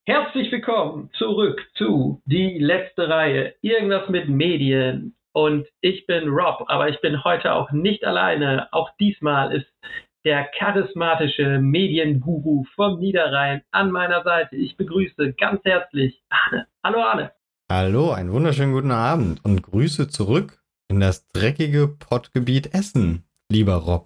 Herzlich willkommen zurück zu Die letzte Reihe, irgendwas mit Medien. Und ich bin Rob, aber ich bin heute auch nicht alleine. Auch diesmal ist der charismatische Medienguru vom Niederrhein an meiner Seite. Ich begrüße ganz herzlich Arne. Hallo Arne. Hallo, einen wunderschönen guten Abend und Grüße zurück in das dreckige Pottgebiet Essen, lieber Rob.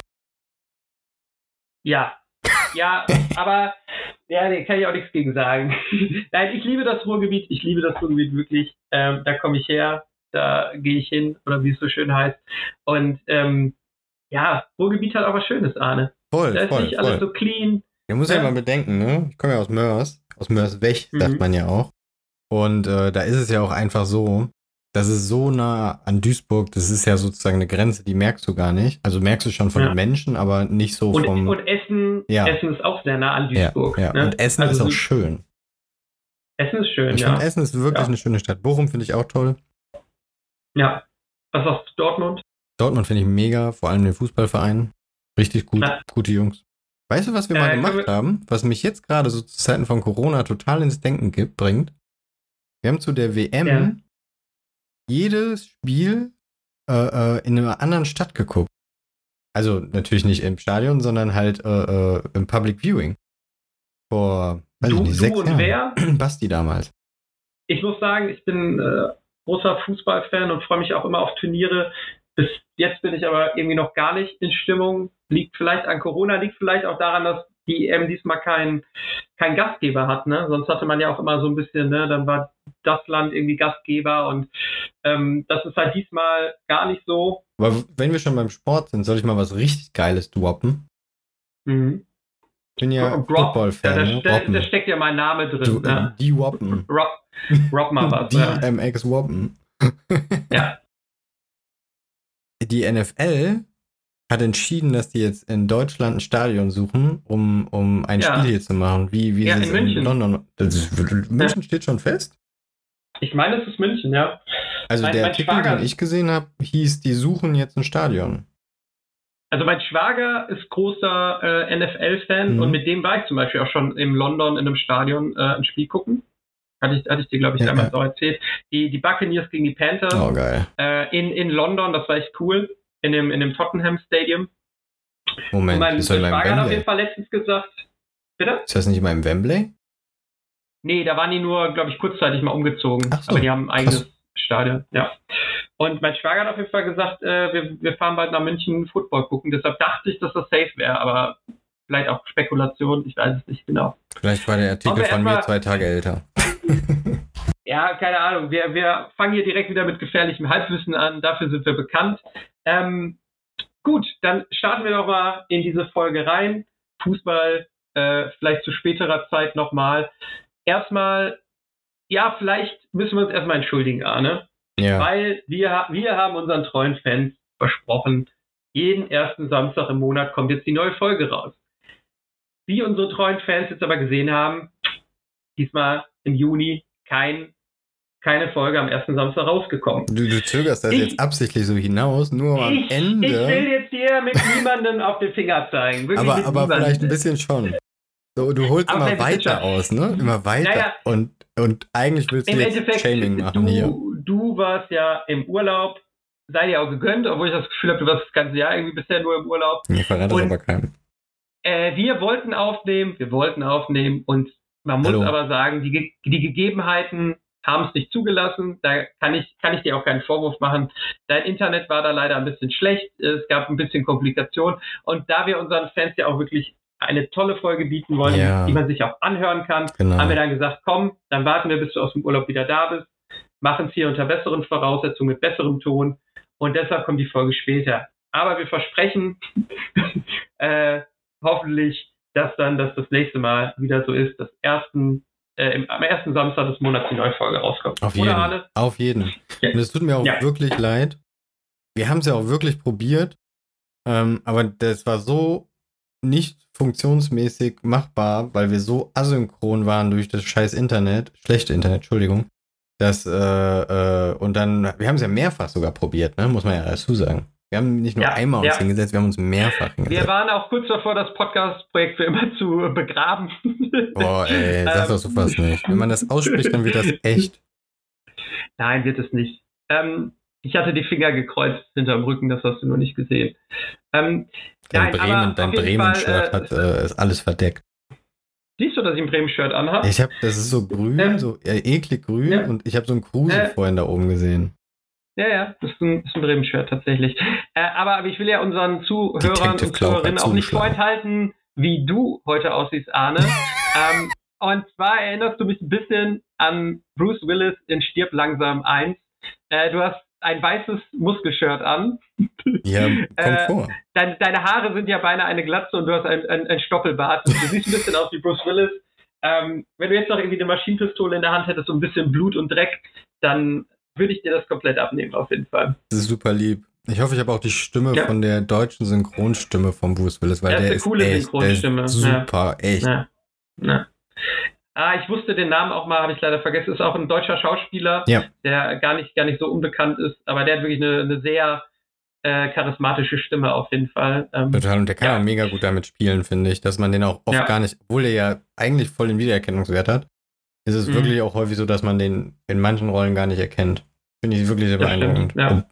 Ja, aber nee, kann ich auch nichts gegen sagen. Nein, ich liebe das Ruhrgebiet wirklich. Da komme ich her, da gehe ich hin, oder wie es so schön heißt. Und Ruhrgebiet hat auch was Schönes, Arne. Da ist nicht alles so clean. Man muss ja mal bedenken, ne? Ich komme ja aus Mörs-Weg, sagt man ja auch. Und da ist es ja auch einfach so, das ist so nah an Duisburg, das ist ja sozusagen eine Grenze, die merkst du gar nicht. Also merkst du schon von den Menschen, aber nicht so vom... Und Essen ist auch sehr nah an Duisburg. Ja. Ne? Und Essen ist auch schön. Essen ist schön, ich finde, Essen ist wirklich eine schöne Stadt. Bochum finde ich auch toll. Ja. Was sagst du, Dortmund? Dortmund finde ich mega, vor allem den Fußballverein. Richtig gut, gute Jungs. Weißt du, was wir mal gemacht haben, was mich jetzt gerade so zu Zeiten von Corona total ins Denken bringt? Wir haben zu der WM jedes Spiel in einer anderen Stadt geguckt. Also natürlich nicht im Stadion, sondern halt im Public Viewing. Vor, weiß ich nicht, 6 Jahren. Wer? Basti damals. Ich muss sagen, ich bin großer Fußballfan und freue mich auch immer auf Turniere. Bis jetzt bin ich aber irgendwie noch gar nicht in Stimmung. Liegt vielleicht an Corona, liegt vielleicht auch daran, dass die EM diesmal kein Gastgeber hat, ne? Sonst hatte man ja auch immer so ein bisschen, ne? Dann war das Land irgendwie Gastgeber und das ist halt diesmal gar nicht so. Aber wenn wir schon beim Sport sind, soll ich mal was richtig Geiles droppen? Mhm. Ich bin ja Football-Fan. Da steckt ja mein Name drin. Die Woppen. Rob mal was. Die MX Woppen. Ja. Die NFL hat entschieden, dass die jetzt in Deutschland ein Stadion suchen, um ein Spiel hier zu machen. Wie ist es in London? München steht schon fest? Ich meine, es ist München, ja. Also der Artikel, den ich gesehen habe, hieß, die suchen jetzt ein Stadion. Also mein Schwager ist großer NFL-Fan und mit dem war ich zum Beispiel auch schon in London in einem Stadion ein Spiel gucken. Hatte ich dir, glaube ich, damals so erzählt. Die Buccaneers gegen die Panthers. Oh, geil. In London, das war echt cool. In dem Tottenham Stadium. Moment, mein ist das Schwager in hat auf jeden Fall letztens gesagt, bitte? Ist das nicht immer im Wembley? Nee, da waren die nur, glaube ich, kurzzeitig mal umgezogen. Ach so, aber die haben ein eigenes Stadion, ja. Und mein Schwager hat auf jeden Fall gesagt, wir fahren bald nach München Football gucken. Deshalb dachte ich, dass das safe wäre, aber vielleicht auch Spekulation, ich weiß es nicht genau. Vielleicht war der Artikel von mir 2 Tage älter. Ja, keine Ahnung. Wir fangen hier direkt wieder mit gefährlichem Halbwissen an. Dafür sind wir bekannt. Gut, dann starten wir doch mal in diese Folge rein. Fußball, vielleicht zu späterer Zeit nochmal. Erstmal, vielleicht müssen wir uns erstmal entschuldigen, Arne. Ja. Weil wir haben unseren treuen Fans versprochen, jeden ersten Samstag im Monat kommt jetzt die neue Folge raus. Wie unsere treuen Fans jetzt aber gesehen haben, diesmal im Juni keine Folge am ersten Samstag rausgekommen. Du zögerst das jetzt absichtlich so hinaus, nur am Ende. Ich will jetzt hier mit niemandem auf den Finger zeigen. Aber vielleicht ein bisschen schon. So, du holst immer weiter aus, ne? Immer weiter. Naja, und eigentlich willst du jetzt Shaming machen hier. Du warst ja im Urlaub, sei dir auch gegönnt, obwohl ich das Gefühl habe, du warst das ganze Jahr irgendwie bisher nur im Urlaub. Ich verrate das aber keinem. Wir wollten aufnehmen und man muss aber sagen, die Gegebenheiten haben es nicht zugelassen. Da kann ich dir auch keinen Vorwurf machen. Dein Internet war da leider ein bisschen schlecht. Es gab ein bisschen Komplikationen. Und da wir unseren Fans ja auch wirklich eine tolle Folge bieten wollen, die man sich auch anhören kann, haben wir dann gesagt, komm, dann warten wir, bis du aus dem Urlaub wieder da bist, machen es hier unter besseren Voraussetzungen, mit besserem Ton. Und deshalb kommt die Folge später. Aber wir versprechen hoffentlich, dass das nächste Mal wieder so ist, dass am ersten Samstag des Monats die neue Folge rauskommt. Auf jeden. Ja. Und es tut mir auch wirklich leid. Wir haben es ja auch wirklich probiert, aber das war so nicht funktionsmäßig machbar, weil wir so asynchron waren durch das scheiß schlechte Internet, Entschuldigung, und dann, wir haben es ja mehrfach sogar probiert, ne, muss man ja dazu sagen. Wir haben nicht nur einmal uns hingesetzt, wir haben uns mehrfach hingesetzt. Wir waren auch kurz davor, das Podcast-Projekt für immer zu begraben. Boah, ey, sag doch sowas nicht. Wenn man das ausspricht, dann wird das echt. Nein, wird es nicht. Ich hatte die Finger gekreuzt hinterm Rücken, das hast du nur nicht gesehen. Dein Bremen-Shirt ist alles verdeckt. Siehst du, dass ich ein Bremen-Shirt anhabe? Das ist so grün, so eklig grün und ich habe so einen Kruse vorhin da oben gesehen. Ja, das ist ein Bremen-Shirt tatsächlich. Aber ich will ja unseren Zuhörern und Zuhörerinnen auch nicht vorenthalten, wie du heute aussiehst, Arne. Und zwar erinnerst du mich ein bisschen an Bruce Willis in Stirb langsam 1. Du hast ein weißes Muskelshirt an. Ja, kommt vor. Deine Haare sind ja beinahe eine Glatze und du hast ein Stoppelbart. Du siehst ein bisschen aus wie Bruce Willis. Wenn du jetzt noch irgendwie eine Maschinenpistole in der Hand hättest, so ein bisschen Blut und Dreck, dann würde ich dir das komplett abnehmen, auf jeden Fall. Das ist super lieb. Ich hoffe, ich habe auch die Stimme von der deutschen Synchronstimme von Bruce Willis, weil der ist coole echt, Synchronstimme. Der ist super, echt. Ja. Ich wusste den Namen auch mal, habe ich leider vergessen. Ist auch ein deutscher Schauspieler, der gar nicht so unbekannt ist, aber der hat wirklich eine sehr charismatische Stimme auf jeden Fall. Total, und der kann auch mega gut damit spielen, finde ich, dass man den auch oft gar nicht, obwohl er ja eigentlich voll den Wiedererkennungswert hat, ist es wirklich auch häufig so, dass man den in manchen Rollen gar nicht erkennt. Finde ich wirklich sehr beeindruckend.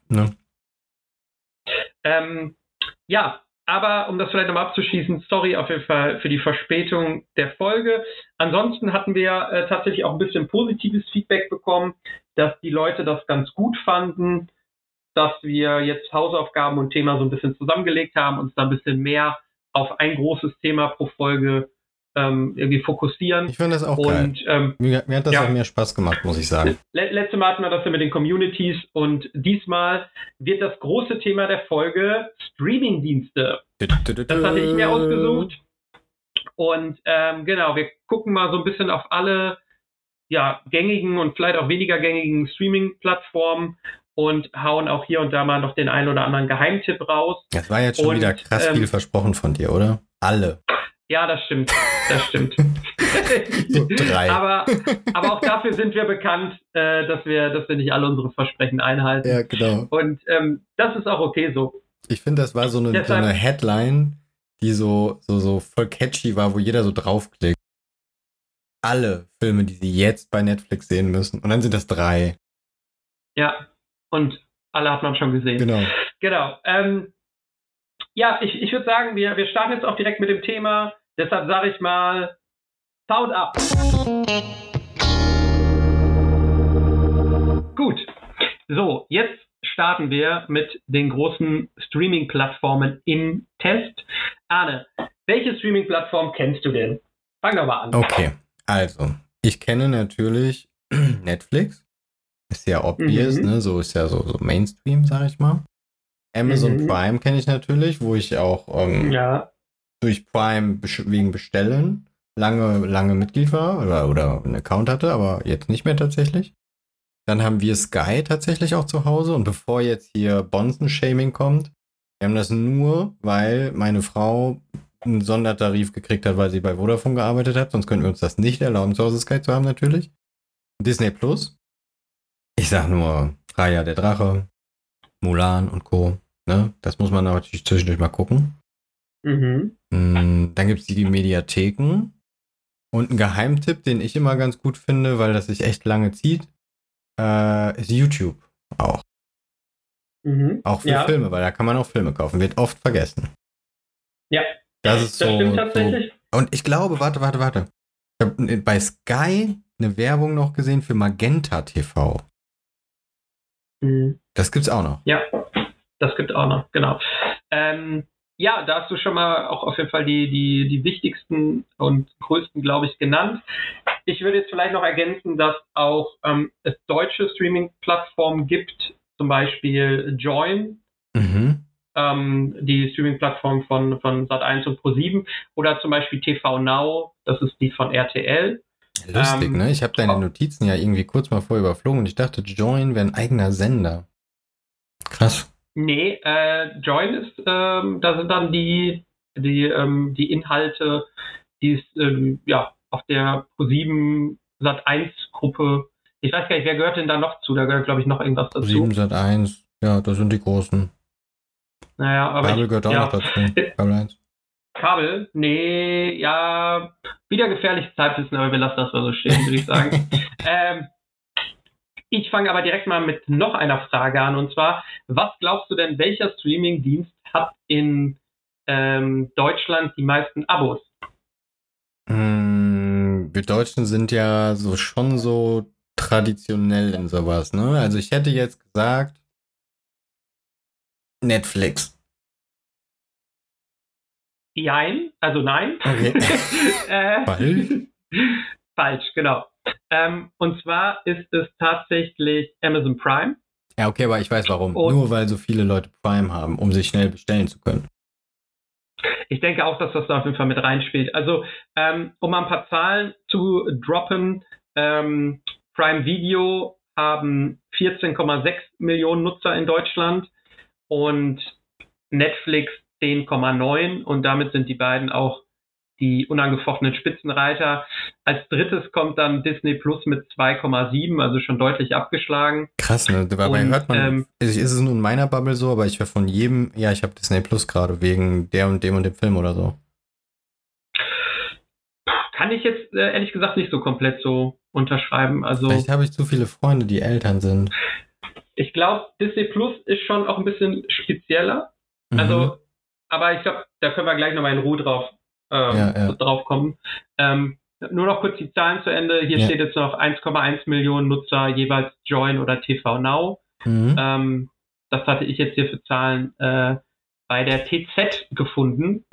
Aber um das vielleicht nochmal abzuschließen, sorry auf jeden Fall für die Verspätung der Folge. Ansonsten hatten wir tatsächlich auch ein bisschen positives Feedback bekommen, dass die Leute das ganz gut fanden, dass wir jetzt Hausaufgaben und Thema so ein bisschen zusammengelegt haben, uns da ein bisschen mehr auf ein großes Thema pro Folge irgendwie fokussieren. Ich finde das auch geil. Mir hat das auch mehr Spaß gemacht, muss ich sagen. Letztes Mal hatten wir das ja mit den Communities und diesmal wird das große Thema der Folge Streamingdienste. Das hatte ich mir ausgesucht. Und wir gucken mal so ein bisschen auf alle gängigen und vielleicht auch weniger gängigen Streaming-Plattformen und hauen auch hier und da mal noch den einen oder anderen Geheimtipp raus. Das war jetzt schon wieder krass viel versprochen von dir, oder? Alle. Ja, das stimmt. So 3. aber auch dafür sind wir bekannt, dass wir nicht alle unsere Versprechen einhalten. Ja, genau. Und das ist auch okay so. Ich finde, das war so eine Headline, die so voll catchy war, wo jeder so draufklickt. Alle Filme, die sie jetzt bei Netflix sehen müssen. Und dann sind das 3. Ja, und alle hat man schon gesehen. Genau. Ich würde sagen, wir starten jetzt auch direkt mit dem Thema. Deshalb sage ich mal, Sound up. Gut. So, jetzt starten wir mit den großen Streaming-Plattformen im Test. Arne, welche Streaming-Plattform kennst du denn? Fang doch mal an. Okay, also, ich kenne natürlich Netflix. Ist ja obvious, ne? So ist ja so Mainstream, sag ich mal. Amazon Prime kenne ich natürlich, wo ich auch durch Prime wegen Bestellen lange Mitglied war oder einen Account hatte, aber jetzt nicht mehr tatsächlich. Dann haben wir Sky tatsächlich auch zu Hause und bevor jetzt hier Bonzen-Shaming kommt, wir haben das nur, weil meine Frau einen Sondertarif gekriegt hat, weil sie bei Vodafone gearbeitet hat, sonst könnten wir uns das nicht erlauben, zu Hause Sky zu haben natürlich. Disney Plus. Ich sag nur Raya der Drache, Mulan und Co. Ne? Das muss man natürlich zwischendurch mal gucken. Dann gibt es die Mediatheken und ein Geheimtipp, den ich immer ganz gut finde, weil das sich echt lange zieht, ist YouTube auch. Auch für Filme, weil da kann man auch Filme kaufen. Wird oft vergessen. Ja, das ist das stimmt tatsächlich. So. Und ich glaube, warte. Ich habe bei Sky eine Werbung noch gesehen für Magenta TV. Das gibt's auch noch. Ja, das gibt's auch noch, genau. Da hast du schon mal auch auf jeden Fall die wichtigsten und größten, glaube ich, genannt. Ich würde jetzt vielleicht noch ergänzen, dass auch es deutsche Streaming-Plattformen gibt, zum Beispiel Join, die Streaming-Plattform von Sat1 und Pro7 oder zum Beispiel TV Now, das ist die von RTL. Lustig, ne? Ich habe deine Notizen ja irgendwie kurz mal vorher überflogen und ich dachte, Join wäre ein eigener Sender. Krass. Nee, Join ist, da sind dann die Inhalte, die es auf der Pro7 Sat1 Gruppe, ich weiß gar nicht, wer gehört denn da noch zu? Da gehört, glaube ich, noch irgendwas dazu. Pro7 Sat1, ja, das sind die großen. Naja, aber Kabel gehört auch noch dazu. Kabel 1. Kabel? Nee, ja, wieder gefährliches Halbwissen, aber wir lassen das mal so stehen, würde ich sagen. Ich fange aber direkt mal mit noch einer Frage an, und zwar, was glaubst du denn, welcher Streaming-Dienst hat in Deutschland die meisten Abos? Wir Deutschen sind ja so schon so traditionell in sowas, ne? Also ich hätte jetzt gesagt Netflix. Jein, also nein. Okay. Falsch? Falsch, genau. Und zwar ist es tatsächlich Amazon Prime. Ja, okay, aber ich weiß warum. Nur weil so viele Leute Prime haben, um sich schnell bestellen zu können. Ich denke auch, dass das da auf jeden Fall mit reinspielt. Also, um mal ein paar Zahlen zu droppen, Prime Video haben 14,6 Millionen Nutzer in Deutschland und Netflix 10,9, und damit sind die beiden auch die unangefochtenen Spitzenreiter. Als drittes kommt dann Disney Plus mit 2,7, also schon deutlich abgeschlagen. Krass, ne? Dabei hört man, ist es nur in meiner Bubble so, aber ich höre von jedem, ja, ich habe Disney Plus gerade wegen der und dem Film oder so. Kann ich jetzt ehrlich gesagt nicht so komplett so unterschreiben. Also, vielleicht habe ich zu viele Freunde, die Eltern sind. Ich glaube, Disney Plus ist schon auch ein bisschen spezieller. Also, aber ich glaube, da können wir gleich nochmal in Ruhe drauf kommen. Nur noch kurz die Zahlen zu Ende. Hier steht jetzt noch 1,1 Millionen Nutzer, jeweils Join oder TV Now. Das hatte ich jetzt hier für Zahlen bei der TZ gefunden.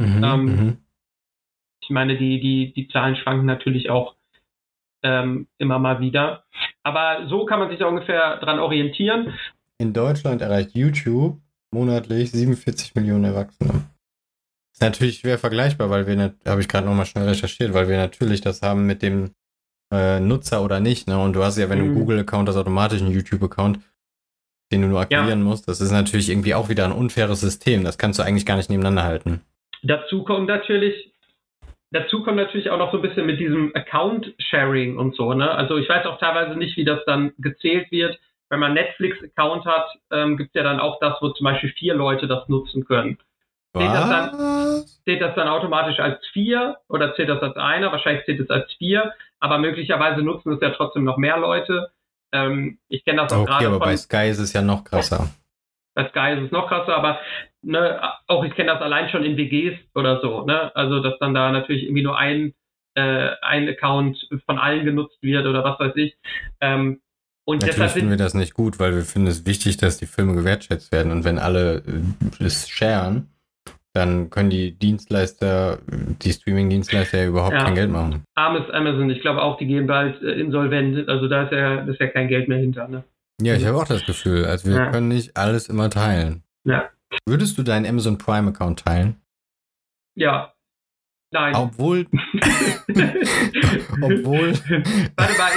Ich meine, die Zahlen schwanken natürlich auch immer mal wieder. Aber so kann man sich da ungefähr dran orientieren. In Deutschland erreicht YouTube monatlich 47 Millionen Erwachsene. Ist natürlich schwer vergleichbar, weil wir, habe ich gerade nochmal schnell recherchiert, weil wir natürlich das haben mit dem Nutzer oder nicht, ne? Und du hast ja, wenn du einen Google-Account hast, automatisch einen YouTube-Account, den du nur aktivieren musst. Das ist natürlich irgendwie auch wieder ein unfaires System. Das kannst du eigentlich gar nicht nebeneinander halten. Dazu kommt natürlich auch noch so ein bisschen mit diesem Account-Sharing und so, ne? Also ich weiß auch teilweise nicht, wie das dann gezählt wird. Wenn man Netflix-Account hat, gibt es ja dann auch das, wo zum Beispiel 4 Leute das nutzen können. Zählt das dann automatisch als 4 oder zählt das als einer? Wahrscheinlich zählt es als 4, aber möglicherweise nutzen es ja trotzdem noch mehr Leute. Ich kenne das auch gerade. Okay, aber bei Sky ist es ja noch krasser. Bei Sky ist es noch krasser, aber ne, auch ich kenne das allein schon in WGs oder so, ne? Also dass dann da natürlich irgendwie nur ein Account von allen genutzt wird oder was weiß ich. Und natürlich finden wir das nicht gut, weil wir finden es wichtig, dass die Filme gewertschätzt werden, und wenn alle es sharen, dann können die Streaming-Dienstleister ja überhaupt kein Geld machen. Armes Amazon, ich glaube auch, die gehen bald insolvent, also da ist ja kein Geld mehr hinter, ne? Ja, ich habe auch das Gefühl, also wir können nicht alles immer teilen. Ja. Würdest du deinen Amazon Prime-Account teilen? Ja. Nein. Obwohl. Warte mal,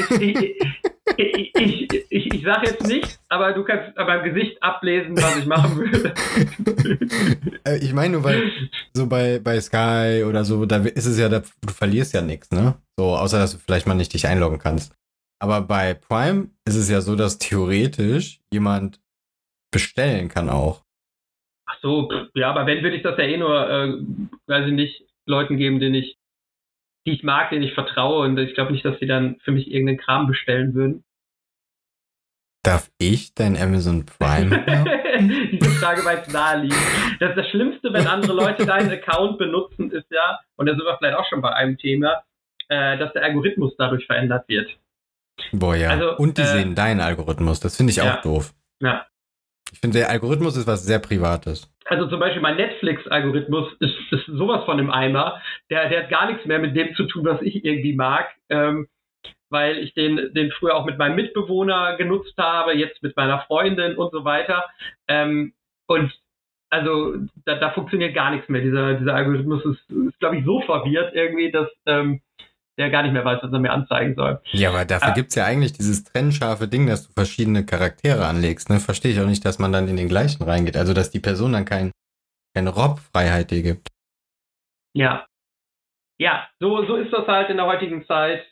ich sage jetzt nichts, aber du kannst an meinem Gesicht ablesen, was ich machen würde. Ich meine nur, weil so bei Sky oder so, da ist es ja, du verlierst ja nichts, ne? So, außer dass du vielleicht mal nicht dich einloggen kannst. Aber bei Prime ist es ja so, dass theoretisch jemand bestellen kann auch. Ach so, ja, aber wenn, würde ich das ja nur, weiß ich nicht, Leuten geben, die ich mag, denen ich vertraue, und ich glaube nicht, dass die dann für mich irgendeinen Kram bestellen würden. Darf ich dein Amazon Prime haben? Diese Frage war jetzt naheliegend. Das Schlimmste, wenn andere Leute deinen Account benutzen, ist ja, und da sind wir vielleicht auch schon bei einem Thema, dass der Algorithmus dadurch verändert wird. Boah, ja. Also, und die sehen deinen Algorithmus. Das finde ich auch doof. Ja. Ich finde, der Algorithmus ist was sehr Privates. Also zum Beispiel mein Netflix-Algorithmus ist sowas von im Eimer. Der hat gar nichts mehr mit dem zu tun, was ich irgendwie mag. Weil ich den früher auch mit meinem Mitbewohner genutzt habe, jetzt mit meiner Freundin und so weiter. Und also da funktioniert gar nichts mehr. Dieser Algorithmus ist glaube ich, so verwirrt irgendwie, dass der gar nicht mehr weiß, was er mir anzeigen soll. Ja, aber dafür gibt es ja eigentlich dieses trennscharfe Ding, dass du verschiedene Charaktere anlegst. Ne? Verstehe ich auch nicht, dass man dann in den gleichen reingeht. Also, dass die Person dann keine Rob-Freiheit dir gibt. Ja. Ja, so ist das halt in der heutigen Zeit.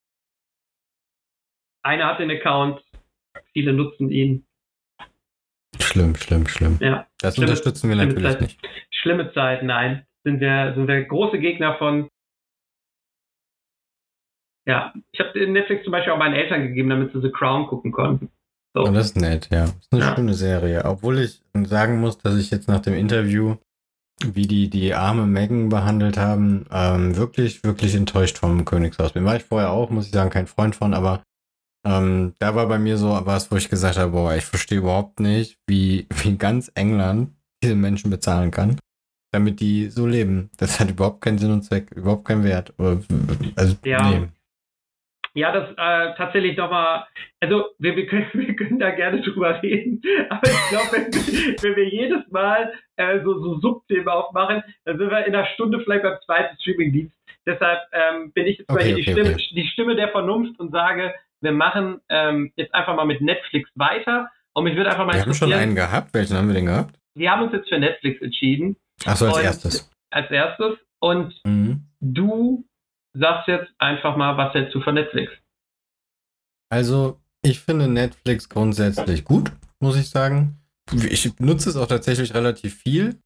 Einer hat den Account, viele nutzen ihn. Schlimm. Ja. Das unterstützen wir natürlich nicht. Schlimme Zeit, nein. Sind wir große Gegner von. Ja, ich habe Netflix zum Beispiel auch meinen Eltern gegeben, damit sie The Crown gucken konnten. So. Und das ist nett, ja. Das ist eine schöne Serie. Obwohl ich sagen muss, dass ich jetzt nach dem Interview, wie die arme Meghan behandelt haben, wirklich, wirklich enttäuscht vom Königshaus bin. War ich vorher auch, muss ich sagen, kein Freund von, aber da war bei mir so was, wo ich gesagt habe, boah, ich verstehe überhaupt nicht, wie ganz England diese Menschen bezahlen kann, damit die so leben. Das hat überhaupt keinen Sinn und Zweck, überhaupt keinen Wert. Also, nee. Ja, das tatsächlich nochmal, also wir können da gerne drüber reden, aber ich glaube, wenn wir jedes Mal so Subthemen aufmachen, dann sind wir in einer Stunde vielleicht beim zweiten Streamingdienst. Deshalb bin ich jetzt mal hier die Stimme der Vernunft und sage, wir machen jetzt einfach mal mit Netflix weiter. Und mich würde einfach mal Wir haben schon einen gehabt. Welchen haben wir denn gehabt? Wir haben uns jetzt für Netflix entschieden. Achso, als erstes. Als erstes. Und du sagst jetzt einfach mal, was hältst du von Netflix? Also, ich finde Netflix grundsätzlich gut, muss ich sagen. Ich nutze es auch tatsächlich relativ viel.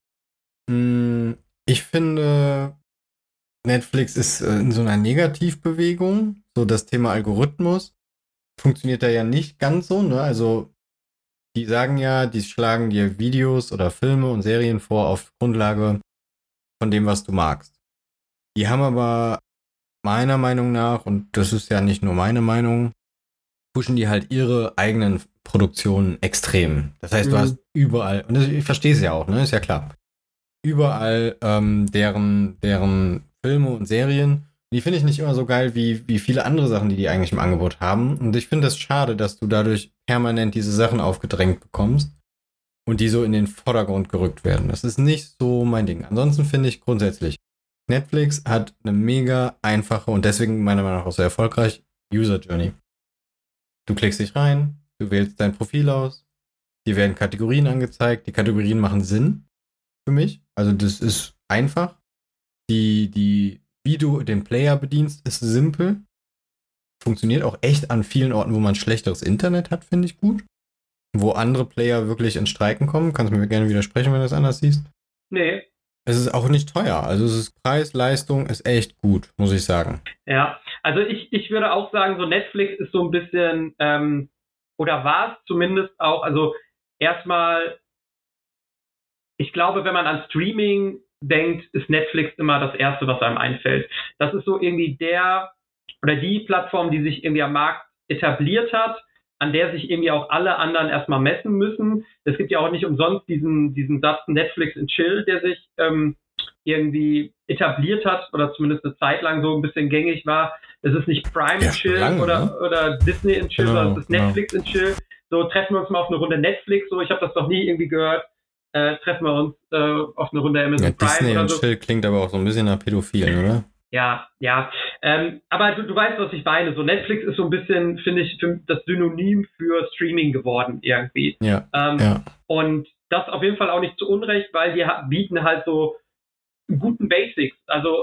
Ich finde, Netflix ist in so einer Negativbewegung. So das Thema Algorithmus funktioniert da ja nicht ganz so, ne? Also, die sagen ja, die schlagen dir Videos oder Filme und Serien vor auf Grundlage von dem, was du magst. Die haben aber meiner Meinung nach, und das ist ja nicht nur meine Meinung, pushen die halt ihre eigenen Produktionen extrem. Das heißt, du hast überall, und ich verstehe es ja auch, ne, ist ja klar, überall deren Filme und Serien, die finde ich nicht immer so geil wie viele andere Sachen, die eigentlich im Angebot haben. Und ich finde es schade, dass du dadurch permanent diese Sachen aufgedrängt bekommst und die so in den Vordergrund gerückt werden. Das ist nicht so mein Ding. Ansonsten finde ich grundsätzlich, Netflix hat eine mega einfache und deswegen meiner Meinung nach auch sehr erfolgreich User Journey. Du klickst dich rein, du wählst dein Profil aus, dir werden Kategorien angezeigt, die Kategorien machen Sinn für mich, also das ist einfach. Wie du den Player bedienst, ist simpel. Funktioniert auch echt an vielen Orten, wo man schlechteres Internet hat, finde ich gut. Wo andere Player wirklich ins Streiken kommen. Kannst du mir gerne widersprechen, wenn du das anders siehst? Nee. Es ist auch nicht teuer. Also es ist Preis, Leistung, ist echt gut, muss ich sagen. Ja, also ich würde auch sagen, so Netflix ist so ein bisschen, oder war es zumindest auch, also erstmal, ich glaube, wenn man an Streaming denkt, ist Netflix immer das Erste, was einem einfällt. Das ist so irgendwie die Plattform, die sich irgendwie am Markt etabliert hat, an der sich irgendwie auch alle anderen erstmal messen müssen. Es gibt ja auch nicht umsonst diesen Satz Netflix and Chill, der sich irgendwie etabliert hat oder zumindest eine Zeit lang so ein bisschen gängig war. Es ist nicht Prime and Chill oder Disney and Chill, sondern es ist Netflix and Chill. So, treffen wir uns mal auf eine Runde Netflix. So, ich habe das noch nie irgendwie gehört. Treffen wir uns auf eine Runde Amazon Prime. Disney oder und so. Chill klingt aber auch so ein bisschen nach Pädophilen, oder? Ja. Aber du weißt, was ich meine. So Netflix ist so ein bisschen, finde ich, das Synonym für Streaming geworden irgendwie. Ja. Und das auf jeden Fall auch nicht zu Unrecht, weil die bieten halt so guten Basics. Also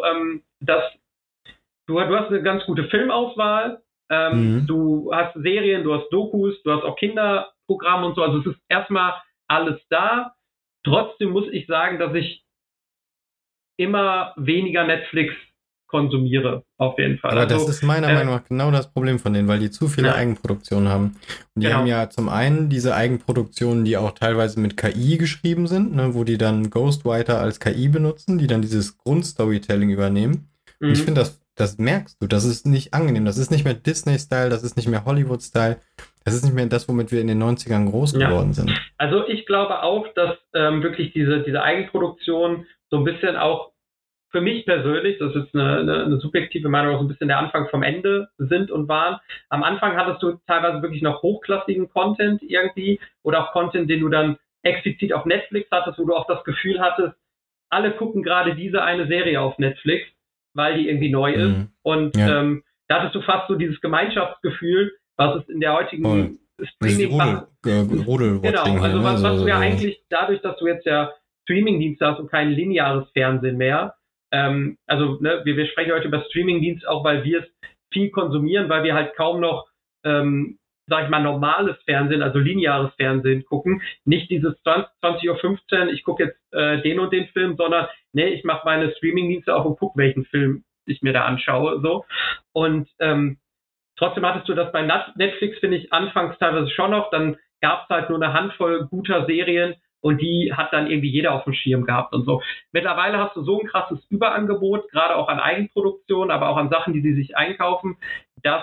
du hast eine ganz gute Filmauswahl. Du hast Serien, du hast Dokus, du hast auch Kinderprogramme und so. Also es ist erstmal alles da. Trotzdem muss ich sagen, dass ich immer weniger Netflix konsumiere, auf jeden Fall. Aber das ist meiner Meinung nach genau das Problem von denen, weil die zu viele Eigenproduktionen haben. Und die haben ja zum einen diese Eigenproduktionen, die auch teilweise mit KI geschrieben sind, ne, wo die dann Ghostwriter als KI benutzen, die dann dieses Grundstorytelling übernehmen. Und ich finde, das merkst du, das ist nicht angenehm. Das ist nicht mehr Disney-Style, das ist nicht mehr Hollywood-Style. Das ist nicht mehr das, womit wir in den 90ern groß geworden sind. Also ich glaube auch, dass wirklich diese Eigenproduktion so ein bisschen auch für mich persönlich, das ist eine subjektive Meinung, auch so ein bisschen der Anfang vom Ende sind und waren. Am Anfang hattest du teilweise wirklich noch hochklassigen Content irgendwie oder auch Content, den du dann explizit auf Netflix hattest, wo du auch das Gefühl hattest, alle gucken gerade diese eine Serie auf Netflix, weil die irgendwie neu ist. Und da hattest du fast so dieses Gemeinschaftsgefühl, was es in der heutigen Streaming macht. Genau, also was du ja eigentlich dadurch, dass du jetzt ja Streamingdienste hast und kein lineares Fernsehen mehr, wir sprechen heute über Streamingdienst auch, weil wir es viel konsumieren, weil wir halt kaum noch sag ich mal, normales Fernsehen, also lineares Fernsehen gucken. Nicht dieses 20:15 Uhr, ich gucke jetzt den und den Film, sondern nee, ich mache meine Streamingdienste auf und gucke, welchen Film ich mir da anschaue. So. Und trotzdem hattest du das bei Netflix, finde ich, anfangs teilweise schon noch. Dann gab es halt nur eine Handvoll guter Serien und die hat dann irgendwie jeder auf dem Schirm gehabt und so. Mittlerweile hast du so ein krasses Überangebot, gerade auch an Eigenproduktion, aber auch an Sachen, die sie sich einkaufen, dass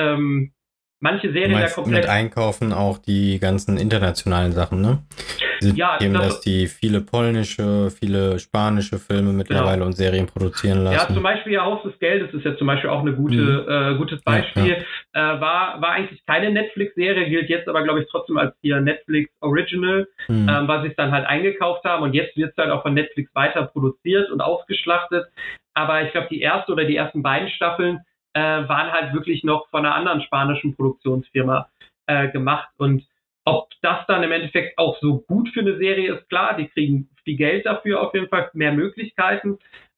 manche Serien da komplett... Mit Einkaufen auch die ganzen internationalen Sachen, ne? Dass die viele polnische, viele spanische Filme mittlerweile und Serien produzieren lassen. Ja, zum Beispiel ja Haus des Geldes ist ja zum Beispiel auch eine gutes Beispiel. Ja. War eigentlich keine Netflix-Serie, gilt jetzt aber, glaube ich, trotzdem als ihr Netflix Original, weil sie es dann halt eingekauft haben und jetzt wird es halt auch von Netflix weiter produziert und ausgeschlachtet. Aber ich glaube, die erste oder die ersten beiden Staffeln waren halt wirklich noch von einer anderen spanischen Produktionsfirma gemacht. Und ob das dann im Endeffekt auch so gut für eine Serie ist, klar, die kriegen viel Geld dafür, auf jeden Fall mehr Möglichkeiten,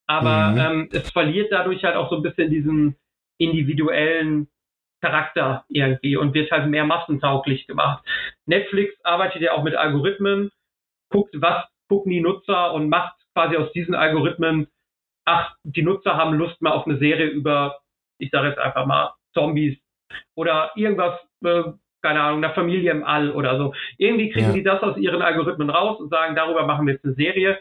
aber es verliert dadurch halt auch so ein bisschen diesen individuellen Charakter irgendwie und wird halt mehr massentauglich gemacht. Netflix arbeitet ja auch mit Algorithmen, guckt, was gucken die Nutzer und macht quasi aus diesen Algorithmen, die Nutzer haben Lust mal auf eine Serie über, ich sage jetzt einfach mal, Zombies oder irgendwas, keine Ahnung, einer Familie im All oder so. Irgendwie kriegen die das aus ihren Algorithmen raus und sagen, darüber machen wir jetzt eine Serie.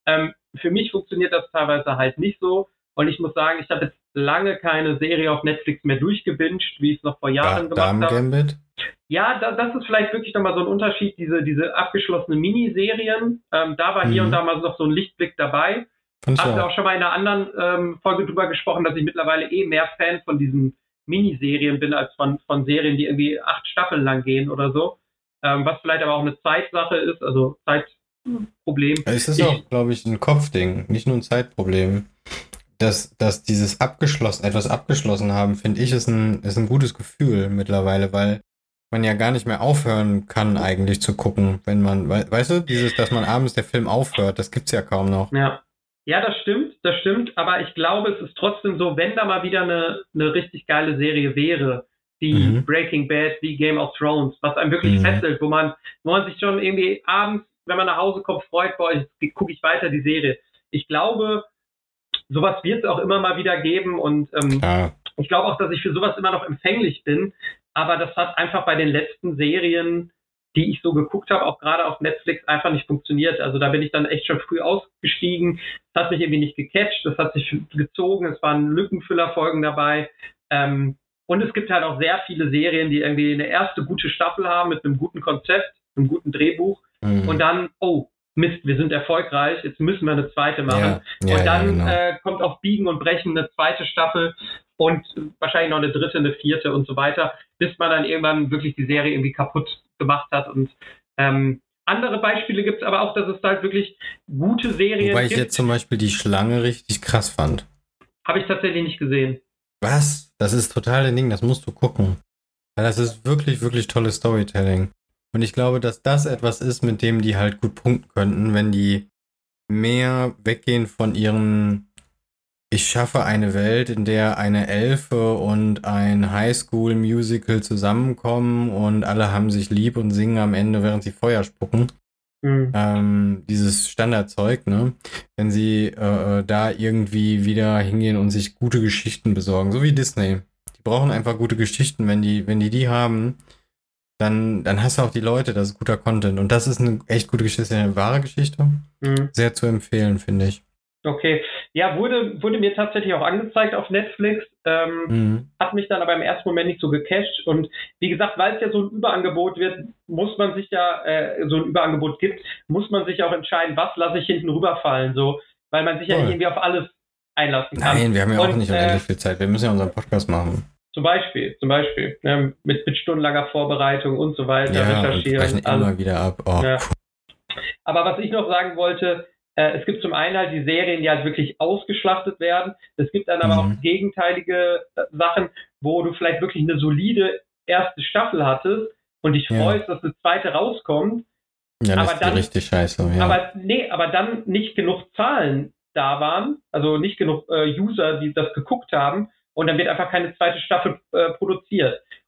Für mich funktioniert das teilweise halt nicht so. Und ich muss sagen, ich habe jetzt lange keine Serie auf Netflix mehr durchgebinged, wie ich es noch vor Jahren gemacht habe. Gambit? Ja, das ist vielleicht wirklich nochmal so ein Unterschied, diese abgeschlossenen Miniserien. Da war hier und da mal noch so ein Lichtblick dabei. Habt ihr auch schon mal in einer anderen Folge drüber gesprochen, dass ich mittlerweile mehr Fan von diesen Miniserien bin, als von Serien, die irgendwie 8 Staffeln lang gehen oder so. Was vielleicht aber auch eine Zeitsache ist, also Zeitproblem. Es ist auch, glaube ich, ein Kopfding, nicht nur ein Zeitproblem. Dass dieses etwas abgeschlossen haben, finde ich, ist ein gutes Gefühl mittlerweile, weil man ja gar nicht mehr aufhören kann, eigentlich zu gucken, wenn man, weißt du, dass man abends der Film aufhört, das gibt's ja kaum noch. Ja, das stimmt, aber ich glaube, es ist trotzdem so, wenn da mal wieder eine richtig geile Serie wäre, wie Breaking Bad, wie Game of Thrones, was einem wirklich fesselt, wo man sich schon irgendwie abends, wenn man nach Hause kommt, freut, boah, jetzt gucke ich weiter die Serie. Ich glaube, sowas wird es auch immer mal wieder geben und ich glaube auch, dass ich für sowas immer noch empfänglich bin, aber das hat einfach bei den letzten Serien, die ich so geguckt habe, auch gerade auf Netflix, einfach nicht funktioniert. Also da bin ich dann echt schon früh ausgestiegen. Das hat mich irgendwie nicht gecatcht, das hat sich gezogen, es waren Lückenfüllerfolgen dabei. Und es gibt halt auch sehr viele Serien, die irgendwie eine erste gute Staffel haben mit einem guten Konzept, einem guten Drehbuch und dann, oh, Mist, wir sind erfolgreich, jetzt müssen wir eine zweite machen. Und dann kommt auf Biegen und Brechen eine zweite Staffel und wahrscheinlich noch eine dritte, eine vierte und so weiter, bis man dann irgendwann wirklich die Serie irgendwie kaputt gemacht hat. Und andere Beispiele gibt es aber auch, dass es halt wirklich gute Serien gibt. Wobei ich jetzt zum Beispiel die Schlange richtig krass fand. Habe ich tatsächlich nicht gesehen. Was? Das ist total ein Ding, das musst du gucken. Weil das ist wirklich, wirklich tolles Storytelling. Und ich glaube, dass das etwas ist, mit dem die halt gut punkten könnten, wenn die mehr weggehen von ihren ich schaffe eine Welt, in der eine Elfe und ein Highschool-Musical zusammenkommen und alle haben sich lieb und singen am Ende, während sie Feuer spucken. Dieses Standardzeug, ne? Wenn sie da irgendwie wieder hingehen und sich gute Geschichten besorgen, so wie Disney. Die brauchen einfach gute Geschichten, wenn die haben, dann hast du auch die Leute, das ist guter Content. Und das ist eine echt gute Geschichte, eine wahre Geschichte. Sehr zu empfehlen, finde ich. Okay. Ja, wurde mir tatsächlich auch angezeigt auf Netflix, hat mich dann aber im ersten Moment nicht so gecatcht. Und wie gesagt, weil es ja so ein Überangebot wird, muss man sich ja, so ein Überangebot gibt, muss man sich auch entscheiden, was lasse ich hinten rüberfallen, so, weil man sich ja nicht irgendwie auf alles einlassen kann. Nein, wir haben ja auch nicht unendlich viel Zeit. Wir müssen ja unseren Podcast machen. Zum Beispiel, mit stundenlanger Vorbereitung und so weiter, recherchieren. Wir sprechen immer wieder ab. Oh. Ja. Aber was ich noch sagen wollte, es gibt zum einen halt die Serien, die halt wirklich ausgeschlachtet werden. Es gibt dann aber auch gegenteilige Sachen, wo du vielleicht wirklich eine solide erste Staffel hattest und dich freust, dass eine zweite rauskommt. Ja, das ist richtig scheiße. Ja. Aber dann nicht genug Zahlen da waren, also nicht genug User, die das geguckt haben und dann wird einfach keine zweite Staffel produziert.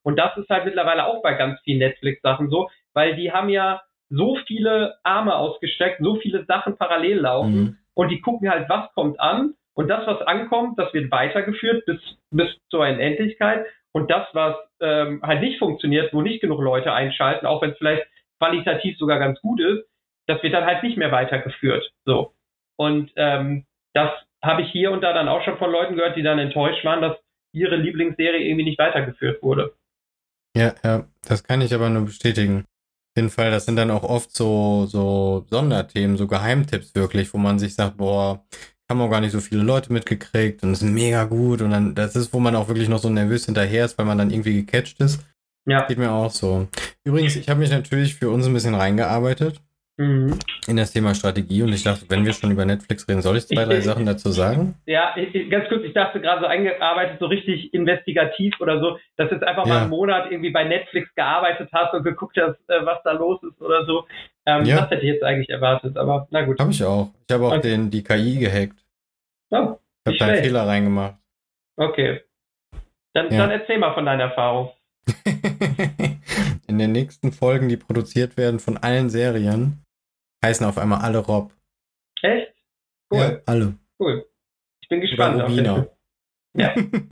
Und das ist halt mittlerweile auch bei ganz vielen Netflix-Sachen so, weil die haben ja so viele Arme ausgestreckt, so viele Sachen parallel laufen und die gucken halt, was kommt an und das, was ankommt, das wird weitergeführt bis zur Unendlichkeit und das, was halt nicht funktioniert, wo nicht genug Leute einschalten, auch wenn es vielleicht qualitativ sogar ganz gut ist, das wird dann halt nicht mehr weitergeführt. So. Und das habe ich hier und da dann auch schon von Leuten gehört, die dann enttäuscht waren, dass ihre Lieblingsserie irgendwie nicht weitergeführt wurde. Ja, das kann ich aber nur bestätigen. Auf jeden Fall, das sind dann auch oft so Sonderthemen, so Geheimtipps wirklich, wo man sich sagt, boah, haben auch gar nicht so viele Leute mitgekriegt und es ist mega gut und dann, das ist, wo man auch wirklich noch so nervös hinterher ist, weil man dann irgendwie gecatcht ist. Ja. Geht mir auch so. Übrigens, ich habe mich natürlich für uns ein bisschen reingearbeitet in das Thema Strategie und ich dachte, wenn wir schon über Netflix reden, soll ich 2-3 Sachen dazu sagen? Ja, ganz kurz, ich dachte gerade so eingearbeitet, so richtig investigativ oder so, dass du jetzt einfach mal einen Monat irgendwie bei Netflix gearbeitet hast und geguckt hast, was da los ist oder so. Das hätte ich jetzt eigentlich erwartet, aber na gut. Habe ich auch. Ich habe auch die KI gehackt. Oh, ich habe da einen Fehler reingemacht. Okay. Dann erzähl mal von deiner Erfahrung. In den nächsten Folgen, die produziert werden von allen Serien, heißen auf einmal alle Rob. Echt? Cool. Ja, alle. Cool. Ich bin gespannt. Ja.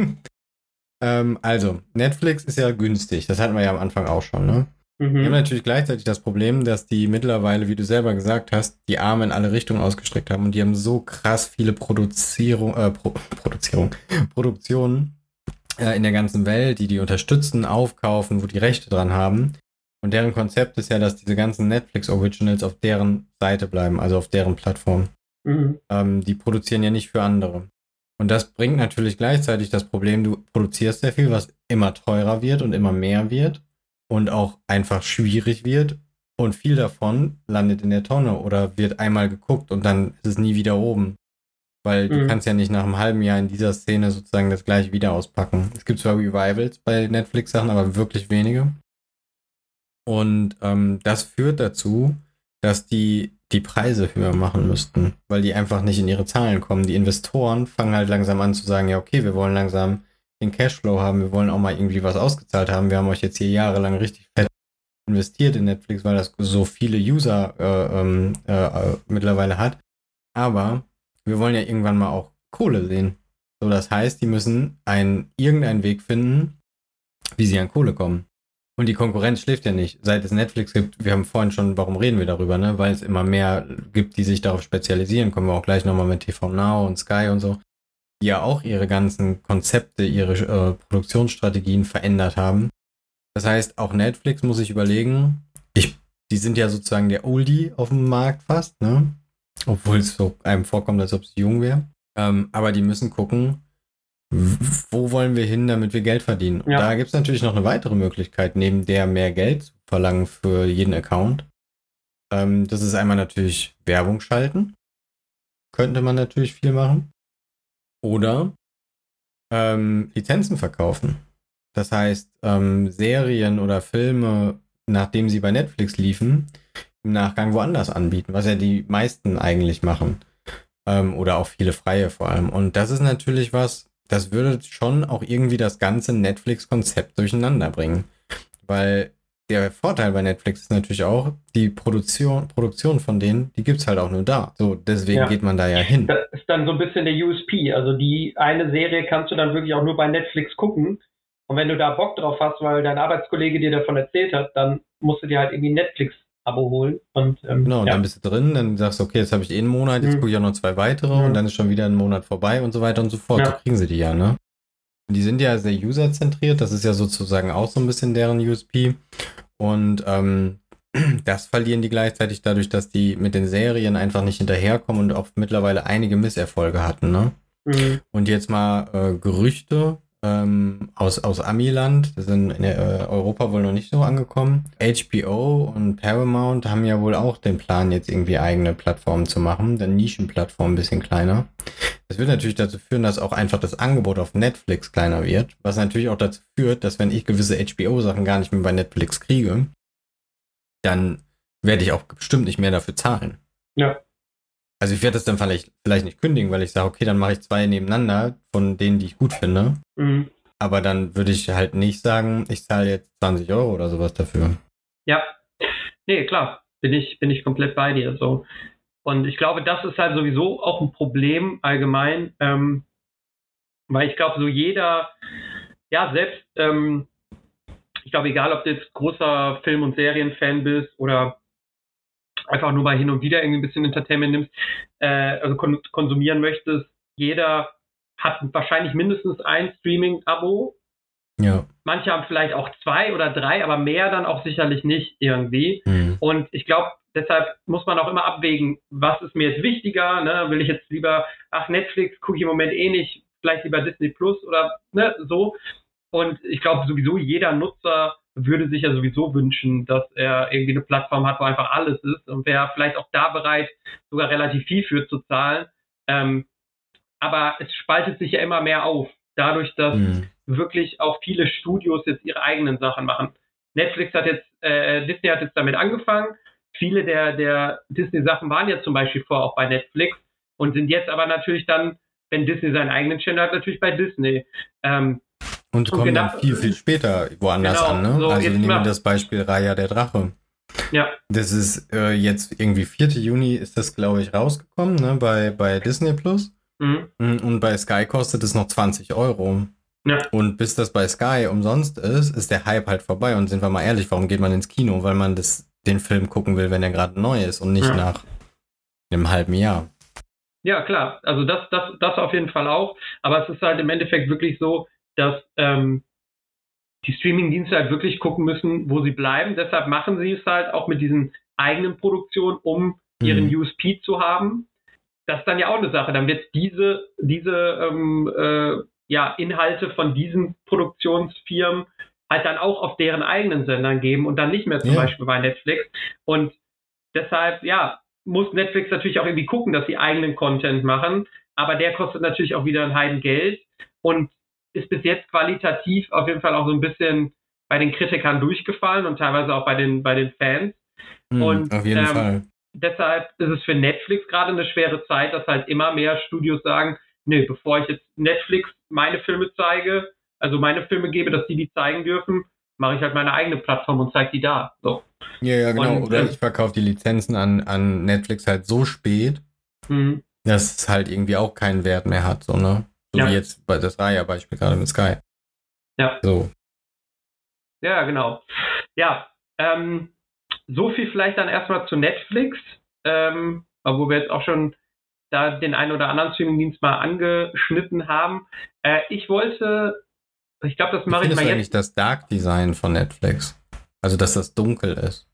Also, Netflix ist ja günstig. Das hatten wir ja am Anfang auch schon, ne? Wir haben natürlich gleichzeitig das Problem, dass die mittlerweile, wie du selber gesagt hast, die Arme in alle Richtungen ausgestreckt haben und die haben so krass viele Produktionen in der ganzen Welt, die unterstützen, aufkaufen, wo die Rechte dran haben. Und deren Konzept ist ja, dass diese ganzen Netflix-Originals auf deren Seite bleiben, also auf deren Plattform. Die produzieren ja nicht für andere. Und das bringt natürlich gleichzeitig das Problem, du produzierst sehr viel, was immer teurer wird und immer mehr wird und auch einfach schwierig wird. Und viel davon landet in der Tonne oder wird einmal geguckt und dann ist es nie wieder oben. Weil du kannst ja nicht nach einem halben Jahr in dieser Szene sozusagen das gleiche wieder auspacken. Es gibt zwar Revivals bei Netflix-Sachen, aber wirklich wenige. Und das führt dazu, dass die Preise höher machen müssten, weil die einfach nicht in ihre Zahlen kommen. Die Investoren fangen halt langsam an zu sagen, ja okay, wir wollen langsam den Cashflow haben, wir wollen auch mal irgendwie was ausgezahlt haben. Wir haben euch jetzt hier jahrelang richtig fett investiert in Netflix, weil das so viele User mittlerweile hat. Aber wir wollen ja irgendwann mal auch Kohle sehen. So, das heißt, die müssen irgendeinen Weg finden, wie sie an Kohle kommen. Und die Konkurrenz schläft ja nicht. Seit es Netflix gibt, wir haben vorhin schon, warum reden wir darüber, ne? Weil es immer mehr gibt, die sich darauf spezialisieren. Kommen wir auch gleich nochmal mit TV Now und Sky und so, die ja auch ihre ganzen Konzepte, ihre Produktionsstrategien verändert haben. Das heißt, auch Netflix muss sich überlegen, die sind ja sozusagen der Oldie auf dem Markt fast, ne? Obwohl es so einem vorkommt, als ob es jung wäre. Aber die müssen gucken, wo wollen wir hin, damit wir Geld verdienen? Und da gibt es natürlich noch eine weitere Möglichkeit, neben der mehr Geld zu verlangen für jeden Account. Das ist einmal natürlich Werbung schalten. Könnte man natürlich viel machen. Oder Lizenzen verkaufen. Das heißt, Serien oder Filme, nachdem sie bei Netflix liefen, im Nachgang woanders anbieten, was ja die meisten eigentlich machen. Oder auch viele Freie vor allem. Und das ist natürlich was, das würde schon auch irgendwie das ganze Netflix-Konzept durcheinander bringen. Weil der Vorteil bei Netflix ist natürlich auch, die Produktion von denen, die gibt's halt auch nur da. So, deswegen geht man da ja hin. Das ist dann so ein bisschen der USP. Also die eine Serie kannst du dann wirklich auch nur bei Netflix gucken. Und wenn du da Bock drauf hast, weil dein Arbeitskollege dir davon erzählt hat, dann musst du dir halt irgendwie ein Netflix-Abo holen. Und, genau, und dann bist du drin, dann sagst du, okay, jetzt habe ich einen Monat, jetzt gucke ich auch noch 2 weitere und dann ist schon wieder ein Monat vorbei und so weiter und so fort. So kriegen sie die ja, ne? Und die sind ja sehr userzentriert, das ist ja sozusagen auch so ein bisschen deren USP. Und das verlieren die gleichzeitig dadurch, dass die mit den Serien einfach nicht hinterherkommen und auch mittlerweile einige Misserfolge hatten, ne? Und jetzt mal Gerüchte aus Amiland, das sind in Europa wohl noch nicht so angekommen. HBO und Paramount haben ja wohl auch den Plan, jetzt irgendwie eigene Plattformen zu machen, eine Nischenplattform ein bisschen kleiner. Das wird natürlich dazu führen, dass auch einfach das Angebot auf Netflix kleiner wird, was natürlich auch dazu führt, dass wenn ich gewisse HBO-Sachen gar nicht mehr bei Netflix kriege, dann werde ich auch bestimmt nicht mehr dafür zahlen. Ja. Also ich werde das dann vielleicht nicht kündigen, weil ich sage, okay, dann mache ich 2 nebeneinander von denen, die ich gut finde. Aber dann würde ich halt nicht sagen, ich zahle jetzt 20 Euro oder sowas dafür. Ja, nee, klar, bin ich komplett bei dir. So. Und ich glaube, das ist halt sowieso auch ein Problem allgemein, weil ich glaube, so jeder, ja, selbst, ich glaube, egal, ob du jetzt großer Film- und Serienfan bist oder einfach nur mal hin und wieder irgendwie ein bisschen Entertainment nimmst, also konsumieren möchtest, jeder hat wahrscheinlich mindestens ein Streaming-Abo. Ja. Manche haben vielleicht auch 2 oder 3, aber mehr dann auch sicherlich nicht irgendwie. Und ich glaube, deshalb muss man auch immer abwägen, was ist mir jetzt wichtiger, ne? Will ich jetzt lieber, Netflix gucke ich im Moment eh nicht, vielleicht lieber Disney Plus oder ne, so. Und ich glaube sowieso, jeder Nutzer würde sich ja sowieso wünschen, dass er irgendwie eine Plattform hat, wo einfach alles ist und wäre vielleicht auch da bereit, sogar relativ viel für zu zahlen. Aber es spaltet sich ja immer mehr auf, dadurch, dass wirklich auch viele Studios jetzt ihre eigenen Sachen machen. Disney hat jetzt damit angefangen. Viele der Disney-Sachen waren ja zum Beispiel vorher auch bei Netflix und sind jetzt aber natürlich dann, wenn Disney seinen eigenen Channel hat, natürlich bei Disney. Und kommen dann viel, viel später woanders an, ne? So, also nehmen wir das Beispiel Raya der Drache. Ja. Das ist jetzt irgendwie 4. Juni ist das, glaube ich, rausgekommen, ne? Bei Disney Plus. Und bei Sky kostet es noch 20 Euro. Ja. Und bis das bei Sky umsonst ist der Hype halt vorbei. Und sind wir mal ehrlich, warum geht man ins Kino? Weil man den Film gucken will, wenn er gerade neu ist und nicht nach einem halben Jahr. Ja, klar. Also das auf jeden Fall auch. Aber es ist halt im Endeffekt wirklich so, dass die Streaming-Dienste halt wirklich gucken müssen, wo sie bleiben. Deshalb machen sie es halt auch mit diesen eigenen Produktionen, um ihren USP zu haben. Das ist dann ja auch eine Sache. Dann wird diese Inhalte von diesen Produktionsfirmen halt dann auch auf deren eigenen Sendern geben und dann nicht mehr zum Beispiel bei Netflix. Und deshalb, muss Netflix natürlich auch irgendwie gucken, dass sie eigenen Content machen. Aber der kostet natürlich auch wieder ein Heidengeld und ist bis jetzt qualitativ auf jeden Fall auch so ein bisschen bei den Kritikern durchgefallen und teilweise auch bei den Fans. Und auf jeden Fall. Deshalb ist es für Netflix gerade eine schwere Zeit, dass halt immer mehr Studios sagen, nee, bevor ich jetzt Netflix meine Filme zeige, also meine Filme gebe, dass die zeigen dürfen, mache ich halt meine eigene Plattform und zeige die da. So. Ja, genau. Oder ich verkaufe die Lizenzen an Netflix halt so spät, dass es halt irgendwie auch keinen Wert mehr hat, so, ne? So wie jetzt bei das Raya-Beispiel gerade mit Sky. Ja. So. Ja, genau. Ja, so viel vielleicht dann erstmal zu Netflix, wo wir jetzt auch schon da den einen oder anderen Streaming-Dienst mal angeschnitten haben. Ich glaube, das mache ich mal jetzt. Eigentlich das Dark Design von Netflix? Also, dass das dunkel ist.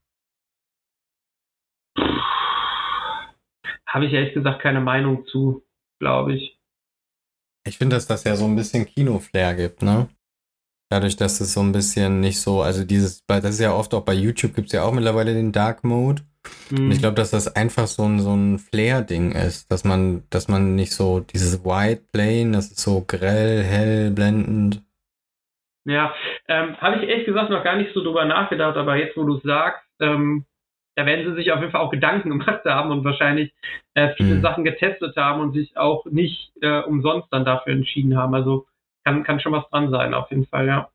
Habe ich ehrlich gesagt keine Meinung zu, glaube ich. Ich finde, dass das ja so ein bisschen Kino-Flair gibt, ne? Dadurch, dass es so ein bisschen nicht so, also das ist ja oft auch bei YouTube gibt es ja auch mittlerweile den Dark Mode. Und ich glaube, dass das einfach so ein Flair-Ding ist, dass man nicht so dieses White Plane, das ist so grell, hell, blendend. Ja, habe ich ehrlich gesagt noch gar nicht so drüber nachgedacht, aber jetzt, wo du es sagst, da werden sie sich auf jeden Fall auch Gedanken gemacht haben und wahrscheinlich viele Sachen getestet haben und sich auch nicht umsonst dann dafür entschieden haben. Also kann schon was dran sein, auf jeden Fall, ja.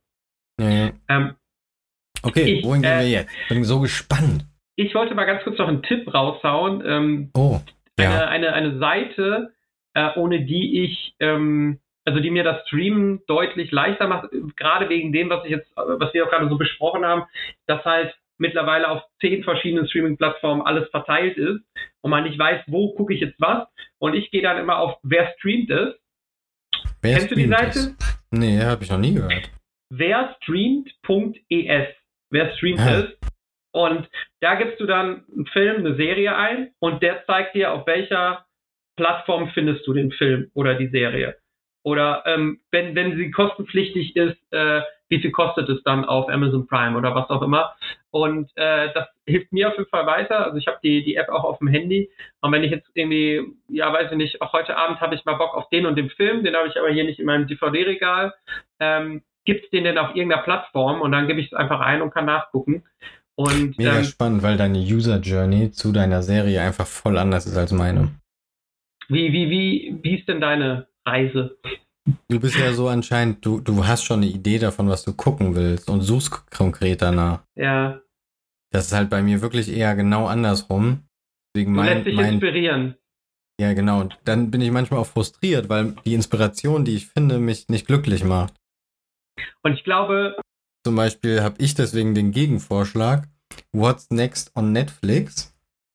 Okay, wohin gehen wir jetzt? Bin so gespannt. Ich wollte mal ganz kurz noch einen Tipp raushauen. Eine Seite, ohne die ich, die mir das Streamen deutlich leichter macht, gerade wegen dem, was wir auch gerade so besprochen haben, dass halt mittlerweile auf 10 verschiedenen Streaming-Plattformen alles verteilt ist und man nicht weiß, wo gucke ich jetzt was. Und ich gehe dann immer auf Wer streamt es. Kennst du die Seite? Nee, habe ich noch nie gehört. Werstreamt.es. Wer streamt es? Und da gibst du dann einen Film, eine Serie ein und der zeigt dir, auf welcher Plattform findest du den Film oder die Serie. Oder wenn sie kostenpflichtig ist, wie viel kostet es dann auf Amazon Prime oder was auch immer. Und das hilft mir auf jeden Fall weiter. Also ich habe die App auch auf dem Handy. Und wenn ich jetzt irgendwie, weiß ich nicht, auch heute Abend habe ich mal Bock auf den und den Film, den habe ich aber hier nicht in meinem DVD-Regal. Gibt es den denn auf irgendeiner Plattform? Und dann gebe ich es einfach ein und kann nachgucken. Und, mega spannend, weil deine User Journey zu deiner Serie einfach voll anders ist als meine. Wie ist denn deine Reise? Du bist ja so anscheinend, du hast schon eine Idee davon, was du gucken willst und suchst konkret danach. Ja. Das ist halt bei mir wirklich eher genau andersrum. Deswegen Du lässt dich inspirieren. Ja, genau. Und dann bin ich manchmal auch frustriert, weil die Inspiration, die ich finde, mich nicht glücklich macht. Und ich glaube... Zum Beispiel habe ich deswegen den Gegenvorschlag. What's Next on Netflix?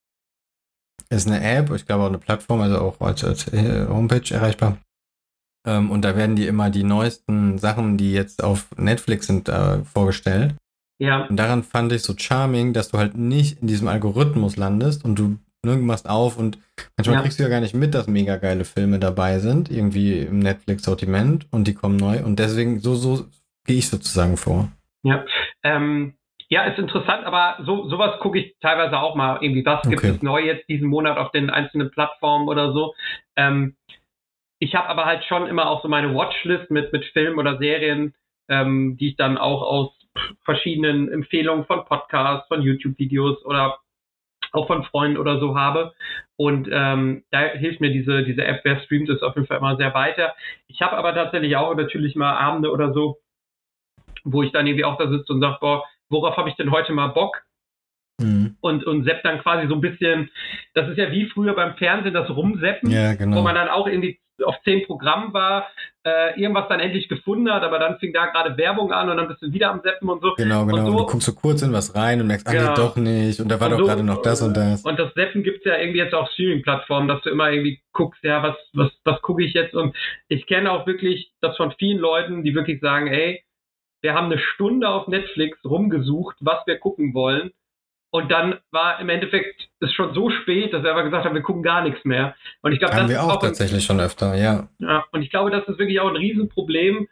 Ist eine App, ich glaube auch eine Plattform, also auch als Homepage erreichbar. Und da werden dir immer die neuesten Sachen, die jetzt auf Netflix sind, vorgestellt. Ja. Und daran fand ich so charming, dass du halt nicht in diesem Algorithmus landest und du machst auf und manchmal kriegst du ja gar nicht mit, dass mega geile Filme dabei sind, irgendwie im Netflix-Sortiment und die kommen neu. Und deswegen, so gehe ich sozusagen vor. Ja, ja, ist interessant, aber sowas gucke ich teilweise auch mal. Irgendwie, was gibt es neu jetzt diesen Monat auf den einzelnen Plattformen oder so. Ich habe aber halt schon immer auch so meine Watchlist mit Filmen oder Serien, die ich dann auch aus verschiedenen Empfehlungen von Podcasts, von YouTube-Videos oder auch von Freunden oder so habe. Und da hilft mir diese App, wer streamt, ist auf jeden Fall immer sehr weiter. Ich habe aber tatsächlich auch natürlich mal Abende oder so, wo ich dann irgendwie auch da sitze und sage, boah, worauf habe ich denn heute mal Bock? Und zapp dann quasi so ein bisschen, das ist ja wie früher beim Fernsehen, das Rumseppen, ja, genau. Wo man dann auch irgendwie auf 10 Programmen war, irgendwas dann endlich gefunden hat, aber dann fing da gerade Werbung an und dann bist du wieder am Zappen und so. Genau. Und so, du guckst so kurz in was rein und merkst, nee, doch nicht. Und da war doch so, gerade noch das und das. Und das Zappen gibt es ja irgendwie jetzt auf Streaming-Plattformen, dass du immer irgendwie guckst, ja, was gucke ich jetzt? Und ich kenne auch wirklich das von vielen Leuten, die wirklich sagen, ey, wir haben eine Stunde auf Netflix rumgesucht, was wir gucken wollen. Und dann war im Endeffekt es schon so spät, dass wir aber gesagt haben, wir gucken gar nichts mehr. Und ich glaube, das wir auch tatsächlich schon öfter, ja. Ja, und ich glaube, das ist wirklich auch ein Riesenproblem,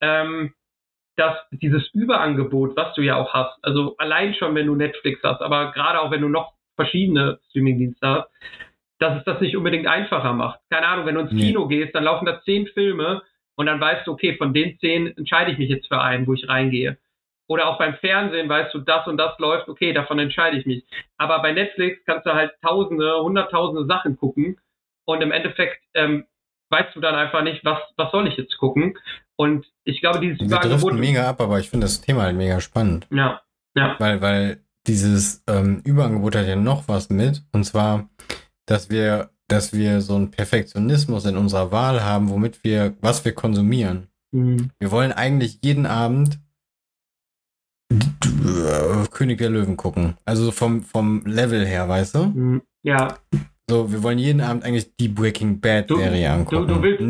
dass dieses Überangebot, was du ja auch hast, also allein schon, wenn du Netflix hast, aber gerade auch, wenn du noch verschiedene Streamingdienste hast, dass es das nicht unbedingt einfacher macht. Keine Ahnung, wenn du ins Kino gehst, dann laufen da 10 Filme und dann weißt du, okay, von den 10 entscheide ich mich jetzt für einen, wo ich reingehe. Oder auch beim Fernsehen weißt du, das und das läuft, okay, davon entscheide ich mich. Aber bei Netflix kannst du halt Tausende, Hunderttausende Sachen gucken und im Endeffekt weißt du dann einfach nicht, was soll ich jetzt gucken. Und ich glaube, dieses Überangebot... Wir driften mega ab, aber ich finde das Thema halt mega spannend. Ja. Weil dieses Überangebot hat ja noch was mit, und zwar, dass wir so einen Perfektionismus in unserer Wahl haben, was wir konsumieren. Wir wollen eigentlich jeden Abend König der Löwen gucken. Also vom Level her, weißt du? Ja. So, wir wollen jeden Abend eigentlich die Breaking Bad Serie angucken. Du willst,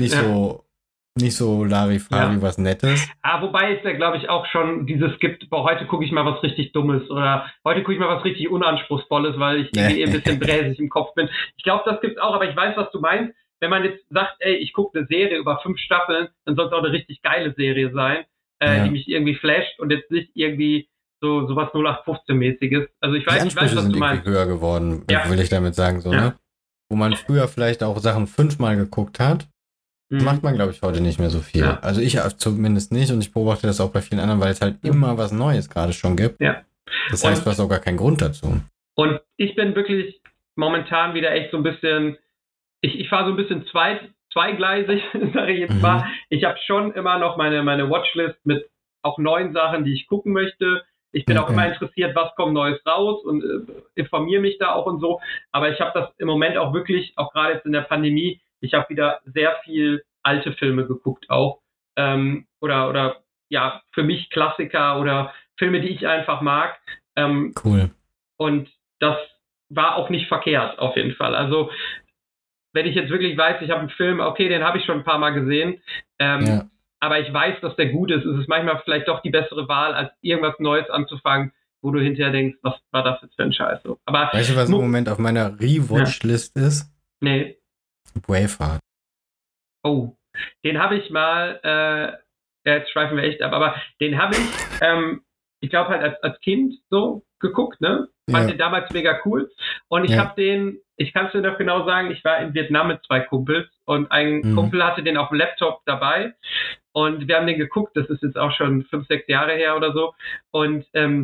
nicht so Larifari, was Nettes. Wobei es ja, glaube ich, auch schon gibt, heute gucke ich mal was richtig Dummes oder heute gucke ich mal was richtig Unanspruchsvolles, weil ich irgendwie ein bisschen bräsig im Kopf bin. Ich glaube, das gibt's auch, aber ich weiß, was du meinst. Wenn man jetzt sagt, ey, ich gucke eine Serie über 5 Staffeln, dann soll es auch eine richtig geile Serie sein, die mich irgendwie flasht und jetzt nicht irgendwie so was 0815-mäßiges. Also ich weiß, was du meinst. Sind höher geworden, will ich damit sagen, so, ne? Wo man früher vielleicht auch Sachen 5-mal geguckt hat, macht man, glaube ich, heute nicht mehr so viel. Ja. Also ich zumindest nicht, und ich beobachte das auch bei vielen anderen, weil es halt immer was Neues gerade schon gibt. Ja. Das heißt, du hast auch gar keinen Grund dazu. Und ich bin wirklich momentan wieder echt so ein bisschen, ich fahre so ein bisschen zweigleisig, sage ich jetzt mal. Ich habe schon immer noch meine Watchlist mit auch neuen Sachen, die ich gucken möchte. Ich bin auch immer interessiert, was kommt Neues raus, und informiere mich da auch und so. Aber ich habe das im Moment auch wirklich, auch gerade jetzt in der Pandemie, ich habe wieder sehr viel alte Filme geguckt auch. Oder ja, für mich Klassiker oder Filme, die ich einfach mag. Cool. Und das war auch nicht verkehrt, auf jeden Fall. Also, wenn ich jetzt wirklich weiß, ich habe einen Film, okay, den habe ich schon ein paar Mal gesehen, aber ich weiß, dass der gut ist es manchmal vielleicht doch die bessere Wahl, als irgendwas Neues anzufangen, wo du hinterher denkst, was war das jetzt für ein Scheiß? Aber weißt du, was im Moment auf meiner Rewatch-List ist? Nee. Braveheart. Oh, den habe ich mal, jetzt schweifen wir echt ab, aber den habe ich glaube halt als Kind so geguckt, ne? Fand den damals mega cool. Und ich habe ich kann es dir noch genau sagen, ich war in Vietnam mit 2 Kumpels und ein Kumpel hatte den auf dem Laptop dabei und wir haben den geguckt, das ist jetzt auch schon 5, 6 Jahre her oder so, und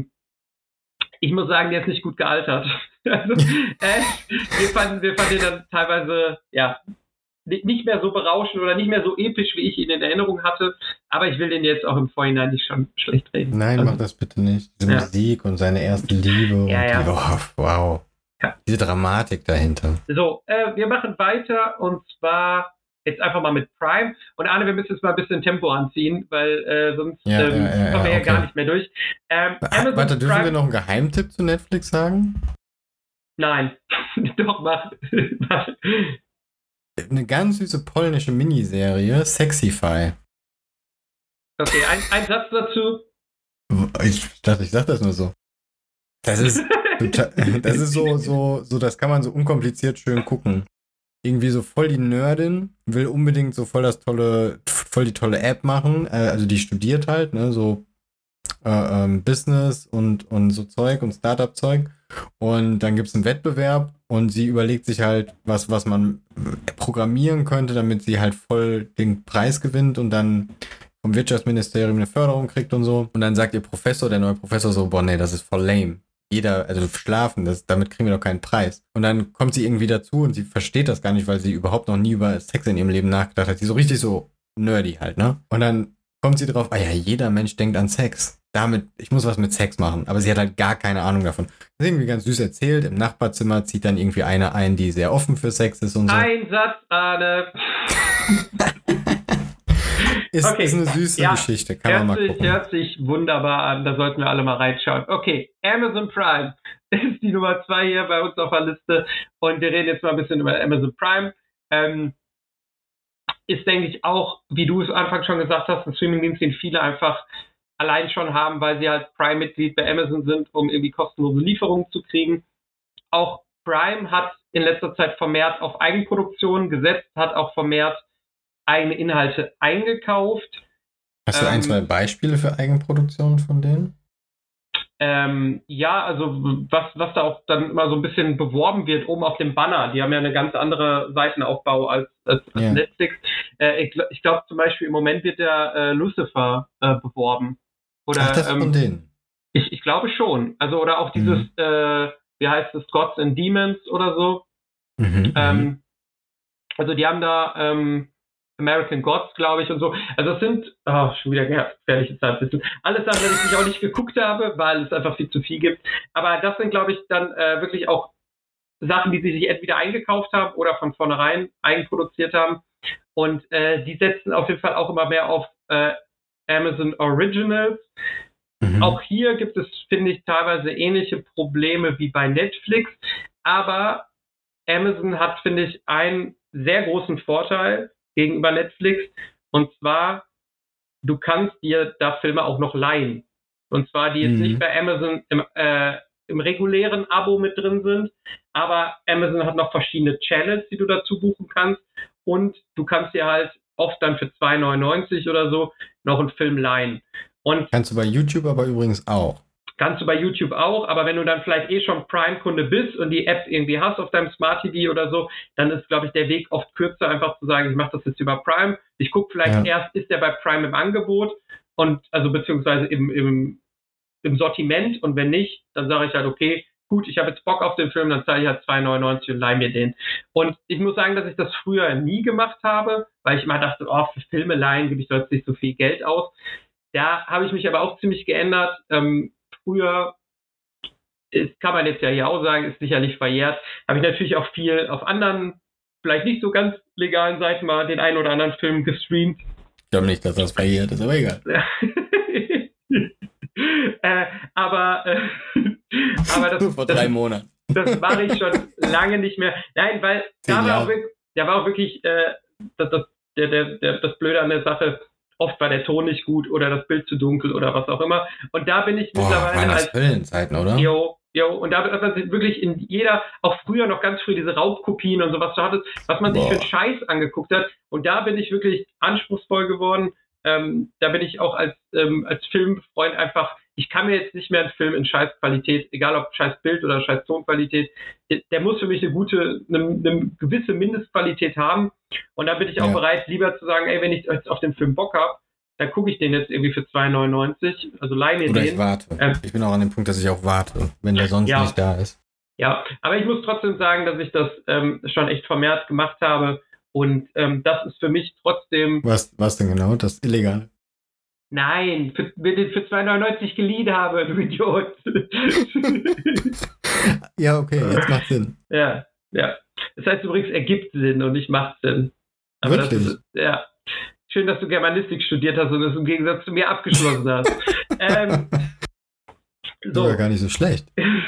ich muss sagen, der ist nicht gut gealtert. Also, wir fanden den dann teilweise, nicht mehr so berauschend oder nicht mehr so episch, wie ich ihn in Erinnerung hatte. Aber ich will den jetzt auch im Vorhinein nicht schon schlecht reden. Nein, mach das bitte nicht. Diese Musik und seine erste Liebe und wow. Ja. Diese Dramatik dahinter. So, wir machen weiter und zwar jetzt einfach mal mit Prime. Und Arne, wir müssen jetzt mal ein bisschen Tempo anziehen, weil sonst kommen wir ja gar nicht mehr durch. Warte, dürfen wir noch einen Geheimtipp zu Netflix sagen? Nein, doch, mach. Eine ganz süße polnische Miniserie, Sexify. Okay, ein Satz dazu. Ich dachte, ich sag das nur so. Das ist so, das kann man so unkompliziert schön gucken. Irgendwie so voll die Nerdin, will unbedingt so voll die tolle App machen, also die studiert halt, ne, so Business und so Zeug und Startup-Zeug. Und dann gibt es einen Wettbewerb und sie überlegt sich halt, was man programmieren könnte, damit sie halt voll den Preis gewinnt und dann vom Wirtschaftsministerium eine Förderung kriegt und so. Und dann sagt der neue Professor so, boah, nee, das ist voll lame. Also schlafen, damit kriegen wir doch keinen Preis. Und dann kommt sie irgendwie dazu und sie versteht das gar nicht, weil sie überhaupt noch nie über Sex in ihrem Leben nachgedacht hat. Sie ist so richtig so nerdy halt, ne? Und dann kommt sie drauf, jeder Mensch denkt an Sex. Ich muss was mit Sex machen. Aber sie hat halt gar keine Ahnung davon. Das ist irgendwie ganz süß erzählt. Im Nachbarzimmer zieht dann irgendwie eine ein, die sehr offen für Sex ist und so. Ein Satz, Arne. Ist eine süße Geschichte. Kann man mal gucken. Hört sich wunderbar an. Da sollten wir alle mal reinschauen. Okay, Amazon Prime ist die Nummer 2 hier bei uns auf der Liste. Und wir reden jetzt mal ein bisschen über Amazon Prime. Ist, denke ich, auch, wie du es Anfang schon gesagt hast, ein Streamingdienst, den viele einfach allein schon haben, weil sie halt Prime-Mitglied bei Amazon sind, um irgendwie kostenlose Lieferungen zu kriegen. Auch Prime hat in letzter Zeit vermehrt auf Eigenproduktionen gesetzt, hat auch vermehrt eigene Inhalte eingekauft. Hast du 2 Beispiele für Eigenproduktionen von denen? Also was da auch dann immer so ein bisschen beworben wird, oben auf dem Banner. Die haben ja eine ganz andere Seitenaufbau als Netflix. Ich glaube zum Beispiel im Moment wird der Lucifer beworben. Oder, das von denen? Ich glaube schon. Also oder auch dieses, wie heißt es, Gods and Demons oder so. Also die haben da American Gods, glaube ich, und so. Also es sind, schon wieder gefährliche Zeitwissen. Alles Sachen, die ich auch nicht geguckt habe, weil es einfach viel zu viel gibt. Aber das sind, glaube ich, dann wirklich auch Sachen, die sie sich entweder eingekauft haben oder von vornherein eigenproduziert haben. Und die setzen auf jeden Fall auch immer mehr auf Amazon Originals. Auch hier gibt es, finde ich, teilweise ähnliche Probleme wie bei Netflix. Aber Amazon hat, finde ich, einen sehr großen Vorteil gegenüber Netflix. Und zwar, du kannst dir da Filme auch noch leihen. Und zwar, die jetzt nicht bei Amazon im regulären Abo mit drin sind, aber Amazon hat noch verschiedene Channels, die du dazu buchen kannst. Und du kannst dir halt oft dann für 2,99 oder so noch einen Film leihen. Und kannst du bei YouTube aber übrigens auch. Kannst du bei YouTube auch, aber wenn du dann vielleicht schon Prime-Kunde bist und die App irgendwie hast auf deinem Smart TV oder so, dann ist, glaube ich, der Weg oft kürzer, einfach zu sagen, ich mache das jetzt über Prime. Ich gucke vielleicht erst, ist der bei Prime im Angebot und also beziehungsweise im Sortiment und wenn nicht, dann sage ich halt, okay, gut, ich habe jetzt Bock auf den Film, dann zahle ich halt 2,99 und leihe mir den. Und ich muss sagen, dass ich das früher nie gemacht habe, weil ich immer dachte, für Filme leihen gebe ich sonst nicht so viel Geld aus. Da habe ich mich aber auch ziemlich geändert. Früher, kann man jetzt ja hier auch sagen, ist sicherlich verjährt, habe ich natürlich auch viel auf anderen, vielleicht nicht so ganz legalen Seiten mal den einen oder anderen Film gestreamt. Ich glaube nicht, dass das verjährt ist, aber egal. Aber das nur vor 3 Monaten. Das mache ich schon lange nicht mehr. Nein, weil da war auch wirklich das Blöde an der Sache. Oft war der Ton nicht gut oder das Bild zu dunkel oder was auch immer. Und da bin ich mittlerweile waren das Höllenzeiten, oder? Und da hat man sich wirklich in jeder, auch früher noch ganz früh diese Raubkopien und sowas, was man sich für einen Scheiß angeguckt hat. Und da bin ich wirklich anspruchsvoll geworden. Da bin ich auch als Filmfreund einfach, ich kann mir jetzt nicht mehr einen Film in Scheißqualität, egal ob scheiß Bild oder scheiß Tonqualität, der muss für mich eine gewisse Mindestqualität haben. Und da bin ich auch bereit, lieber zu sagen, wenn ich jetzt auf den Film Bock habe, dann gucke ich den jetzt irgendwie für 2,99, also leih mir den. Oder ich warte. Ich bin auch an dem Punkt, dass ich auch warte, wenn der sonst nicht da ist. Ja, aber ich muss trotzdem sagen, dass ich das schon echt vermehrt gemacht habe Und das ist für mich trotzdem... Was denn genau? Das Illegale? Nein, wenn ich für 2,99 geliehen habe, du Idiot. Ja, okay, jetzt macht Sinn. Ja. Das heißt übrigens, ergibt Sinn und nicht macht Sinn. Aber wirklich? Das ist, ja. Schön, dass du Germanistik studiert hast und das im Gegensatz zu mir abgeschlossen hast. So. War gar nicht so schlecht.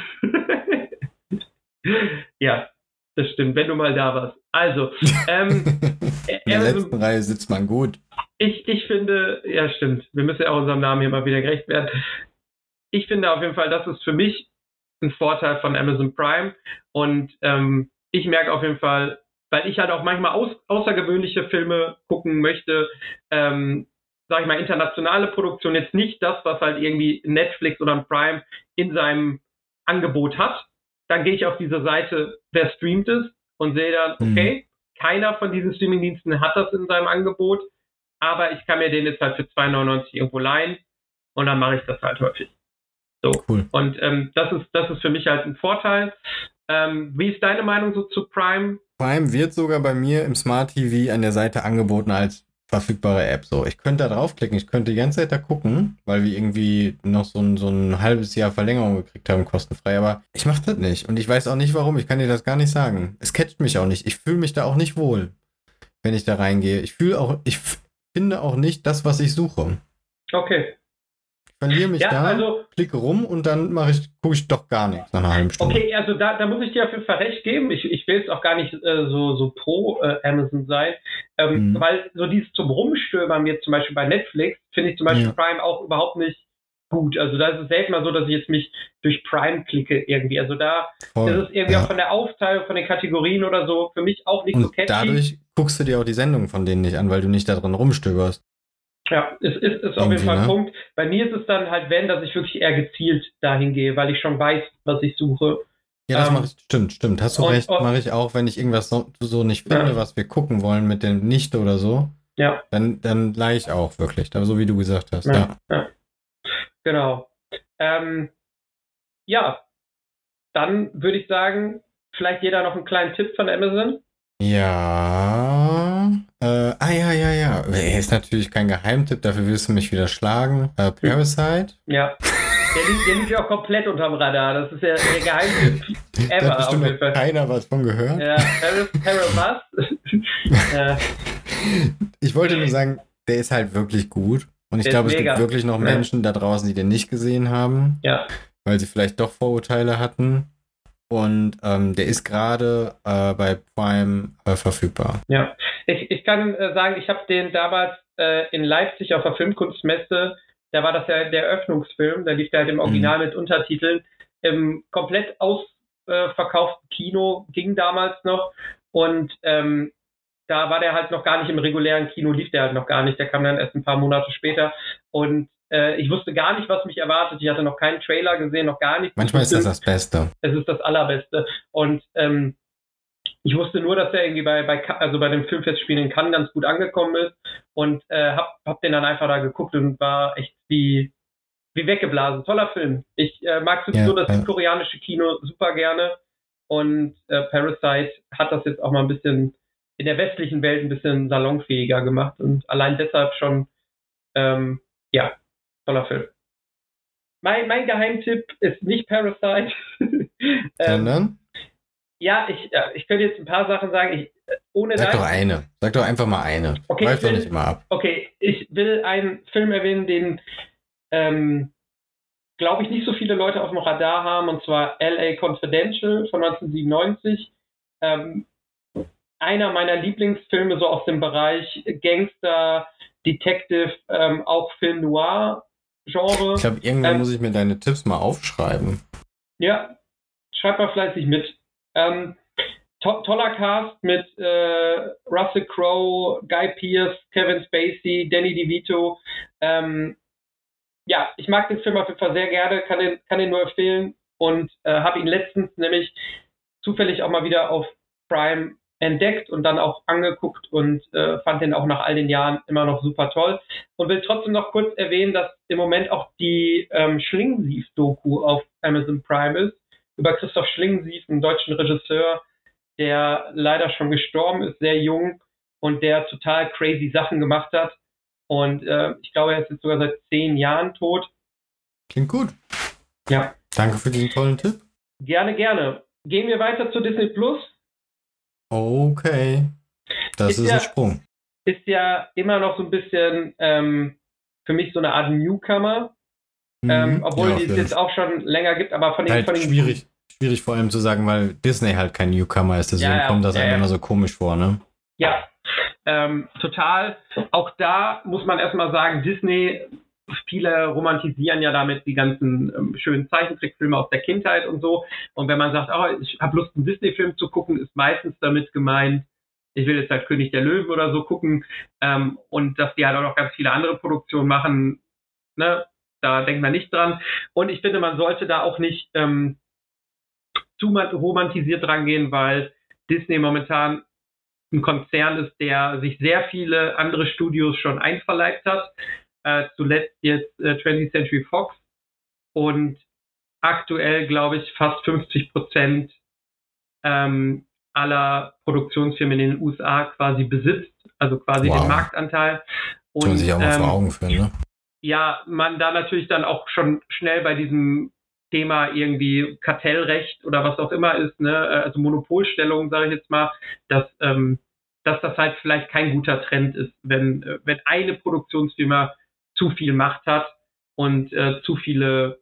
Ja, das stimmt, wenn du mal da warst. Also, in der letzten Reihe sitzt man gut. Ich finde, ja stimmt, wir müssen ja auch unserem Namen hier mal wieder gerecht werden. Ich finde auf jeden Fall, das ist für mich ein Vorteil von Amazon Prime und ich merke auf jeden Fall, weil ich halt auch manchmal außergewöhnliche Filme gucken möchte, sag ich mal, internationale Produktion, jetzt nicht das, was halt irgendwie Netflix oder ein Prime in seinem Angebot hat. Dann gehe ich auf diese Seite, wer streamt es und sehe dann, okay, keiner von diesen Streamingdiensten hat das in seinem Angebot, aber ich kann mir den jetzt halt für 2,99 irgendwo leihen und dann mache ich das halt häufig. So. Cool. Und das ist für mich halt ein Vorteil. Wie ist deine Meinung so zu Prime? Prime wird sogar bei mir im Smart TV an der Seite angeboten als verfügbare App. So, ich könnte da draufklicken, ich könnte die ganze Zeit da gucken, weil wir irgendwie noch so ein halbes Jahr Verlängerung gekriegt haben, kostenfrei, aber ich mache das nicht und ich weiß auch nicht warum, ich kann dir das gar nicht sagen. Es catcht mich auch nicht, ich fühle mich da auch nicht wohl, wenn ich da reingehe. Ich finde auch nicht das, was ich suche. Okay. Ich verliere mich klicke rum und dann gucke ich doch gar nichts nach einer halben Stunde. Okay, also da muss ich dir auf jeden Fall recht geben. Ich will jetzt auch gar nicht so pro Amazon sein, weil so dieses zum Rumstöbern jetzt zum Beispiel bei Netflix finde ich zum Beispiel Prime auch überhaupt nicht gut. Also da ist es selten mal so, dass ich jetzt mich durch Prime klicke irgendwie. Also da ist es irgendwie auch von der Aufteilung, von den Kategorien oder so für mich auch nicht so catchy. Dadurch guckst du dir auch die Sendungen von denen nicht an, weil du nicht da drin rumstöberst. Ja, es ist auf jeden Fall ein Punkt. Bei mir ist es dann halt, dass ich wirklich eher gezielt dahin gehe, weil ich schon weiß, was ich suche. Ja, das mache ich, stimmt. Hast du recht, mache ich auch, wenn ich irgendwas so nicht finde, was wir gucken wollen mit dem Nichte oder so. Ja. Dann leihe ich auch wirklich, so wie du gesagt hast. Ja. Genau. Dann würde ich sagen, vielleicht jeder noch einen kleinen Tipp von Amazon. Ja. Ja. Ist natürlich kein Geheimtipp, dafür wirst du mich wieder schlagen. Parasite. Ja. Der liegt ja auch komplett unterm Radar. Das ist ja der Geheimtipp ever. Da hat bestimmt noch keiner was von gehört. Ja, was? Ja. Ich wollte nur sagen, der ist halt wirklich gut. Und ich glaube, es gibt wirklich noch Menschen da draußen, die den nicht gesehen haben. Ja. Weil sie vielleicht doch Vorurteile hatten. Und der ist gerade bei Prime verfügbar. Ja, ich kann sagen, ich habe den damals in Leipzig auf der Filmkunstmesse, da war das ja der Eröffnungsfilm, da lief der halt im Original mit Untertiteln, im komplett ausverkauften Kino, ging damals noch und da war der halt noch gar nicht im regulären Kino, lief der halt noch gar nicht, der kam dann erst ein paar Monate später und ich wusste gar nicht, was mich erwartet. Ich hatte noch keinen Trailer gesehen, noch gar nichts. Manchmal ist das Beste. Es ist das Allerbeste. Und ich wusste nur, dass er irgendwie bei dem Filmfestspielen in Cannes ganz gut angekommen ist und hab den dann einfach da geguckt und war echt wie weggeblasen. Toller Film. Ich mag sowieso das koreanische Kino super gerne und Parasite hat das jetzt auch mal ein bisschen in der westlichen Welt ein bisschen salonfähiger gemacht und allein deshalb schon toller Film. Mein Geheimtipp ist nicht Parasite. Sondern? Ja, ich könnte jetzt ein paar Sachen sagen. Sag doch eine. Sag doch einfach mal eine. Okay, Greif doch nicht immer ab. Okay, ich will einen Film erwähnen, den glaube ich nicht so viele Leute auf dem Radar haben, und zwar L.A. Confidential von 1997. Einer meiner Lieblingsfilme so aus dem Bereich Gangster, Detective, auch Film Noir Genre. Ich glaube, irgendwann muss ich mir deine Tipps mal aufschreiben. Ja, schreib mal fleißig mit. Toller Cast mit Russell Crowe, Guy Pearce, Kevin Spacey, Danny DeVito. Ich mag den Film auf jeden Fall sehr gerne, kann den nur empfehlen und habe ihn letztens nämlich zufällig auch mal wieder auf Prime entdeckt und dann auch angeguckt und fand den auch nach all den Jahren immer noch super toll und will trotzdem noch kurz erwähnen, dass im Moment auch die Schlingensief-Doku auf Amazon Prime ist, über Christoph Schlingensief, einen deutschen Regisseur, der leider schon gestorben ist, sehr jung und der total crazy Sachen gemacht hat. Und ich glaube, er ist jetzt sogar seit 10 Jahren tot. Klingt gut. Ja. Danke für diesen tollen Tipp. Gerne, gerne. Gehen wir weiter zu Disney Plus. Okay. Das ist ein Sprung. Ist ja immer noch so ein bisschen für mich so eine Art Newcomer. Obwohl es jetzt auch schon länger gibt, aber von den schwierig vor allem zu sagen, weil Disney halt kein Newcomer ist, deswegen kommt das einem immer so komisch vor, ne? Ja, total. Auch da muss man erstmal sagen, Disney, viele romantisieren ja damit die ganzen schönen Zeichentrickfilme aus der Kindheit und so. Und wenn man sagt, ich habe Lust, einen Disney-Film zu gucken, ist meistens damit gemeint, ich will jetzt halt König der Löwen oder so gucken. Und dass die halt auch noch ganz viele andere Produktionen machen, ne? Da denkt man nicht dran. Und ich finde, man sollte da auch nicht zu romantisiert dran gehen, weil Disney momentan ein Konzern ist, der sich sehr viele andere Studios schon einverleibt hat. Zuletzt jetzt 20th Century Fox. Und aktuell, glaube ich, fast 50% aller Produktionsfirmen in den USA quasi besitzt. Also quasi den Marktanteil. Und, kann man sich auch mal vor Augen führen, ne? Ja, man da natürlich dann auch schon schnell bei diesem Thema irgendwie Kartellrecht oder was auch immer ist, ne, also Monopolstellung, sage ich jetzt mal, dass das halt vielleicht kein guter Trend ist, wenn eine Produktionsfirma zu viel Macht hat und zu viel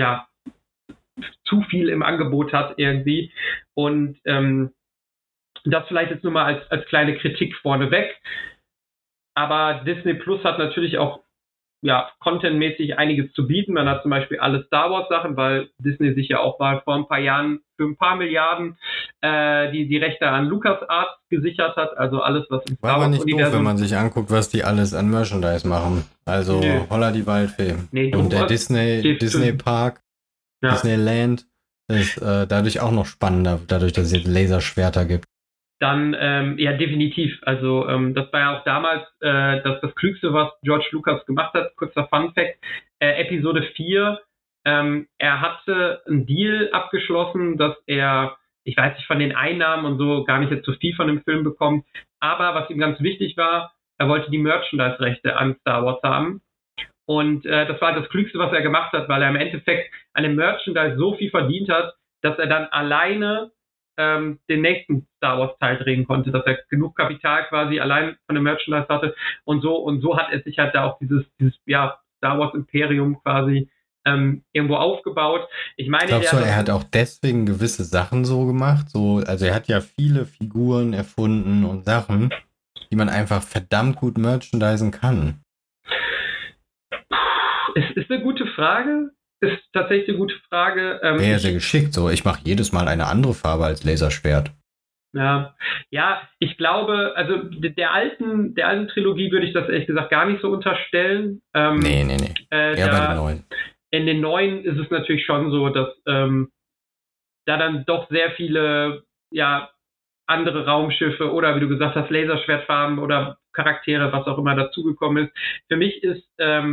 im Angebot hat irgendwie. Und das vielleicht jetzt nur mal als kleine Kritik vorneweg. Aber Disney Plus hat natürlich auch contentmäßig einiges zu bieten. Man hat zum Beispiel alle Star Wars Sachen, weil Disney sich ja auch mal vor ein paar Jahren für ein paar Milliarden die Rechte an LucasArts gesichert hat. Also alles, was im Star Wars Universum... War aber nicht doof, wenn man sich anguckt, was die alles an Merchandise machen. Also Holla die Waldfee. Und der Disney Park, Disneyland ist dadurch auch noch spannender, dadurch, dass es jetzt Laserschwerter gibt. Dann, definitiv. Also das war ja auch damals das Klügste, was George Lucas gemacht hat. Kurzer Funfact. Episode 4, er hatte einen Deal abgeschlossen, dass er, ich weiß nicht, von den Einnahmen und so gar nicht jetzt zu viel von dem Film bekommt. Aber was ihm ganz wichtig war, er wollte die Merchandise-Rechte an Star Wars haben. Und das war das Klügste, was er gemacht hat, weil er im Endeffekt an dem Merchandise so viel verdient hat, dass er dann alleine den nächsten Star Wars Teil drehen konnte, dass er genug Kapital quasi allein von dem Merchandise hatte und so hat er sich halt da auch dieses Star Wars Imperium quasi irgendwo aufgebaut. Ich meine, glaubst du, er hat auch deswegen gewisse Sachen so gemacht? Also er hat ja viele Figuren erfunden und Sachen, die man einfach verdammt gut merchandisen kann. Es ist eine gute Frage. Ist tatsächlich eine gute Frage. Wäre sehr geschickt. So, ich mache jedes Mal eine andere Farbe als Laserschwert. Ja, ich glaube, also der alten Trilogie würde ich das ehrlich gesagt gar nicht so unterstellen. Nee. Eher bei den neuen. In den neuen ist es natürlich schon so, dass da dann doch sehr viele andere Raumschiffe oder wie du gesagt hast, Laserschwertfarben oder Charaktere, was auch immer dazugekommen ist. Für mich ist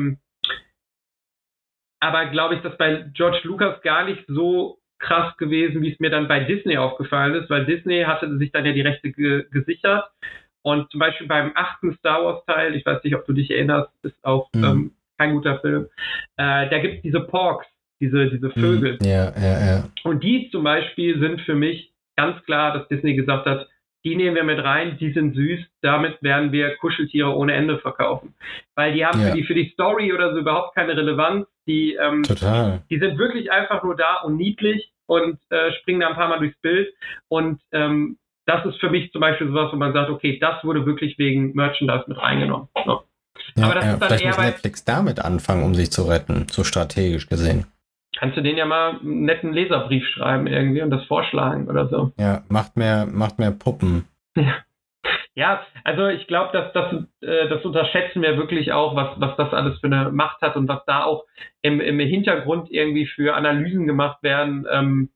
aber glaube ich, dass bei George Lucas gar nicht so krass gewesen, wie es mir dann bei Disney aufgefallen ist, weil Disney hatte sich dann ja die Rechte gesichert und zum Beispiel beim 8. Star Wars Teil, ich weiß nicht, ob du dich erinnerst, ist auch kein guter Film, da gibt es diese Porks, diese Vögel. Ja. Und die zum Beispiel sind für mich ganz klar, dass Disney gesagt hat, die nehmen wir mit rein, die sind süß, damit werden wir Kuscheltiere ohne Ende verkaufen. Weil die haben für die Story oder so überhaupt keine Relevanz. Die sind wirklich einfach nur da und niedlich und springen da ein paar Mal durchs Bild. Und das ist für mich zum Beispiel sowas, wo man sagt, okay, das wurde wirklich wegen Merchandise mit reingenommen. So. Aber das ist dann vielleicht muss Netflix damit anfangen, um sich zu retten, so strategisch gesehen. Kannst du denen ja mal einen netten Leserbrief schreiben irgendwie und das vorschlagen oder so. Ja, macht mehr Puppen. Ja, also ich glaube, das unterschätzen wir wirklich auch, was das alles für eine Macht hat und was da auch im Hintergrund irgendwie für Analysen gemacht werden.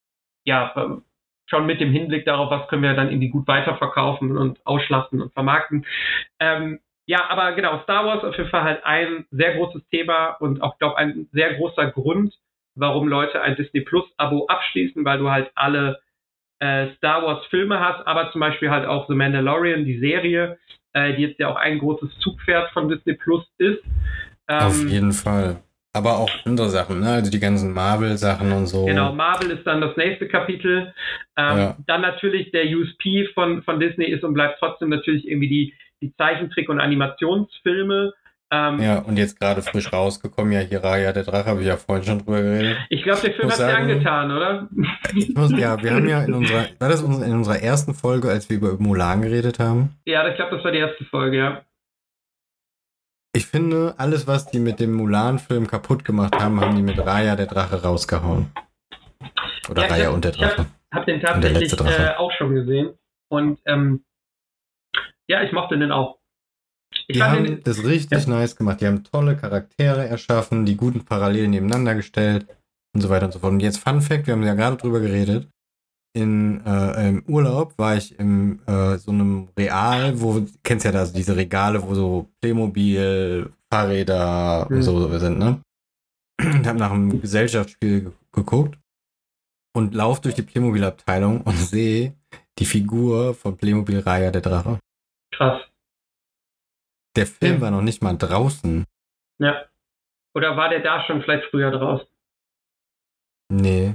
Schon mit dem Hinblick darauf, was können wir dann irgendwie gut weiterverkaufen und ausschlachten und vermarkten. Aber genau, Star Wars auf jeden Fall halt ein sehr großes Thema und auch, glaube ich, ein sehr großer Grund, warum Leute ein Disney Plus Abo abschließen, weil du halt alle Star Wars Filme hast, aber zum Beispiel halt auch The Mandalorian, die Serie, die jetzt ja auch ein großes Zugpferd von Disney Plus ist. Auf jeden Fall. Aber auch andere Sachen, ne? Also die ganzen Marvel-Sachen und so. Genau, Marvel ist dann das nächste Kapitel. Dann natürlich der USP von Disney ist und bleibt trotzdem natürlich irgendwie die Zeichentrick- und Animationsfilme. Und jetzt gerade frisch rausgekommen, ja, hier Raya der Drache, habe ich ja vorhin schon drüber geredet. Ich glaube, der Film hat dir angetan, oder? Wir haben ja in unserer ersten Folge, als wir über Mulan geredet haben? Ja, ich glaube, das war die erste Folge, ja. Ich finde, alles, was die mit dem Mulan-Film kaputt gemacht haben, haben die mit Raya der Drache rausgehauen. Oder ja, Raya und der Drache. Ich habe den tatsächlich auch schon gesehen. Und ja, ich mochte den auch. Die haben das richtig nice gemacht. Die haben tolle Charaktere erschaffen, die guten parallel nebeneinander gestellt und so weiter und so fort. Und jetzt Fun Fact, wir haben ja gerade drüber geredet. Im Urlaub war ich in so einem Real, wo, kennst ja das, diese Regale, wo so Playmobil, Fahrräder und so sind, ne? Und habe nach einem Gesellschaftsspiel geguckt und laufe durch die Playmobil-Abteilung und sehe die Figur von Playmobil Raya der Drache. Krass. Der Film war noch nicht mal draußen. Ja. Oder war der da schon vielleicht früher draußen? Nee.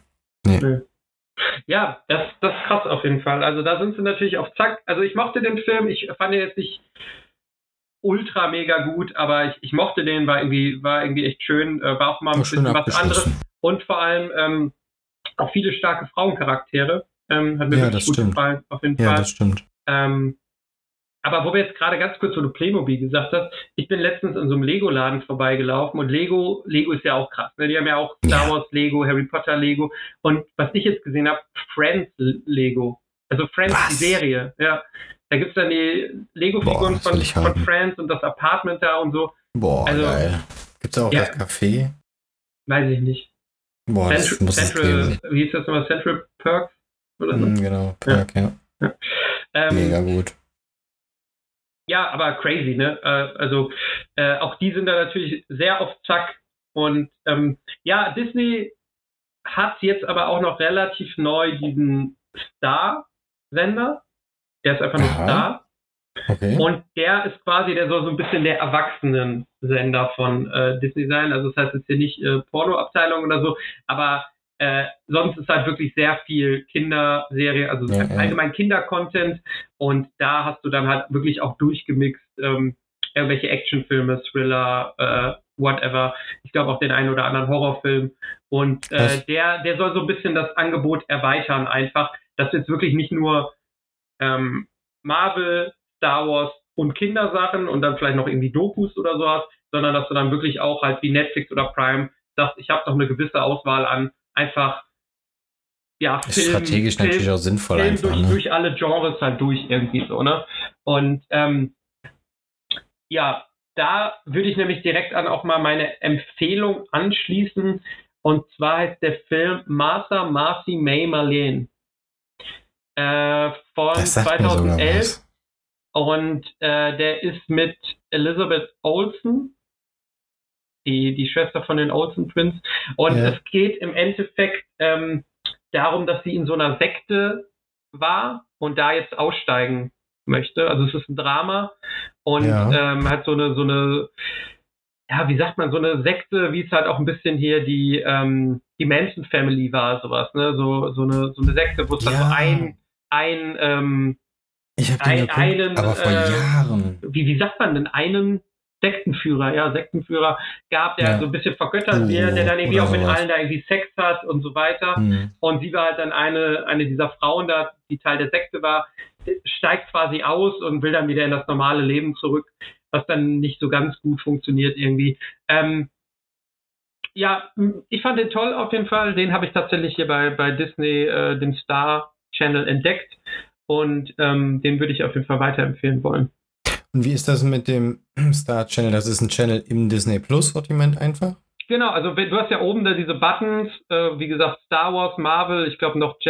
Ja, das ist krass auf jeden Fall. Also da sind sie natürlich auf Zack. Also ich mochte den Film. Ich fand ihn jetzt nicht ultra mega gut, aber ich mochte den, war irgendwie echt schön. War auch mal ein bisschen was anderes. Und vor allem auch viele starke Frauencharaktere. Hat mir wirklich gut gefallen, auf jeden Fall. Ja, das stimmt. Aber wo wir jetzt gerade ganz kurz, wo du Playmobil gesagt hast, ich bin letztens in so einem Lego-Laden vorbeigelaufen und Lego ist ja auch krass. Ne? Die haben ja auch Star Wars Lego, Harry Potter Lego und was ich jetzt gesehen habe, Friends Lego. Also Friends, die Serie. Ja. Da gibt es dann die Lego-Figuren von Friends und das Apartment da und so. Boah, also, geil. Gibt es auch das Café? Weiß ich nicht. Boah, das muss Central, wie hieß das nochmal? Central Perks? Oder so? Genau, Perk, ja. Mega gut. Ja, aber crazy, ne? Also auch die sind da natürlich sehr auf Zack. Und Disney hat jetzt aber auch noch relativ neu diesen Star-Sender. Der ist einfach nur Star. Okay. Und der ist quasi, der soll so ein bisschen der Erwachsenen-Sender von Disney sein. Also das heißt jetzt hier nicht Porno-Abteilung oder so, aber sonst ist halt wirklich sehr viel Kinderserie, also allgemein Kinder-Content und da hast du dann halt wirklich auch durchgemixt irgendwelche Actionfilme, Thriller, whatever. Ich glaube auch den einen oder anderen Horrorfilm und der soll so ein bisschen das Angebot erweitern einfach, dass du jetzt wirklich nicht nur Marvel, Star Wars und Kindersachen und dann vielleicht noch irgendwie Dokus oder so hast, sondern dass du dann wirklich auch halt wie Netflix oder Prime sagst, ich habe noch eine gewisse Auswahl an einfach Film, strategisch natürlich auch sinnvoll Film einfach, durch alle Genres halt durch irgendwie so, ne? Und da würde ich nämlich direkt an auch mal meine Empfehlung anschließen und zwar heißt der Film Martha, Marcy, May, Marlene von 2011 und der ist mit Elizabeth Olsen, die Schwester von den Olsen Twins. Und es geht im Endeffekt darum, dass sie in so einer Sekte war und da jetzt aussteigen möchte. Also es ist ein Drama und hat so eine, ja, wie sagt man, so eine Sekte, wie es halt auch ein bisschen hier die Manson Family war, sowas, ne? So eine Sekte, wo es dann so ich habe den geguckt, aber vor Jahren. Wie sagt man denn, einen Sektenführer gab, der so ein bisschen vergöttert wird, der dann irgendwie auch mit allen da irgendwie Sex hat und so weiter. Und sie war halt dann eine dieser Frauen da, die Teil der Sekte war, steigt quasi aus und will dann wieder in das normale Leben zurück, was dann nicht so ganz gut funktioniert irgendwie. Ich fand den toll auf jeden Fall. Den habe ich tatsächlich hier bei Disney, dem Star Channel, entdeckt. Und den würde ich auf jeden Fall weiterempfehlen wollen. Und wie ist das mit dem Star Channel? Das ist ein Channel im Disney Plus Sortiment einfach? Genau, also du hast ja oben da diese Buttons, wie gesagt, Star Wars, Marvel, ich glaube noch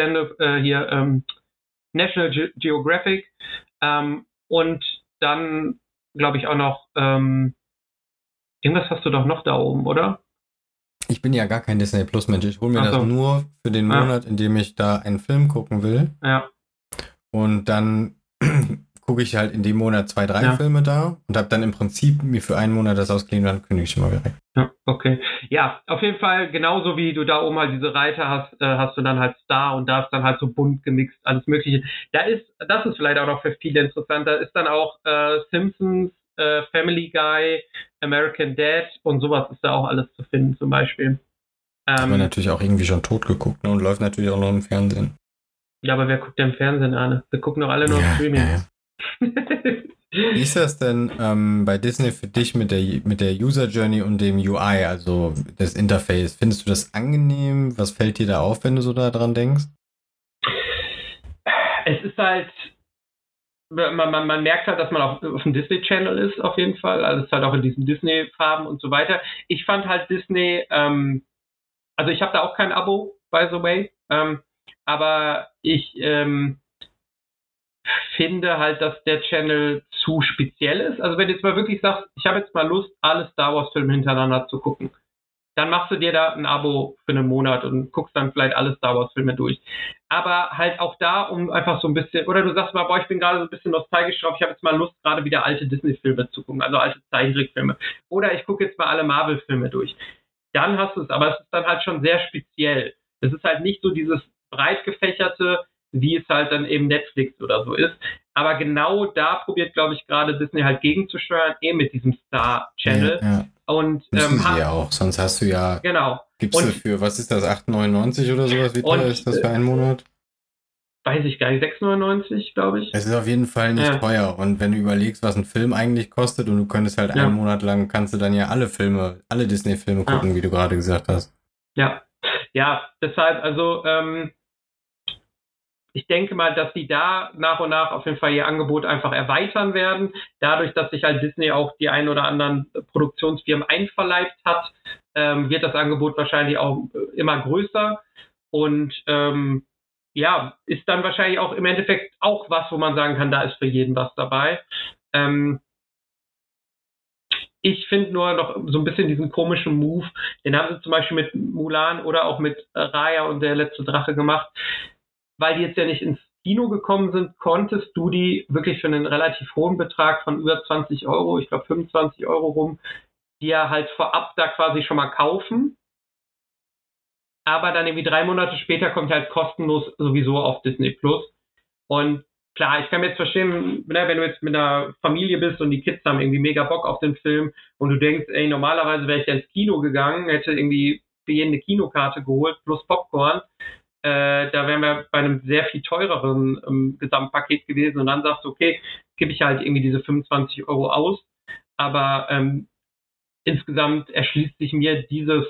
National Geographic und dann glaube ich auch noch irgendwas hast du doch noch da oben, oder? Ich bin ja gar kein Disney Plus Mensch. Ich hole mir das nur für den Monat, in dem ich da einen Film gucken will. Ja. Und dann gucke ich halt in dem Monat 2, 3 Filme da und habe dann im Prinzip mir für einen Monat das ausgeliehen und dann kündige ich mal wieder weg. Ja, okay. Ja, auf jeden Fall, genauso wie du da oben halt diese Reiter hast, hast du dann halt Star und da ist dann halt so bunt gemixt, alles Mögliche. Das ist vielleicht auch noch für viele interessant, da ist dann auch Simpsons, Family Guy, American Dad und sowas ist da auch alles zu finden zum Beispiel. Haben wir natürlich auch irgendwie schon tot geguckt, ne? Und läuft natürlich auch noch im Fernsehen. Ja, aber wer guckt denn im Fernsehen, Arne? Wir gucken doch alle nur im Streaming. Ja. Wie ist das denn bei Disney für dich mit der User Journey und dem UI, also das Interface? Findest du das angenehm? Was fällt dir da auf, wenn du so da dran denkst? Es ist halt, man merkt halt, dass man auf dem Disney Channel ist, auf jeden Fall. Alles halt auch in diesen Disney-Farben und so weiter. Ich fand halt Disney, also ich habe da auch kein Abo, by the way, aber ich finde halt, dass der Channel zu speziell ist. Also wenn du jetzt mal wirklich sagst, ich habe jetzt mal Lust, alle Star Wars Filme hintereinander zu gucken, dann machst du dir da ein Abo für einen Monat und guckst dann vielleicht alle Star Wars Filme durch. Aber halt auch da, um einfach so ein bisschen, oder du sagst mal, boah, ich bin gerade so ein bisschen nostalgisch drauf, ich habe jetzt mal Lust, gerade wieder alte Disney-Filme zu gucken, also alte Zeichentrickfilme. Oder ich gucke jetzt mal alle Marvel-Filme durch. Dann hast du es, aber es ist dann halt schon sehr speziell. Es ist halt nicht so dieses breit gefächerte, wie es halt dann eben Netflix oder so ist. Aber genau da probiert, glaube ich, gerade Disney halt gegenzusteuern, mit diesem Star-Channel. Ja. Und müssen sie ja auch, sonst hast du ja, genau. Gibst du für, was ist das, 8,99 oder sowas? Wie teuer ist das für einen Monat? Weiß ich gar nicht, 6,99, glaube ich. Es ist auf jeden Fall nicht teuer. Und wenn du überlegst, was ein Film eigentlich kostet und du könntest halt einen Monat lang, kannst du dann ja alle Disney-Filme gucken, wie du gerade gesagt hast. Ja, deshalb, also ich denke mal, dass die da nach und nach auf jeden Fall ihr Angebot einfach erweitern werden. Dadurch, dass sich halt Disney auch die ein oder anderen Produktionsfirmen einverleibt hat, wird das Angebot wahrscheinlich auch immer größer und ist dann wahrscheinlich auch im Endeffekt auch was, wo man sagen kann, da ist für jeden was dabei. Ich finde nur noch so ein bisschen diesen komischen Move, den haben sie zum Beispiel mit Mulan oder auch mit Raya und der letzte Drache gemacht. Weil die jetzt ja nicht ins Kino gekommen sind, konntest du die wirklich für einen relativ hohen Betrag von über 20 Euro, ich glaube 25 Euro rum, die ja halt vorab da quasi schon mal kaufen. Aber dann irgendwie 3 Monate später kommt halt kostenlos sowieso auf Disney Plus. Und klar, ich kann mir jetzt verstehen, wenn du jetzt mit einer Familie bist und die Kids haben irgendwie mega Bock auf den Film und du denkst, ey, normalerweise wäre ich ja ins Kino gegangen, hätte irgendwie für jeden eine Kinokarte geholt plus Popcorn. Da wären wir bei einem sehr viel teureren Gesamtpaket gewesen und dann sagst du, okay, gebe ich halt irgendwie diese 25 Euro aus, aber insgesamt erschließt sich mir dieses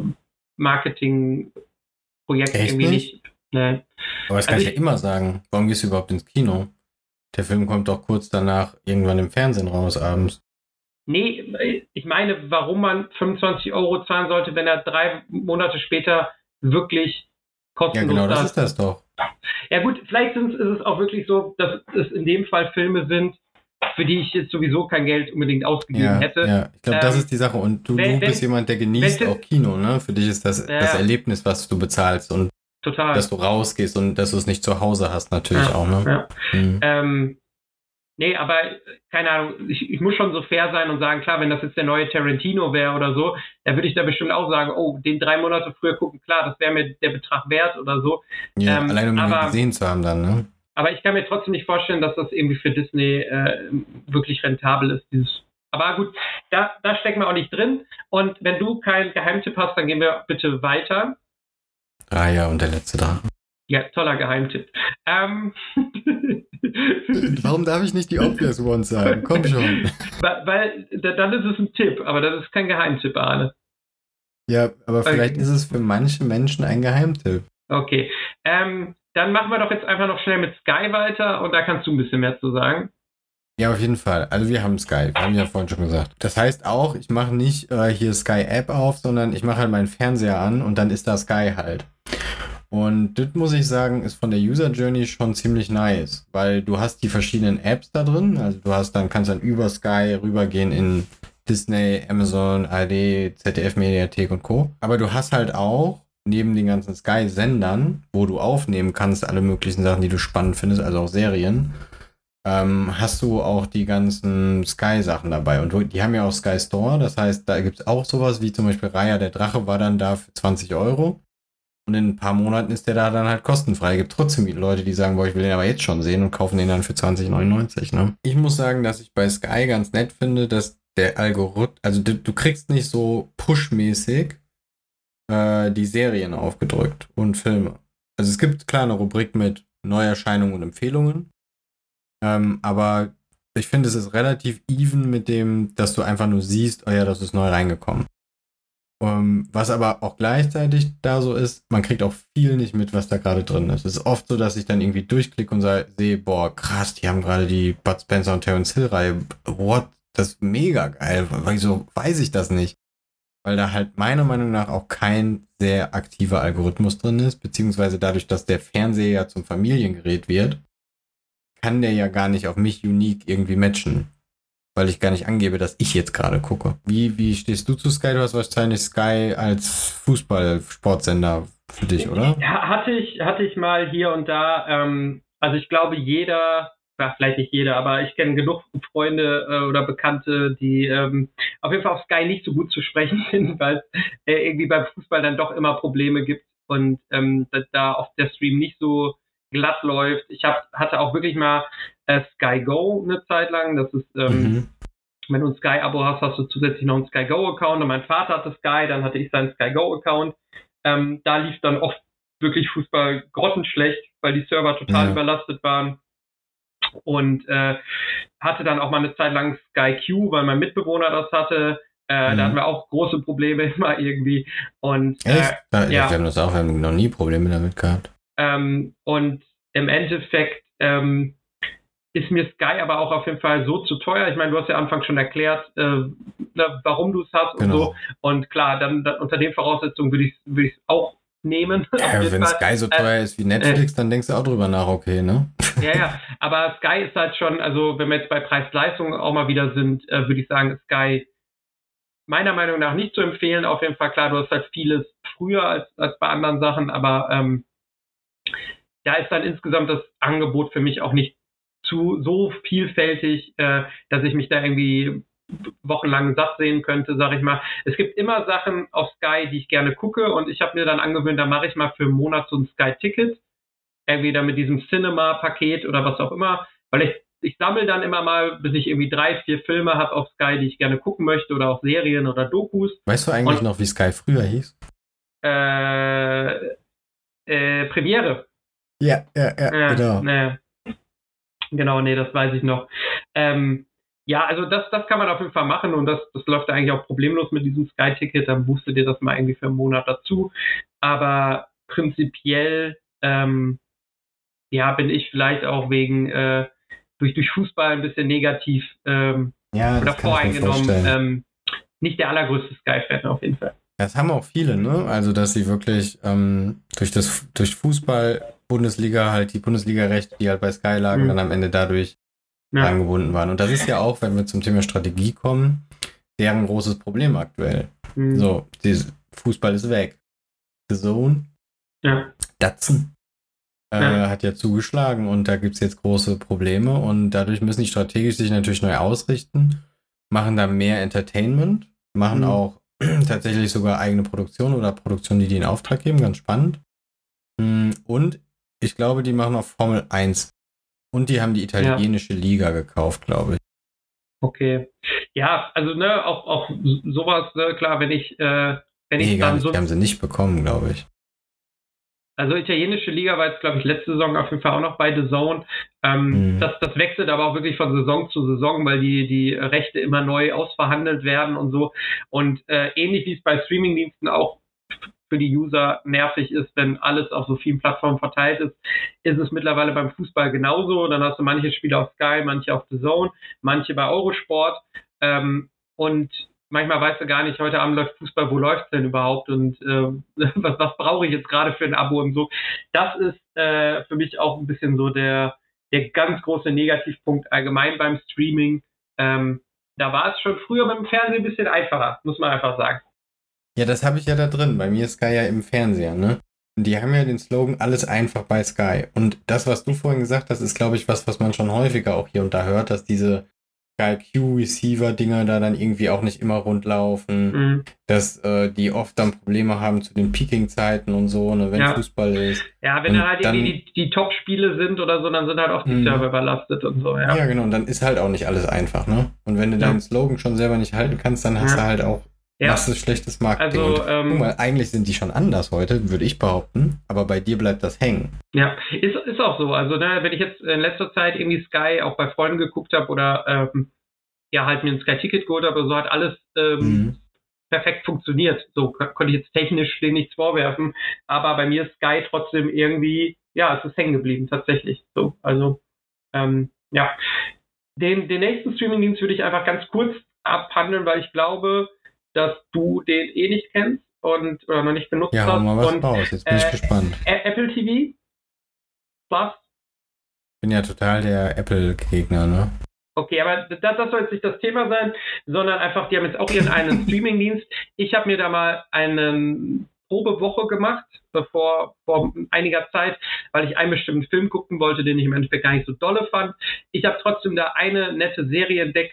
Marketingprojekt irgendwie nicht. Nee. Aber das kann ich ja immer sagen. Warum gehst du überhaupt ins Kino? Der Film kommt doch kurz danach irgendwann im Fernsehen raus abends. Nee, ich meine, warum man 25 Euro zahlen sollte, wenn er 3 Monate später wirklich kostenlos ja, genau, das ist das doch. Ja gut, vielleicht ist es auch wirklich so, dass es in dem Fall Filme sind, für die ich jetzt sowieso kein Geld unbedingt ausgegeben hätte. Ja, ich glaube, das ist die Sache. Und du bist jemand, der genießt auch Kino, ne? Für dich ist das das Erlebnis, was du bezahlst und total. Dass du rausgehst und dass du es nicht zu Hause hast, natürlich auch, ne? Ja. Nee, aber keine Ahnung, ich muss schon so fair sein und sagen, klar, wenn das jetzt der neue Tarantino wäre oder so, dann würde ich da bestimmt auch sagen, oh, den 3 Monate früher gucken, klar, das wäre mir der Betrag wert oder so. Ja, allein um ihn gesehen zu haben dann, ne? Aber ich kann mir trotzdem nicht vorstellen, dass das irgendwie für Disney wirklich rentabel ist, dieses. Aber gut, da stecken wir auch nicht drin. Und wenn du keinen Geheimtipp hast, dann gehen wir bitte weiter. Raya und der letzte Drache. Ja, toller Geheimtipp. Warum darf ich nicht die Obvious Ones sagen? Komm schon. Weil dann ist es ein Tipp, aber das ist kein Geheimtipp, Arne. Ja, aber vielleicht ist es für manche Menschen ein Geheimtipp. Okay. Dann machen wir doch jetzt einfach noch schnell mit Sky weiter und da kannst du ein bisschen mehr zu sagen. Ja, auf jeden Fall. Also wir haben Sky, haben wir ja vorhin schon gesagt. Das heißt auch, ich mache nicht hier Sky App auf, sondern ich mache halt meinen Fernseher an und dann ist da Sky halt. Und das muss ich sagen, ist von der User Journey schon ziemlich nice, weil du hast die verschiedenen Apps da drin, also kannst dann über Sky rübergehen in Disney, Amazon, ARD, ZDF-Mediathek und Co. Aber du hast halt auch neben den ganzen Sky-Sendern, wo du aufnehmen kannst, alle möglichen Sachen, die du spannend findest, also auch Serien, hast du auch die ganzen Sky-Sachen dabei. Und die haben ja auch Sky Store, das heißt, da gibt es auch sowas wie zum Beispiel Raya der Drache war dann da für 20 Euro. Und in ein paar Monaten ist der da dann halt kostenfrei. Gibt trotzdem Leute, die sagen, boah, ich will den aber jetzt schon sehen und kaufen den dann für 20,99. Ne? Ich muss sagen, dass ich bei Sky ganz nett finde, dass der Algorithmus, also du kriegst nicht so pushmäßig die Serien aufgedrückt und Filme. Also es gibt klar eine Rubrik mit Neuerscheinungen und Empfehlungen, aber ich finde, es ist relativ even mit dem, dass du einfach nur siehst, oh ja, das ist neu reingekommen. Was aber auch gleichzeitig da so ist, man kriegt auch viel nicht mit, was da gerade drin ist. Es ist oft so, dass ich dann irgendwie durchklicke und sehe, boah, krass, die haben gerade die Bud Spencer und Terence Hill Reihe. What? Das ist mega geil. Wieso weiß ich das nicht? Weil da halt meiner Meinung nach auch kein sehr aktiver Algorithmus drin ist, beziehungsweise dadurch, dass der Fernseher ja zum Familiengerät wird, kann der ja gar nicht auf mich unique irgendwie matchen. Weil ich gar nicht angebe, dass ich jetzt gerade gucke. Wie stehst du zu Sky? Du hast wahrscheinlich Sky als Fußball-Sportsender für dich, oder? Ja, hatte ich mal hier und da. Also ich glaube, vielleicht nicht jeder, aber ich kenne genug Freunde oder Bekannte, die auf jeden Fall auf Sky nicht so gut zu sprechen sind, weil es irgendwie beim Fußball dann doch immer Probleme gibt und da auch der Stream nicht so glatt läuft. Ich hatte auch wirklich mal Sky Go eine Zeit lang. Das ist, wenn du ein Sky-Abo hast, hast du zusätzlich noch einen Sky Go-Account. Und mein Vater hatte Sky, dann hatte ich seinen Sky Go-Account. Da lief dann oft wirklich Fußball grottenschlecht, weil die Server total überlastet waren. Und hatte dann auch mal eine Zeit lang Sky Q, weil mein Mitbewohner das hatte. Da hatten wir auch große Probleme immer irgendwie. Und, echt? Wir haben noch nie Probleme damit gehabt. Und im Endeffekt ist mir Sky aber auch auf jeden Fall so zu teuer. Ich meine, du hast ja Anfang schon erklärt, warum du es hast und so. Und klar, dann unter den Voraussetzungen würde ich es auch nehmen. Ja, wenn Sky so teuer ist wie Netflix, dann denkst du auch drüber nach, okay, ne? Ja, aber Sky ist halt schon, also wenn wir jetzt bei Preis-Leistung auch mal wieder sind, würde ich sagen, Sky meiner Meinung nach nicht zu empfehlen. Auf jeden Fall, klar, du hast halt vieles früher als bei anderen Sachen, aber da ist dann insgesamt das Angebot für mich auch nicht so vielfältig, dass ich mich da irgendwie wochenlang satt sehen könnte, sag ich mal. Es gibt immer Sachen auf Sky, die ich gerne gucke und ich habe mir dann angewöhnt, da mache ich mal für einen Monat so ein Sky-Ticket, entweder mit diesem Cinema-Paket oder was auch immer, weil ich sammle dann immer mal, bis ich irgendwie 3, 4 Filme habe auf Sky, die ich gerne gucken möchte oder auch Serien oder Dokus. Weißt du eigentlich noch, wie Sky früher hieß? Premiere. Ja, genau. Genau, nee, das weiß ich noch. Ja, also das kann man auf jeden Fall machen und das läuft eigentlich auch problemlos mit diesem Sky-Ticket, dann buchst du dir das mal irgendwie für einen Monat dazu. Aber prinzipiell, bin ich vielleicht auch wegen durch Fußball ein bisschen negativ oder voreingenommen, nicht der allergrößte Sky-Fan auf jeden Fall. Das haben auch viele, ne? Also, dass sie wirklich durch Fußball Bundesliga halt die Bundesliga-Rechte, die halt bei Sky lagen, dann am Ende dadurch angebunden waren. Und das ist ja auch, wenn wir zum Thema Strategie kommen, deren großes Problem aktuell. So, Fußball ist weg. The Zone, Datsen, hat ja zugeschlagen und da gibt es jetzt große Probleme und dadurch müssen die strategisch sich natürlich neu ausrichten, machen da mehr Entertainment, machen auch tatsächlich sogar eigene Produktion oder Produktionen, die in Auftrag geben, ganz spannend. Und ich glaube, die machen auch Formel 1. Und die haben die italienische Liga gekauft, glaube ich. Okay. Ja, also auch sowas, klar, wenn ich dann so... Die haben sie nicht bekommen, glaube ich. Also italienische Liga war jetzt, glaube ich, letzte Saison auf jeden Fall auch noch bei The Zone. Das wechselt aber auch wirklich von Saison zu Saison, weil die Rechte immer neu ausverhandelt werden und so. Und ähnlich wie es bei Streamingdiensten auch für die User nervig ist, wenn alles auf so vielen Plattformen verteilt ist, ist es mittlerweile beim Fußball genauso. Dann hast du manche Spiele auf Sky, manche auf The Zone, manche bei Eurosport. Und manchmal weißt du gar nicht, heute Abend läuft Fußball, wo läuft es denn überhaupt und was brauche ich jetzt gerade für ein Abo und so. Das ist für mich auch ein bisschen so der ganz große Negativpunkt allgemein beim Streaming. da war es schon früher mit dem Fernsehen ein bisschen einfacher, muss man einfach sagen. Ja, das habe ich ja da drin. Bei mir ist Sky ja im Fernseher, ne? Und die haben ja den Slogan, alles einfach bei Sky. Und das, was du vorhin gesagt hast, ist, glaube ich, was man schon häufiger auch hier und da hört, dass diese Sky Q-Receiver-Dinger da dann irgendwie auch nicht immer rund laufen, dass die oft dann Probleme haben zu den Peaking-Zeiten und so, ne, wenn Fußball ist. Ja, wenn dann halt irgendwie die Top-Spiele sind oder so, dann sind halt auch die Server überlastet und so, ja. Ja, genau, und dann ist halt auch nicht alles einfach, ne? Und wenn du deinen Slogan schon selber nicht halten kannst, dann hast du halt auch machst schlechtes Marketing. Also, guck mal, eigentlich sind die schon anders heute, würde ich behaupten, aber bei dir bleibt das hängen. Ja, ist auch so. Also, ne, wenn ich jetzt in letzter Zeit irgendwie Sky auch bei Freunden geguckt habe oder halt mir ein Sky-Ticket geholt habe, so hat alles perfekt funktioniert. So konnte ich jetzt technisch denen nichts vorwerfen, aber bei mir ist Sky trotzdem irgendwie, es ist hängen geblieben, tatsächlich. So, also, Den nächsten Streaming-Dienst würde ich einfach ganz kurz abhandeln, weil ich glaube, dass du den nicht kennst oder noch nicht benutzt hast. Ja, mal was raus. Jetzt bin ich gespannt. Apple TV Plus. Ich bin ja total der Apple-Gegner, ne? Okay, aber das soll jetzt nicht das Thema sein, sondern einfach, die haben jetzt auch ihren einen Streaming-Dienst. Ich habe mir da mal eine Probewoche gemacht, vor einiger Zeit, weil ich einen bestimmten Film gucken wollte, den ich im Endeffekt gar nicht so dolle fand. Ich habe trotzdem da eine nette Serie entdeckt,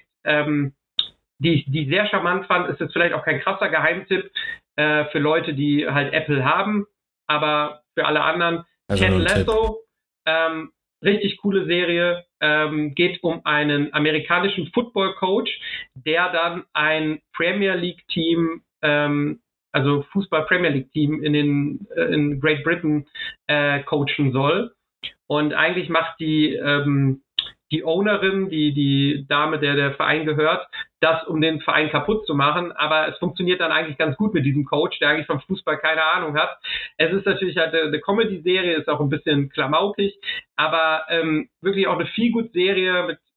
die ich sehr charmant fand. Ist jetzt vielleicht auch kein krasser Geheimtipp für Leute, die halt Apple haben, aber für alle anderen. Also Ted Lasso, richtig coole Serie, geht um einen amerikanischen Football-Coach, der dann ein Premier League-Team, also Fußball-Premier League-Team in Great Britain coachen soll. Und eigentlich macht die Ownerin, die Dame, der Verein gehört, das, um den Verein kaputt zu machen. Aber es funktioniert dann eigentlich ganz gut mit diesem Coach, der eigentlich vom Fußball keine Ahnung hat. Es ist natürlich halt eine Comedy-Serie, ist auch ein bisschen klamaukig, aber wirklich auch eine Feel-Good-Serie mit,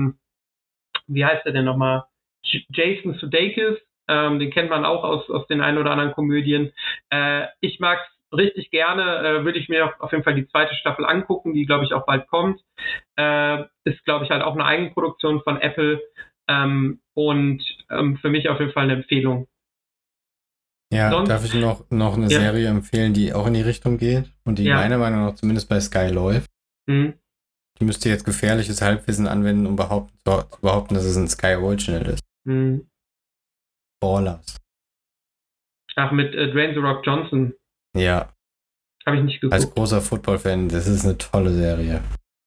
wie heißt der denn nochmal? Jason Sudeikis. Den kennt man auch aus den ein oder anderen Komödien. Ich mag's richtig gerne, würde ich mir auf jeden Fall die zweite Staffel angucken, die, glaube ich, auch bald kommt. Ist, glaube ich, halt auch eine Eigenproduktion von Apple und für mich auf jeden Fall eine Empfehlung. Ja, darf ich noch eine Serie empfehlen, die auch in die Richtung geht und die meiner Meinung nach zumindest bei Sky läuft. Die müsste jetzt gefährliches Halbwissen anwenden, um zu behaupten, dass es ein Sky Original ist. Ballers. Ach, mit Dwayne The Rock Johnson. Ja. Habe ich nicht geguckt. Als großer Football-Fan, das ist eine tolle Serie.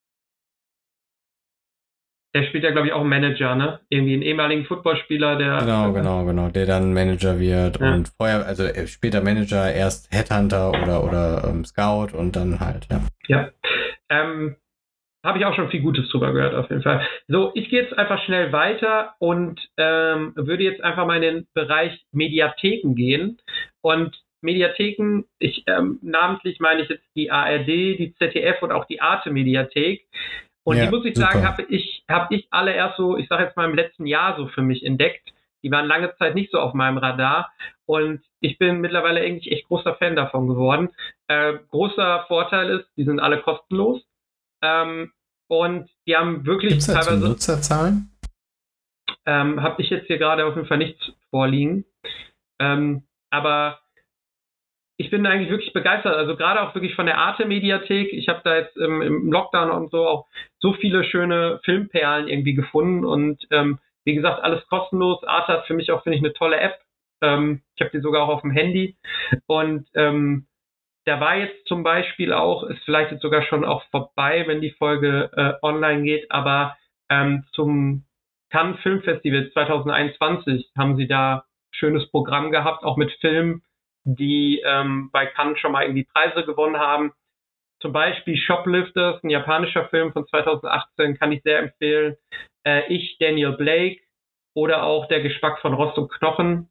Der spielt ja, glaube ich, auch einen Manager, ne? Irgendwie einen ehemaligen Footballspieler, der... Genau, der dann Manager wird und vorher, also später Manager, erst Headhunter oder Scout und dann halt, Ja. Habe ich auch schon viel Gutes drüber gehört, auf jeden Fall. So, ich gehe jetzt einfach schnell weiter und würde jetzt einfach mal in den Bereich Mediatheken gehen. Und Mediatheken, namentlich meine ich jetzt die ARD, die ZDF und auch die Arte-Mediathek. Und die, muss ich sagen, habe ich alle erst so, ich sage jetzt mal im letzten Jahr so für mich entdeckt. Die waren lange Zeit nicht so auf meinem Radar. Und ich bin mittlerweile eigentlich echt großer Fan davon geworden. Großer Vorteil ist, die sind alle kostenlos. Und die haben wirklich Gibt's da teilweise Nutzerzahlen? Habe ich jetzt hier gerade auf jeden Fall nichts vorliegen. Aber ich bin eigentlich wirklich begeistert. Also gerade auch wirklich von der Arte-Mediathek. Ich habe da jetzt im Lockdown und so auch so viele schöne Filmperlen irgendwie gefunden. Und wie gesagt, alles kostenlos. Arte hat für mich auch, finde ich, eine tolle App. Ich habe die sogar auch auf dem Handy. Und da war jetzt zum Beispiel auch, ist vielleicht jetzt sogar schon auch vorbei, wenn die Folge online geht, aber zum Cannes Filmfestival 2021 haben sie da schönes Programm gehabt, auch mit Filmen, die bei Cannes schon mal irgendwie Preise gewonnen haben. Zum Beispiel Shoplifters, ein japanischer Film von 2018, kann ich sehr empfehlen. Daniel Blake oder auch Der Geschmack von Rost und Knochen.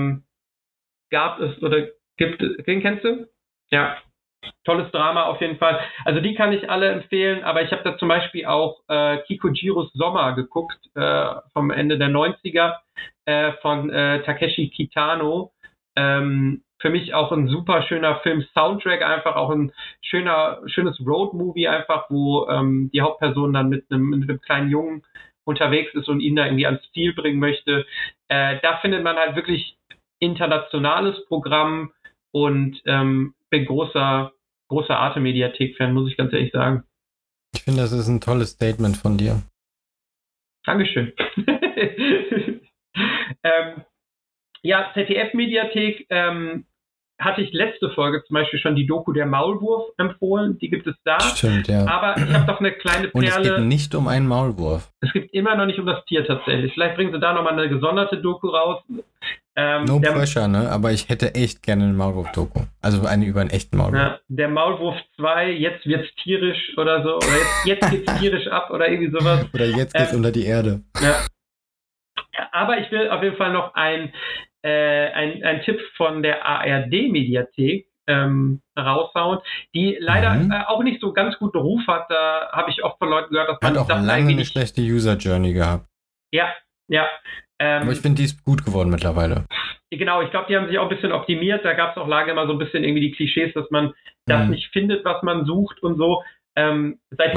Den kennst du? Ja, tolles Drama auf jeden Fall. Also die kann ich alle empfehlen, aber ich habe da zum Beispiel auch Kikujiros Sommer geguckt, vom Ende der 90er von Takeshi Kitano. Für mich auch ein super schöner Film-Soundtrack, einfach auch ein schönes Road-Movie einfach, wo die Hauptperson dann mit einem kleinen Jungen unterwegs ist und ihn da irgendwie ans Ziel bringen möchte. Da findet man halt wirklich internationales Programm und bin großer Arte-Mediathek-Fan, muss ich ganz ehrlich sagen. Ich finde, das ist ein tolles Statement von dir. Dankeschön. Ja, ZDF-Mediathek hatte ich letzte Folge zum Beispiel schon die Doku Der Maulwurf empfohlen. Die gibt es da. Stimmt, ja. Aber ich habe doch eine kleine Perle. Und es geht nicht um einen Maulwurf. Es geht immer noch nicht um das Tier tatsächlich. Vielleicht bringen sie da nochmal eine gesonderte Doku raus. No pressure, ne? Aber ich hätte echt gerne eine Maulwurf-Doku. Also eine über einen echten Maulwurf. Ja, der Maulwurf 2, jetzt wird's tierisch oder so. Oder jetzt geht's tierisch ab oder irgendwie sowas. Oder jetzt geht's unter die Erde. Ja. Aber ich will auf jeden Fall noch ein Tipp von der ARD-Mediathek raushauen, die leider auch nicht so ganz guten Ruf hat. Da habe ich oft von Leuten gehört, dass man hat auch lange eine schlechte User-Journey gehabt. Ja. Aber ich finde, die ist gut geworden mittlerweile. Genau, ich glaube, die haben sich auch ein bisschen optimiert. Da gab es auch lange immer so ein bisschen irgendwie die Klischees, dass man das nicht findet, was man sucht und so. Seit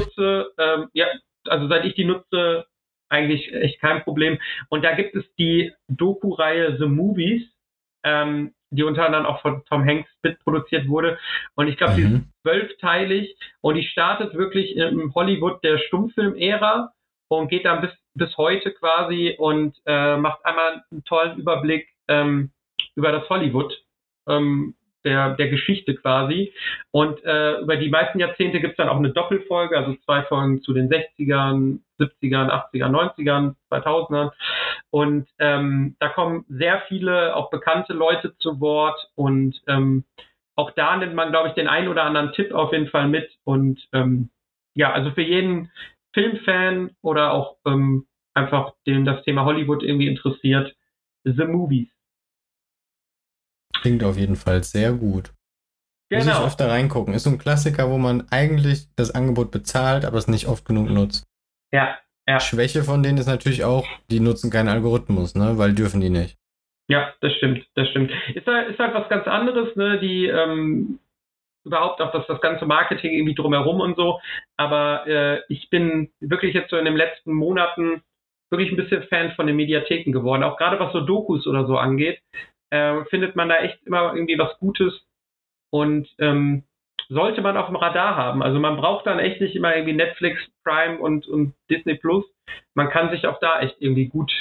ich die nutze, eigentlich echt kein Problem. Und da gibt es die Doku-Reihe The Movies, die unter anderem auch von Tom Hanks mitproduziert wurde. Und ich glaube, die ist 12-teilig und die startet wirklich im Hollywood der Stummfilm-Ära und geht dann bis heute quasi und macht einmal einen tollen Überblick über das Hollywood der Geschichte quasi. Und über die meisten Jahrzehnte gibt es dann auch eine Doppelfolge, also 2 Folgen zu den 60ern, 70ern, 80ern, 90ern, 2000ern. Und da kommen sehr viele, auch bekannte Leute zu Wort. Und auch da nimmt man, glaube ich, den einen oder anderen Tipp auf jeden Fall mit. Und also für jeden Filmfan oder auch einfach den das Thema Hollywood irgendwie interessiert, The Movies. Klingt auf jeden Fall sehr gut. Genau. Muss ich öfter reingucken. Ist so ein Klassiker, wo man eigentlich das Angebot bezahlt, aber es nicht oft genug nutzt. Ja. Schwäche von denen ist natürlich auch, die nutzen keinen Algorithmus, ne? Weil dürfen die nicht. Ja, das stimmt. Ist halt was ganz anderes, ne? Die überhaupt auch das ganze Marketing irgendwie drumherum und so. Aber ich bin wirklich jetzt so in den letzten Monaten wirklich ein bisschen Fan von den Mediatheken geworden. Auch gerade was so Dokus oder so angeht, findet man da echt immer irgendwie was Gutes und sollte man auf dem Radar haben. Also man braucht dann echt nicht immer irgendwie Netflix, Prime und Disney Plus. Man kann sich auch da echt irgendwie gut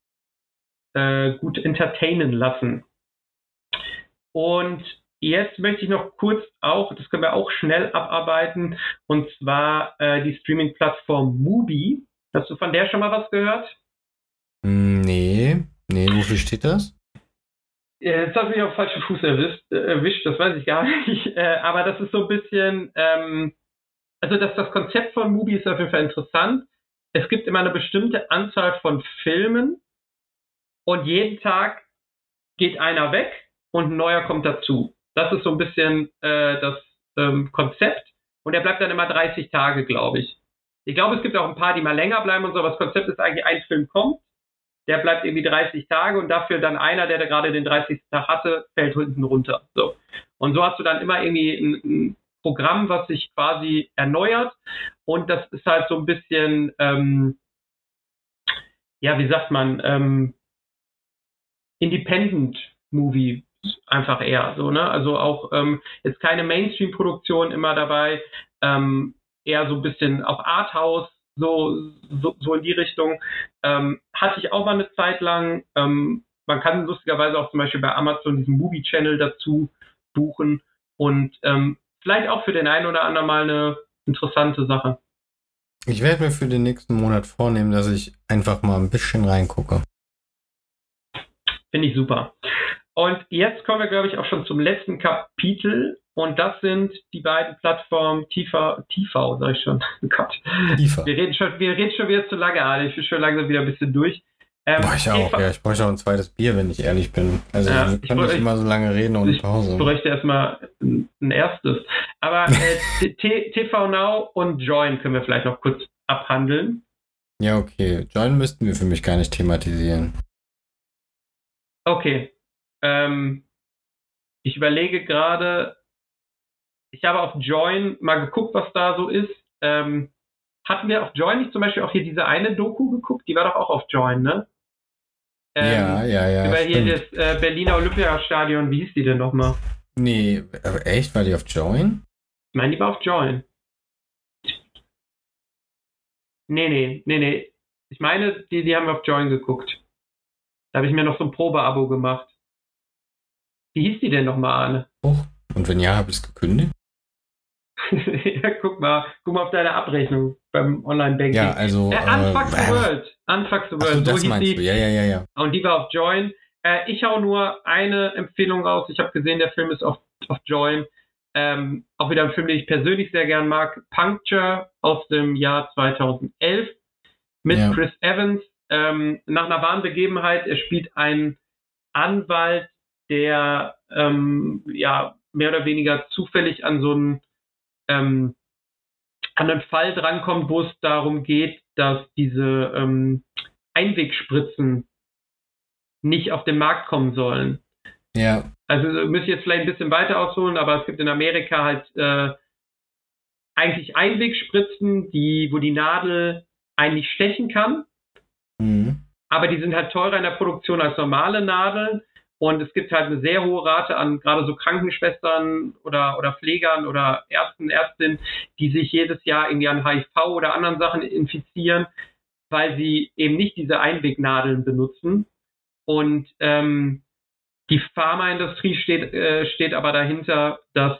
entertainen lassen. Und jetzt möchte ich noch kurz das können wir auch schnell abarbeiten, und zwar die Streaming-Plattform Mubi. Hast du von der schon mal was gehört? Nee, wofür steht das? Jetzt hast du mich auf falschen Fuß erwischt, das weiß ich gar nicht. Aber das ist so ein bisschen, also das Konzept von Mubi ist auf jeden Fall interessant. Es gibt immer eine bestimmte Anzahl von Filmen und jeden Tag geht einer weg und ein neuer kommt dazu. Das ist so ein bisschen das Konzept und der bleibt dann immer 30 Tage, glaube ich. Ich glaube, es gibt auch ein paar, die mal länger bleiben und so, aber das Konzept ist eigentlich, ein Film kommt, der bleibt irgendwie 30 Tage und dafür dann einer, der gerade den 30. Tag hatte, fällt hinten runter. So. Und so hast du dann immer irgendwie ein Programm, was sich quasi erneuert und das ist halt so ein bisschen, wie sagt man, Independent Movie einfach eher so, ne? Also auch jetzt keine Mainstream-Produktion immer dabei, eher so ein bisschen auch Arthouse, so in die Richtung. Hatte ich auch mal eine Zeit lang. Man kann lustigerweise auch zum Beispiel bei Amazon diesen Movie-Channel dazu buchen und vielleicht auch für den einen oder anderen mal eine interessante Sache. Ich werde mir für den nächsten Monat vornehmen, dass ich einfach mal ein bisschen reingucke. Finde ich super. Und jetzt kommen wir, glaube ich, auch schon zum letzten Kapitel. Und das sind die beiden Plattformen TV, sag ich schon. Gott. Wir reden schon wieder zu lange, Alter. Ich bin schon langsam wieder ein bisschen durch. Ich auch, ja. Ich bräuchte auch ein zweites Bier, wenn ich ehrlich bin. Also wir können nicht immer so lange reden ohne Pause. Ich bräuchte erstmal ein erstes. Aber TV Now und Join können wir vielleicht noch kurz abhandeln. Ja, okay. Join müssten wir für mich gar nicht thematisieren. Okay. Ich überlege gerade, ich habe auf Join mal geguckt, was da so ist. hatten wir auf Join nicht zum Beispiel auch hier diese eine Doku geguckt? Die war doch auch auf Join, ne? Ja. Über hier das Berliner Olympiastadion, wie hieß die denn nochmal? Nee, echt? War die auf Join? Ich meine, die war auf Join. Nee. Ich meine, die haben wir auf Join geguckt. Da habe ich mir noch so ein Probeabo gemacht. Wie hieß die denn nochmal, Arne? Oh, und wenn ja, habe ich es gekündigt? Ja, guck mal auf deine Abrechnung beim Online-Banking. Ja, also... Unfuck the World. Unfuck the World. Achso, das so meinst du. Ja. Und die war auf Join. Ich hau nur eine Empfehlung raus. Ich habe gesehen, der Film ist auf Join. Auch wieder ein Film, den ich persönlich sehr gern mag. Puncture aus dem Jahr 2011 mit Chris Evans. Nach einer wahren Begebenheit. Er spielt einen Anwalt, der mehr oder weniger zufällig an so einen an einen Fall drankommt, wo es darum geht, dass diese Einwegspritzen nicht auf den Markt kommen sollen. Ja. Also müssen ich jetzt vielleicht ein bisschen weiter ausholen, aber es gibt in Amerika halt eigentlich Einwegspritzen, wo die Nadel eigentlich stechen kann, aber die sind halt teurer in der Produktion als normale Nadeln. Und es gibt halt eine sehr hohe Rate an gerade so Krankenschwestern oder Pflegern oder Ärztinnen, die sich jedes Jahr irgendwie an HIV oder anderen Sachen infizieren, weil sie eben nicht diese Einwegnadeln benutzen. Und die Pharmaindustrie steht aber dahinter, dass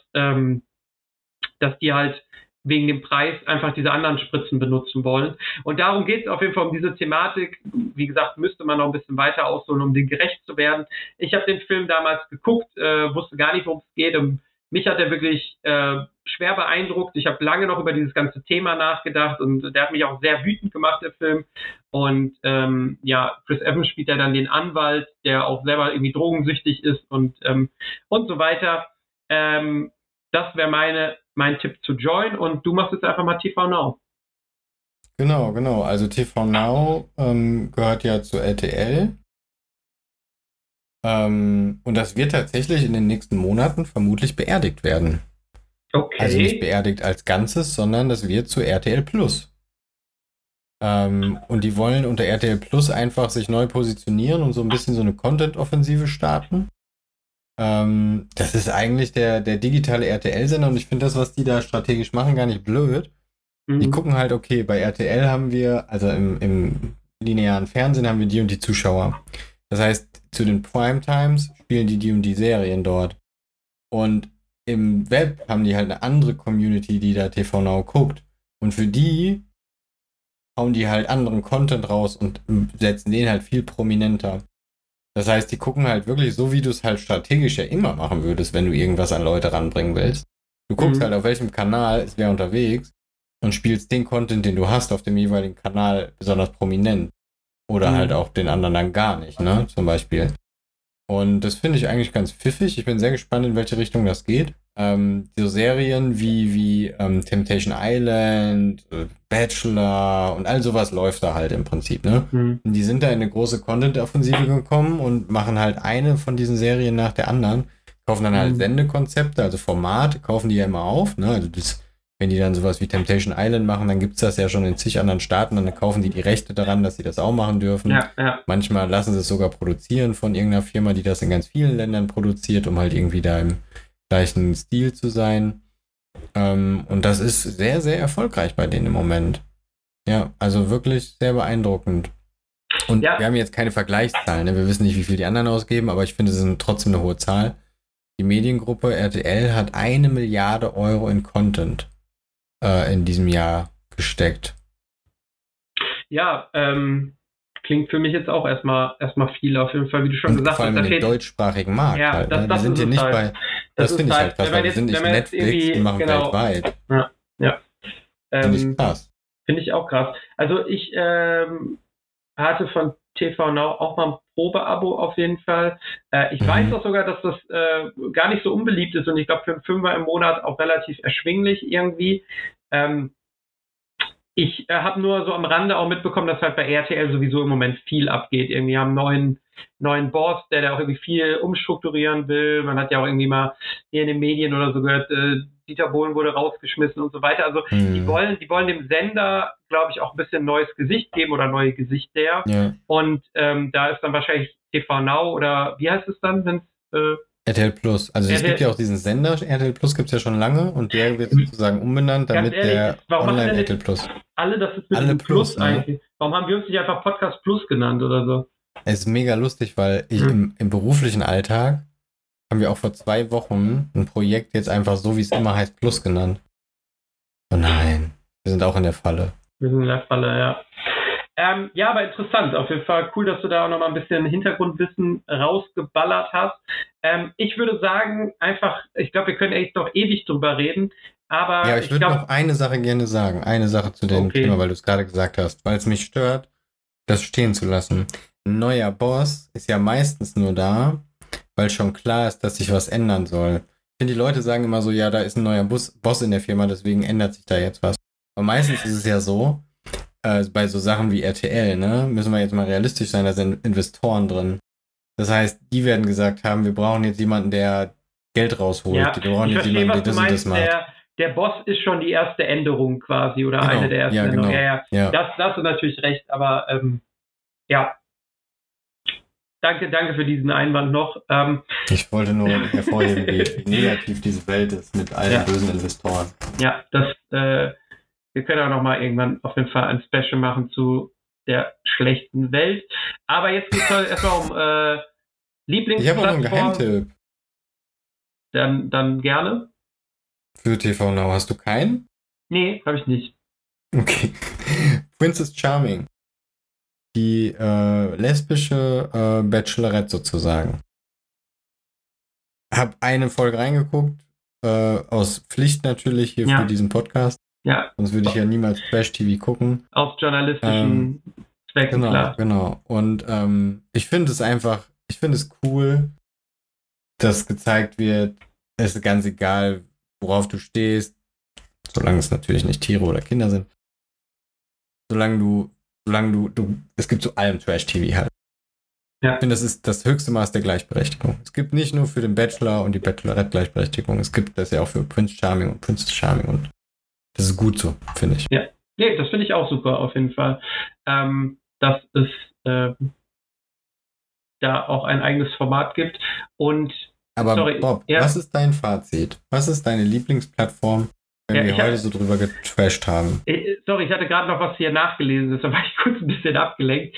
die halt wegen dem Preis einfach diese anderen Spritzen benutzen wollen. Und darum geht es auf jeden Fall um diese Thematik. Wie gesagt, müsste man noch ein bisschen weiter ausholen, um dem gerecht zu werden. Ich habe den Film damals geguckt, wusste gar nicht, worum es geht. Und mich hat er wirklich schwer beeindruckt. Ich habe lange noch über dieses ganze Thema nachgedacht und der hat mich auch sehr wütend gemacht, der Film. Und Chris Evans spielt ja dann den Anwalt, der auch selber irgendwie drogensüchtig ist und so weiter. Das wäre mein Tipp zu Join und du machst jetzt einfach mal TV Now. Genau. Also TV Now gehört ja zu RTL. Und das wird tatsächlich in den nächsten Monaten vermutlich beerdigt werden. Okay. Also nicht beerdigt als Ganzes, sondern das wird zu RTL Plus. Und die wollen unter RTL Plus einfach sich neu positionieren und so ein bisschen so eine Content-Offensive starten. Das ist eigentlich der digitale RTL-Sender und ich finde das, was die da strategisch machen, gar nicht blöd. Die gucken halt, okay, bei RTL haben wir, also im linearen Fernsehen haben wir die und die Zuschauer. Das heißt, zu den Primetimes spielen die und die Serien dort. Und im Web haben die halt eine andere Community, die da TV Now guckt. Und für die hauen die halt anderen Content raus und setzen den halt viel prominenter. Das heißt, die gucken halt wirklich so, wie du es halt strategisch ja immer machen würdest, wenn du irgendwas an Leute ranbringen willst. Du guckst halt, auf welchem Kanal ist wer unterwegs und spielst den Content, den du hast, auf dem jeweiligen Kanal besonders prominent. Oder halt auch den anderen dann gar nicht, ne, zum Beispiel. Und das finde ich eigentlich ganz pfiffig. Ich bin sehr gespannt, in welche Richtung das geht. So Serien wie Temptation Island, Bachelor und all sowas läuft da halt im Prinzip, ne? Und die sind da in eine große Content-Offensive gekommen und machen halt eine von diesen Serien nach der anderen, kaufen dann halt Sendekonzepte, also Formate, kaufen die ja immer auf, ne? Also wenn die dann sowas wie Temptation Island machen, dann gibt's das ja schon in zig anderen Staaten, dann kaufen die Rechte daran, dass sie das auch machen dürfen. Ja. Manchmal lassen sie es sogar produzieren von irgendeiner Firma, die das in ganz vielen Ländern produziert, um halt irgendwie da im gleichen Stil zu sein. Und das ist sehr, sehr erfolgreich bei denen im Moment. Ja, also wirklich sehr beeindruckend. Und wir haben jetzt keine Vergleichszahlen, ne? Wir wissen nicht, wie viel die anderen ausgeben, aber ich finde, es ist trotzdem eine hohe Zahl. Die Mediengruppe RTL hat 1 Milliarde Euro in Content in diesem Jahr gesteckt. Ja, klingt für mich jetzt auch erstmal viel, auf jeden Fall, wie du schon gesagt hast. Vor allem in dem deutschsprachigen Markt. Ja, halt, das wir sind hier nicht halt. bei, das finde ich halt krass, weil wir sind nicht Netflix und machen weltweit. Ja. Finde ich krass. Finde ich auch krass. Also ich hatte von TV Now auch mal ein Probeabo auf jeden Fall. Ich weiß auch sogar, dass das gar nicht so unbeliebt ist und ich glaube für einen Fünfer im Monat auch relativ erschwinglich irgendwie. Ich habe nur so am Rande auch mitbekommen, dass halt bei RTL sowieso im Moment viel abgeht. Irgendwie haben einen neuen Boss, der auch irgendwie viel umstrukturieren will. Man hat ja auch irgendwie mal hier in den Medien oder so gehört, Dieter Bohlen wurde rausgeschmissen und so weiter. Also die wollen dem Sender, glaube ich, auch ein bisschen neues Gesicht geben oder neue Gesichter. Ja. Und da ist dann wahrscheinlich TV Now oder wie heißt es dann, wenn es RTL Plus. Also es gibt ja auch diesen Sender, RTL Plus gibt es ja schon lange und der wird sozusagen umbenannt, damit der Online-RTL Plus. Alle, das ist mit alle Plus eigentlich. Warum haben wir uns nicht einfach Podcast Plus genannt oder so? Es ist mega lustig, weil ich im beruflichen Alltag haben wir auch vor 2 Wochen ein Projekt jetzt einfach so, wie es immer heißt, Plus genannt. Oh nein, wir sind auch in der Falle. Wir sind in der Falle, ja. Ja, aber interessant. Auf jeden Fall cool, dass du da auch nochmal ein bisschen Hintergrundwissen rausgeballert hast. Ich würde sagen, einfach, ich glaube, wir können echt noch ewig drüber reden. Aber ja, ich würde noch eine Sache gerne sagen. Eine Sache zu dem Thema, weil du es gerade gesagt hast. Weil es mich stört, das stehen zu lassen. Ein neuer Boss ist ja meistens nur da, weil schon klar ist, dass sich was ändern soll. Ich finde, die Leute sagen immer so, ja, da ist ein neuer Boss in der Firma, deswegen ändert sich da jetzt was. Aber meistens ist es ja so, bei so Sachen wie RTL, ne, müssen wir jetzt mal realistisch sein, da sind Investoren drin. Das heißt, die werden gesagt haben, wir brauchen jetzt jemanden, der Geld rausholt. Ja, wir brauchen jetzt jemanden, der das und das macht. Der Boss ist schon die erste Änderung quasi oder genau, eine der ersten Änderungen. Genau. Ja. Das hast du natürlich recht, aber ja. Danke für diesen Einwand noch. Ich wollte nur hervorheben, wie negativ diese Welt ist mit allen bösen Investoren. Ja, wir können auch noch mal irgendwann auf jeden Fall ein Special machen zu der schlechten Welt. Aber jetzt geht es erstmal um Lieblingsplattform. Ich habe auch noch einen Geheimtipp. Dann gerne. Für TV Now hast du keinen? Nee, habe ich nicht. Okay. Princess Charming. Die lesbische Bachelorette sozusagen. Hab eine Folge reingeguckt, aus Pflicht natürlich hier für diesen Podcast. Ja. Sonst würde ich ja niemals Trash-TV gucken. Aus journalistischen Zwecken, klar. Genau. Und ich finde es cool, dass gezeigt wird, es ist ganz egal, worauf du stehst, solange es natürlich nicht Tiere oder Kinder sind. Solange du, es gibt zu allem Trash-TV halt. Ja. Ich finde, das ist das höchste Maß der Gleichberechtigung. Es gibt nicht nur für den Bachelor und die Bachelorette Gleichberechtigung, es gibt das ja auch für Prince Charming und Princess Charming und das ist gut so, finde ich. Ja, nee, das finde ich auch super, auf jeden Fall. Dass es da auch ein eigenes Format gibt. Und aber Bob, was ist dein Fazit? Was ist deine Lieblingsplattform, wenn wir heute so drüber getrashed haben? Sorry, ich hatte gerade noch was hier nachgelesen, deshalb war ich kurz ein bisschen abgelenkt.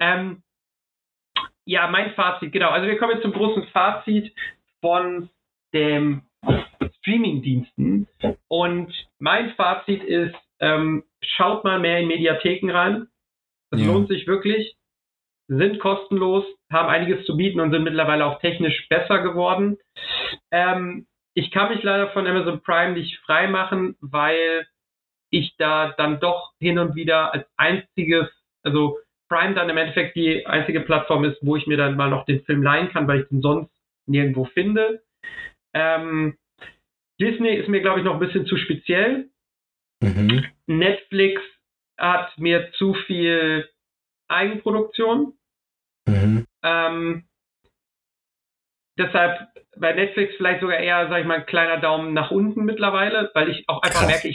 Ja, mein Fazit, genau. Also wir kommen jetzt zum großen Fazit von dem Streaming-Diensten. Und mein Fazit ist, schaut mal mehr in Mediatheken rein. Das lohnt sich wirklich. Sind kostenlos, haben einiges zu bieten und sind mittlerweile auch technisch besser geworden. Ich kann mich leider von Amazon Prime nicht frei machen, weil ich da dann doch hin und wieder als einziges, also Prime dann im Endeffekt die einzige Plattform ist, wo ich mir dann mal noch den Film leihen kann, weil ich den sonst nirgendwo finde. Disney ist mir, glaube ich, noch ein bisschen zu speziell. Mhm. Netflix hat mir zu viel Eigenproduktion. Mhm. Deshalb bei Netflix vielleicht sogar eher, sag ich mal, ein kleiner Daumen nach unten mittlerweile, weil ich auch einfach merke,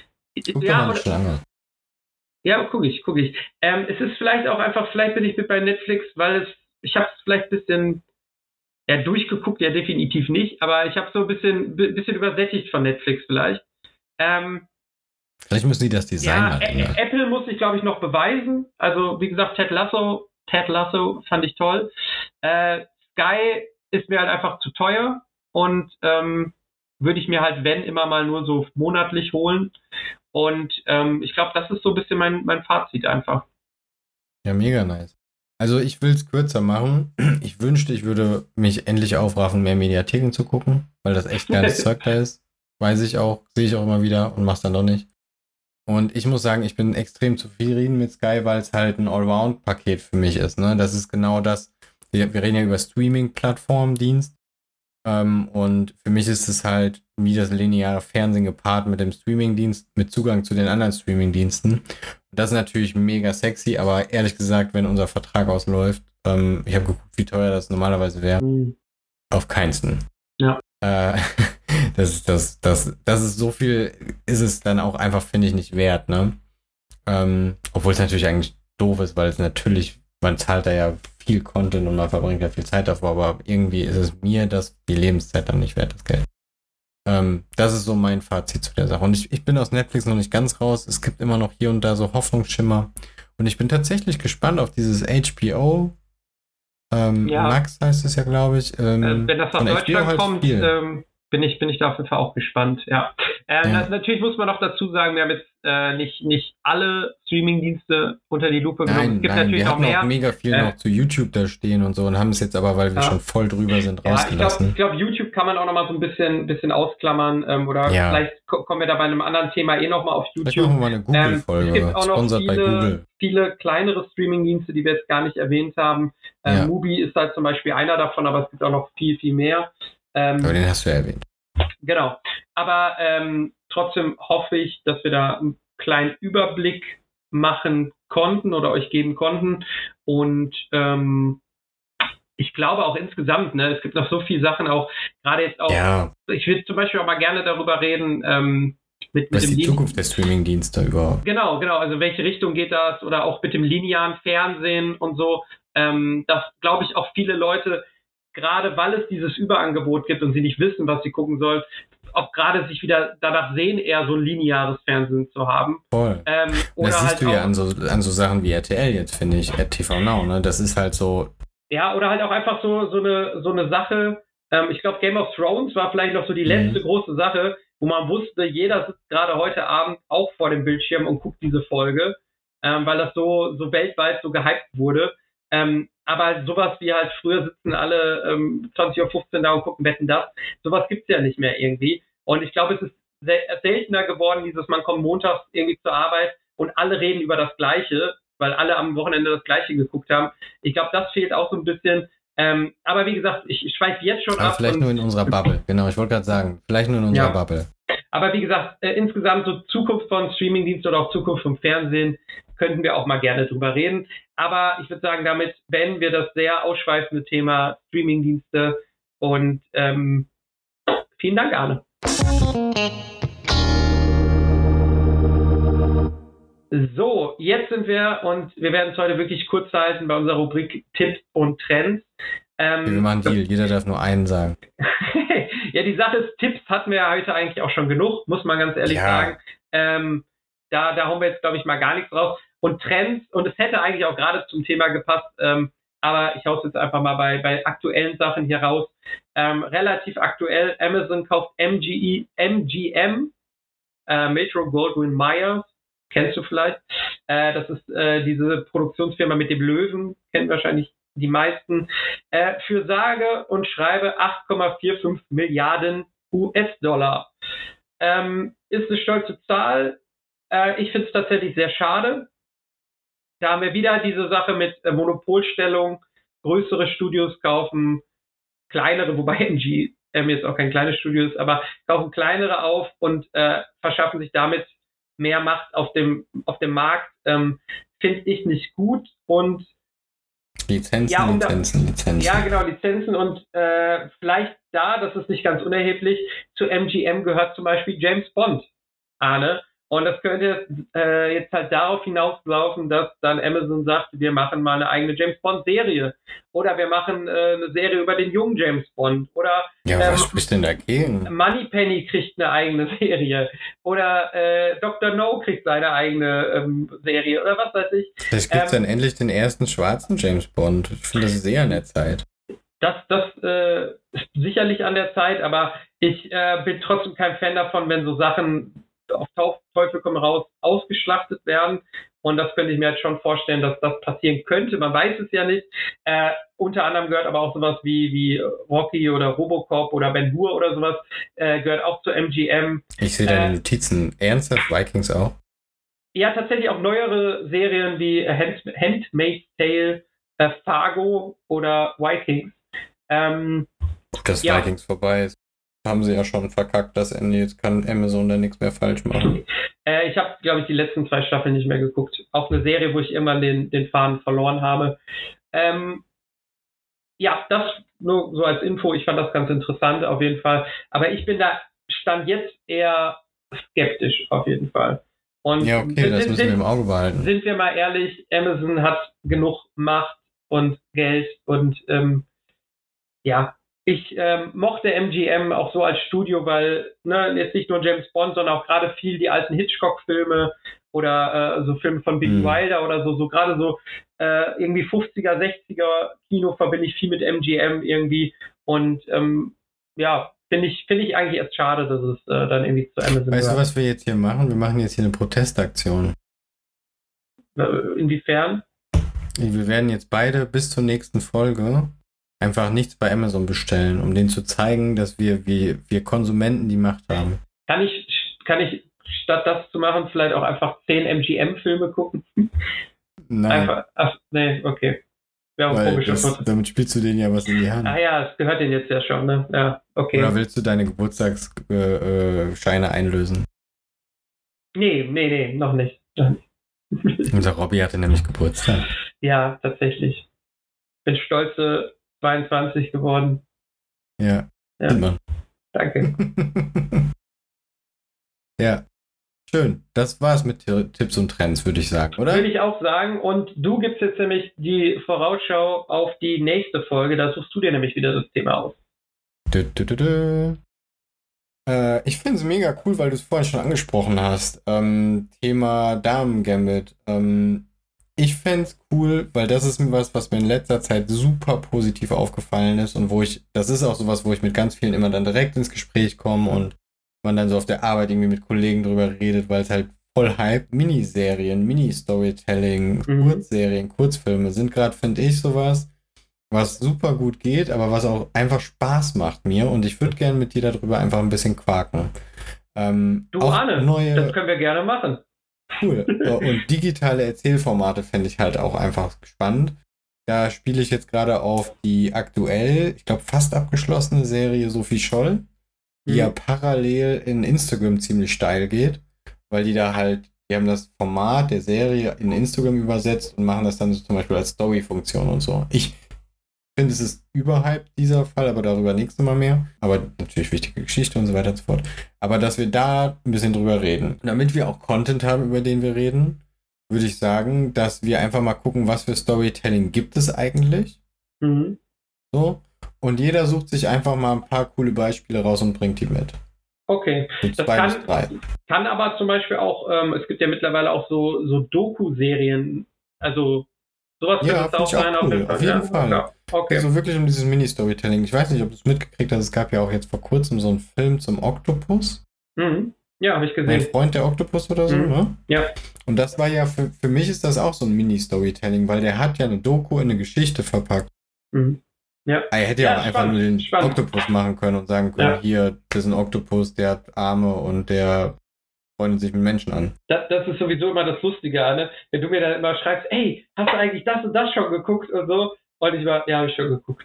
gucke ich. Es ist vielleicht auch einfach, vielleicht bin ich mit bei Netflix, weil ich habe es vielleicht ein bisschen durchgeguckt, ja definitiv nicht, aber ich habe so ein bisschen übersättigt von Netflix vielleicht. Vielleicht müssen die das Design ändern. Apple muss sich, glaube ich, noch beweisen. Also, wie gesagt, Ted Lasso fand ich toll. Sky ist mir halt einfach zu teuer und würde ich mir halt, wenn, immer mal nur so monatlich holen. Und ich glaube, das ist so ein bisschen mein Fazit einfach. Ja, mega nice. Also ich will es kürzer machen. Ich wünschte, ich würde mich endlich aufraffen, mehr Mediatheken zu gucken, weil das echt geiles Zeug da ist. Weiß ich auch, sehe ich auch immer wieder und mach's dann doch nicht. Und ich muss sagen, ich bin extrem zufrieden mit Sky, weil es halt ein Allround-Paket für mich ist. Ne? Das ist genau das. Wir reden ja über Streaming-Plattform-Dienst. Und für mich ist es halt wie das lineare Fernsehen gepaart mit dem Streamingdienst, mit Zugang zu den anderen Streamingdiensten. Und das ist natürlich mega sexy, aber ehrlich gesagt, wenn unser Vertrag ausläuft, ich habe geguckt, wie teuer das normalerweise wäre, auf keinsten. Ja. Das ist so viel, ist es dann auch einfach, finde ich, nicht wert, ne? Obwohl es natürlich eigentlich doof ist, weil es natürlich, man zahlt da ja viel Content und man verbringt ja viel Zeit davor, aber irgendwie ist es mir die Lebenszeit dann nicht wert, das Geld. Das ist so mein Fazit zu der Sache. Und ich bin aus Netflix noch nicht ganz raus. Es gibt immer noch hier und da so Hoffnungsschimmer. Und ich bin tatsächlich gespannt auf dieses HBO. Max heißt es ja, glaube ich. Wenn das nach Deutschland kommt, bin ich da auf jeden Fall auch gespannt. Ja. Natürlich muss man noch dazu sagen, wir haben jetzt nicht alle Streamingdienste unter die Lupe genommen. Es gibt natürlich noch mehr. Wir haben mega viel noch zu YouTube da stehen und so und haben es jetzt aber, weil wir schon voll drüber sind, rausgelassen. Ich glaube, YouTube kann man auch noch mal so ein bisschen ausklammern oder vielleicht kommen wir da bei einem anderen Thema nochmal auf YouTube. Vielleicht machen wir mal eine Google-Folge. Es gibt auch noch viele kleinere Streamingdienste, die wir jetzt gar nicht erwähnt haben. Mubi ist halt zum Beispiel einer davon, aber es gibt auch noch viel, viel mehr. Aber den hast du ja erwähnt. Genau. Aber trotzdem hoffe ich, dass wir da einen kleinen Überblick machen konnten oder euch geben konnten. Und ich glaube auch insgesamt, ne, es gibt noch so viele Sachen auch, gerade jetzt auch, ich würde zum Beispiel auch mal gerne darüber reden, was ist die Zukunft der Streamingdienste überhaupt? Genau, also welche Richtung geht das oder auch mit dem linearen Fernsehen und so, dass, glaube ich, auch viele Leute, gerade weil es dieses Überangebot gibt und sie nicht wissen, was sie gucken sollen, auch gerade sich wieder danach sehen, eher so ein lineares Fernsehen zu haben. Voll. Oder das siehst halt du ja an so Sachen wie RTL jetzt, finde ich, TV Now, ne? Das ist halt so. Ja, oder halt auch einfach so eine Sache, ich glaube Game of Thrones war vielleicht noch so die letzte große Sache, wo man wusste, jeder sitzt gerade heute Abend auch vor dem Bildschirm und guckt diese Folge, weil das so weltweit so gehypt wurde. Aber sowas wie halt früher sitzen alle 20:15 Uhr da und gucken Wetten, das. Sowas gibt's ja nicht mehr irgendwie. Und ich glaube, es ist seltener geworden, man kommt montags irgendwie zur Arbeit und alle reden über das Gleiche, weil alle am Wochenende das Gleiche geguckt haben. Ich glaube, das fehlt auch so ein bisschen. Aber wie gesagt, ich schweife jetzt schon ab. Vielleicht nur in unserer Bubble. Genau, ich wollte gerade sagen, vielleicht nur in unserer Bubble. Aber wie gesagt, insgesamt so Zukunft von Streamingdiensten oder auch Zukunft vom Fernsehen könnten wir auch mal gerne drüber reden. Aber ich würde sagen, damit beenden wir das sehr ausschweifende Thema Streamingdienste. Und vielen Dank, Arne. So, jetzt sind wir und wir werden es heute wirklich kurz halten bei unserer Rubrik Tipps und Trends. Wir machen Deal, jeder darf nur einen sagen. Ja, die Sache ist, Tipps hatten wir ja heute eigentlich auch schon genug, muss man ganz ehrlich sagen. Da hauen wir jetzt, glaube ich, mal gar nichts drauf. Und Trends, und es hätte eigentlich auch gerade zum Thema gepasst, aber ich hau's jetzt einfach mal bei aktuellen Sachen hier raus. Relativ aktuell, Amazon kauft MGM, Metro-Goldwyn-Mayer, kennst du vielleicht. Das ist diese Produktionsfirma mit dem Löwen, kennen wahrscheinlich die meisten, für sage und schreibe 8,45 Milliarden US-Dollar. Ist eine stolze Zahl. Ich finde es tatsächlich sehr schade. Da haben wir wieder diese Sache mit Monopolstellung, größere Studios kaufen kleinere, wobei MGM jetzt auch kein kleines Studio ist, aber kaufen kleinere auf und verschaffen sich damit mehr Macht auf dem Markt. Finde ich nicht gut. Und Lizenzen. Ja, genau, Lizenzen und vielleicht das ist nicht ganz unerheblich, zu MGM gehört zum Beispiel James Bond, Arne. Und das könnte jetzt halt darauf hinauslaufen, dass dann Amazon sagt, wir machen mal eine eigene James Bond-Serie. Oder wir machen eine Serie über den jungen James Bond. Oder was spricht denn dagegen? Moneypenny kriegt eine eigene Serie. Oder Dr. No kriegt seine eigene Serie. Oder was weiß ich. Vielleicht gibt es dann endlich den ersten schwarzen James Bond. Ich finde, das ist eher an der Zeit. Das ist sicherlich an der Zeit, aber ich bin trotzdem kein Fan davon, wenn so Sachen auf Teufel komm raus ausgeschlachtet werden. Und das könnte ich mir jetzt schon vorstellen, dass das passieren könnte. Man weiß es ja nicht. Unter anderem gehört aber auch sowas wie Rocky oder Robocop oder Ben-Hur oder sowas, gehört auch zu MGM. Ich sehe deine Notizen. Ernsthaft? Vikings auch? Ja, tatsächlich auch neuere Serien wie Handmaid's Tale, Fargo oder Vikings. Ob das Vikings vorbei ist, haben sie ja schon verkackt, das Ende. Jetzt kann Amazon da nichts mehr falsch machen. Ich habe, glaube ich, die letzten 2 Staffeln nicht mehr geguckt. Auch eine Serie, wo ich irgendwann den Faden verloren habe. Ja, das nur so als Info. Ich fand das ganz interessant auf jeden Fall. Aber ich bin da Stand jetzt eher skeptisch auf jeden Fall. Und ja, okay, das müssen wir im Auge behalten. Sind wir mal ehrlich, Amazon hat genug Macht und Geld und ich mochte MGM auch so als Studio, weil jetzt nicht nur James Bond, sondern auch gerade viel die alten Hitchcock-Filme oder so Filme von Billy Wilder oder so gerade so irgendwie 50er, 60er Kino verbinde ich viel mit MGM irgendwie und finde ich eigentlich erst schade, dass es dann irgendwie zu Amazon Weißt du, was wir jetzt hier machen? Wir machen jetzt hier eine Protestaktion. Inwiefern? Wir werden jetzt beide bis zur nächsten Folge einfach nichts bei Amazon bestellen, um denen zu zeigen, dass wir Konsumenten die Macht haben. Kann ich statt das zu machen, vielleicht auch einfach 10 MGM-Filme gucken? Nein. Nee, okay. Wäre ein komischer damit spielst du denen ja was in die Hand. Ah ja, es gehört denen jetzt ja schon, ne? Ja, okay. Oder willst du deine Geburtstagsscheine einlösen? Nee, noch nicht. Unser Robby hatte nämlich Geburtstag. Ja, tatsächlich. Bin stolze 22 geworden. Ja. Sieht man. Danke. Ja. Schön. Das war's mit Tipps und Trends, würde ich sagen, oder? Würde ich auch sagen. Und du gibst jetzt nämlich die Vorausschau auf die nächste Folge. Da suchst du dir nämlich wieder das Thema aus. Ich finde es mega cool, weil du es vorhin schon angesprochen hast. Thema Damen-Gambit. Ich fände es cool, weil das ist was mir in letzter Zeit super positiv aufgefallen ist und das ist auch sowas, wo ich mit ganz vielen immer dann direkt ins Gespräch komme und man dann so auf der Arbeit irgendwie mit Kollegen drüber redet, weil es halt voll Hype. Miniserien, Mini-Storytelling, Kurzserien, Kurzfilme sind gerade, finde ich, sowas, was super gut geht, aber was auch einfach Spaß macht mir und ich würde gerne mit dir darüber einfach ein bisschen quaken. Du Arne, das können wir gerne machen. Cool. Und digitale Erzählformate fände ich halt auch einfach spannend. Da spiele ich jetzt gerade auf die aktuell, ich glaube fast abgeschlossene Serie Sophie Scholl, die ja parallel in Instagram ziemlich steil geht, weil die haben das Format der Serie in Instagram übersetzt und machen das dann so zum Beispiel als Story-Funktion und so. Ich finde, es ist überhyped, dieser Fall, aber darüber nächstes Mal mehr. Aber natürlich wichtige Geschichte und so weiter und so fort. Aber dass wir da ein bisschen drüber reden. Und damit wir auch Content haben, über den wir reden, würde ich sagen, dass wir einfach mal gucken, was für Storytelling gibt es eigentlich. So. Und jeder sucht sich einfach mal ein paar coole Beispiele raus und bringt die mit. Okay. So 2 bis 3. Kann aber zum Beispiel auch, es gibt ja mittlerweile auch so Doku-Serien, also sowas ja, finde ich auch cool. Auf jeden Fall. Ja, okay. Also wirklich um dieses Mini-Storytelling. Ich weiß nicht, ob du es mitgekriegt hast, es gab ja auch jetzt vor kurzem so einen Film zum Oktopus. Ja, habe ich gesehen. Mein Freund der Oktopus oder so, ne? Ja. Und das war ja, für mich ist das auch so ein Mini-Storytelling, weil der hat ja eine Doku in eine Geschichte verpackt. Ja. Er hätte ja auch einfach nur den Oktopus machen können und sagen können, hier, das ist ein Oktopus, der hat Arme und der freundet sich mit Menschen an. Das ist sowieso immer das Lustige, Anne. Wenn du mir dann immer schreibst, ey, hast du eigentlich das und das schon geguckt und so? Und ich war, ja, habe ich schon geguckt.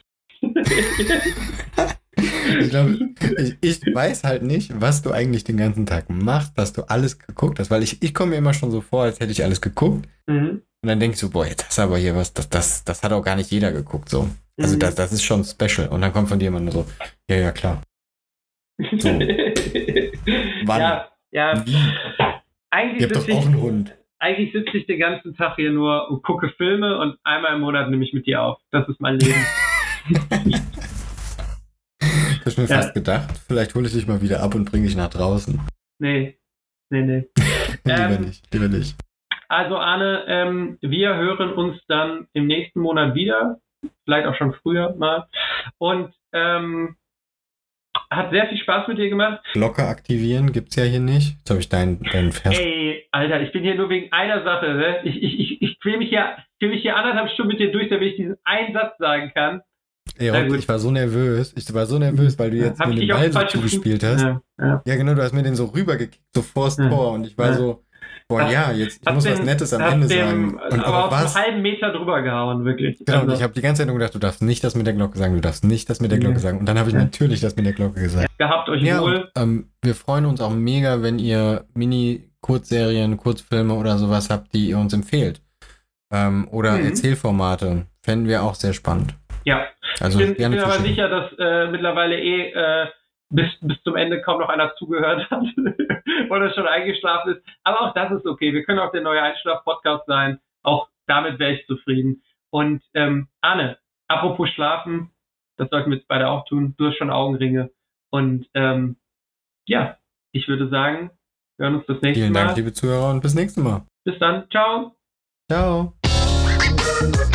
Ich glaube, ich weiß halt nicht, was du eigentlich den ganzen Tag machst, dass du alles geguckt hast, weil ich komme mir immer schon so vor, als hätte ich alles geguckt. Und dann denke ich so, boah, jetzt hast du aber hier was, das hat auch gar nicht jeder geguckt, so. Also das ist schon special. Und dann kommt von dir immer nur so, ja, klar. So. Wann? Ja. Eigentlich ihr habt doch auch einen Hund. Eigentlich sitze ich den ganzen Tag hier nur und gucke Filme und einmal im Monat nehme ich mit dir auf. Das ist mein Leben. Ich habe mir fast gedacht, vielleicht hole ich dich mal wieder ab und bringe dich nach draußen. Nee. Lieber nicht. Also Arne, wir hören uns dann im nächsten Monat wieder. Vielleicht auch schon früher mal. Und hat sehr viel Spaß mit dir gemacht. Glocke aktivieren gibt's ja hier nicht. Jetzt habe ich deinen Vers. Ey, Alter, ich bin hier nur wegen einer Sache. Ne? Ich quäl mich hier 1,5 Stunden mit dir durch, damit ich diesen einen Satz sagen kann. Ey, Rob, ich war so nervös, weil du jetzt mir den Ball so zugespielt hast. Ja, genau, du hast mir den so rübergekickt, so vors Tor und ich war so, Boah, ja, jetzt ich muss was Nettes am Ende sagen. Und aber auf einen halben Meter drüber gehauen, wirklich. Genau, und ich habe die ganze Zeit nur gedacht, du darfst nicht das mit der Glocke sagen, du darfst nicht das mit der Glocke sagen. Und dann habe ich natürlich das mit der Glocke gesagt. Gehabt euch wohl. Und, wir freuen uns auch mega, wenn ihr Mini-Kurzserien, Kurzfilme oder sowas habt, die ihr uns empfehlt. Oder Erzählformate. Fänden wir auch sehr spannend. Ja, also ich bin aber sicher, dass mittlerweile bis zum Ende kaum noch einer zugehört hat oder schon eingeschlafen ist. Aber auch das ist okay. Wir können auch der neue Einschlaf-Podcast sein. Auch damit wäre ich zufrieden. Und Arne, apropos Schlafen, das sollten wir jetzt beide auch tun. Du hast schon Augenringe. Und ich würde sagen, wir hören uns das nächste Mal. Vielen Dank, liebe Zuhörer, und bis nächstes Mal. Bis dann. Ciao. Ciao.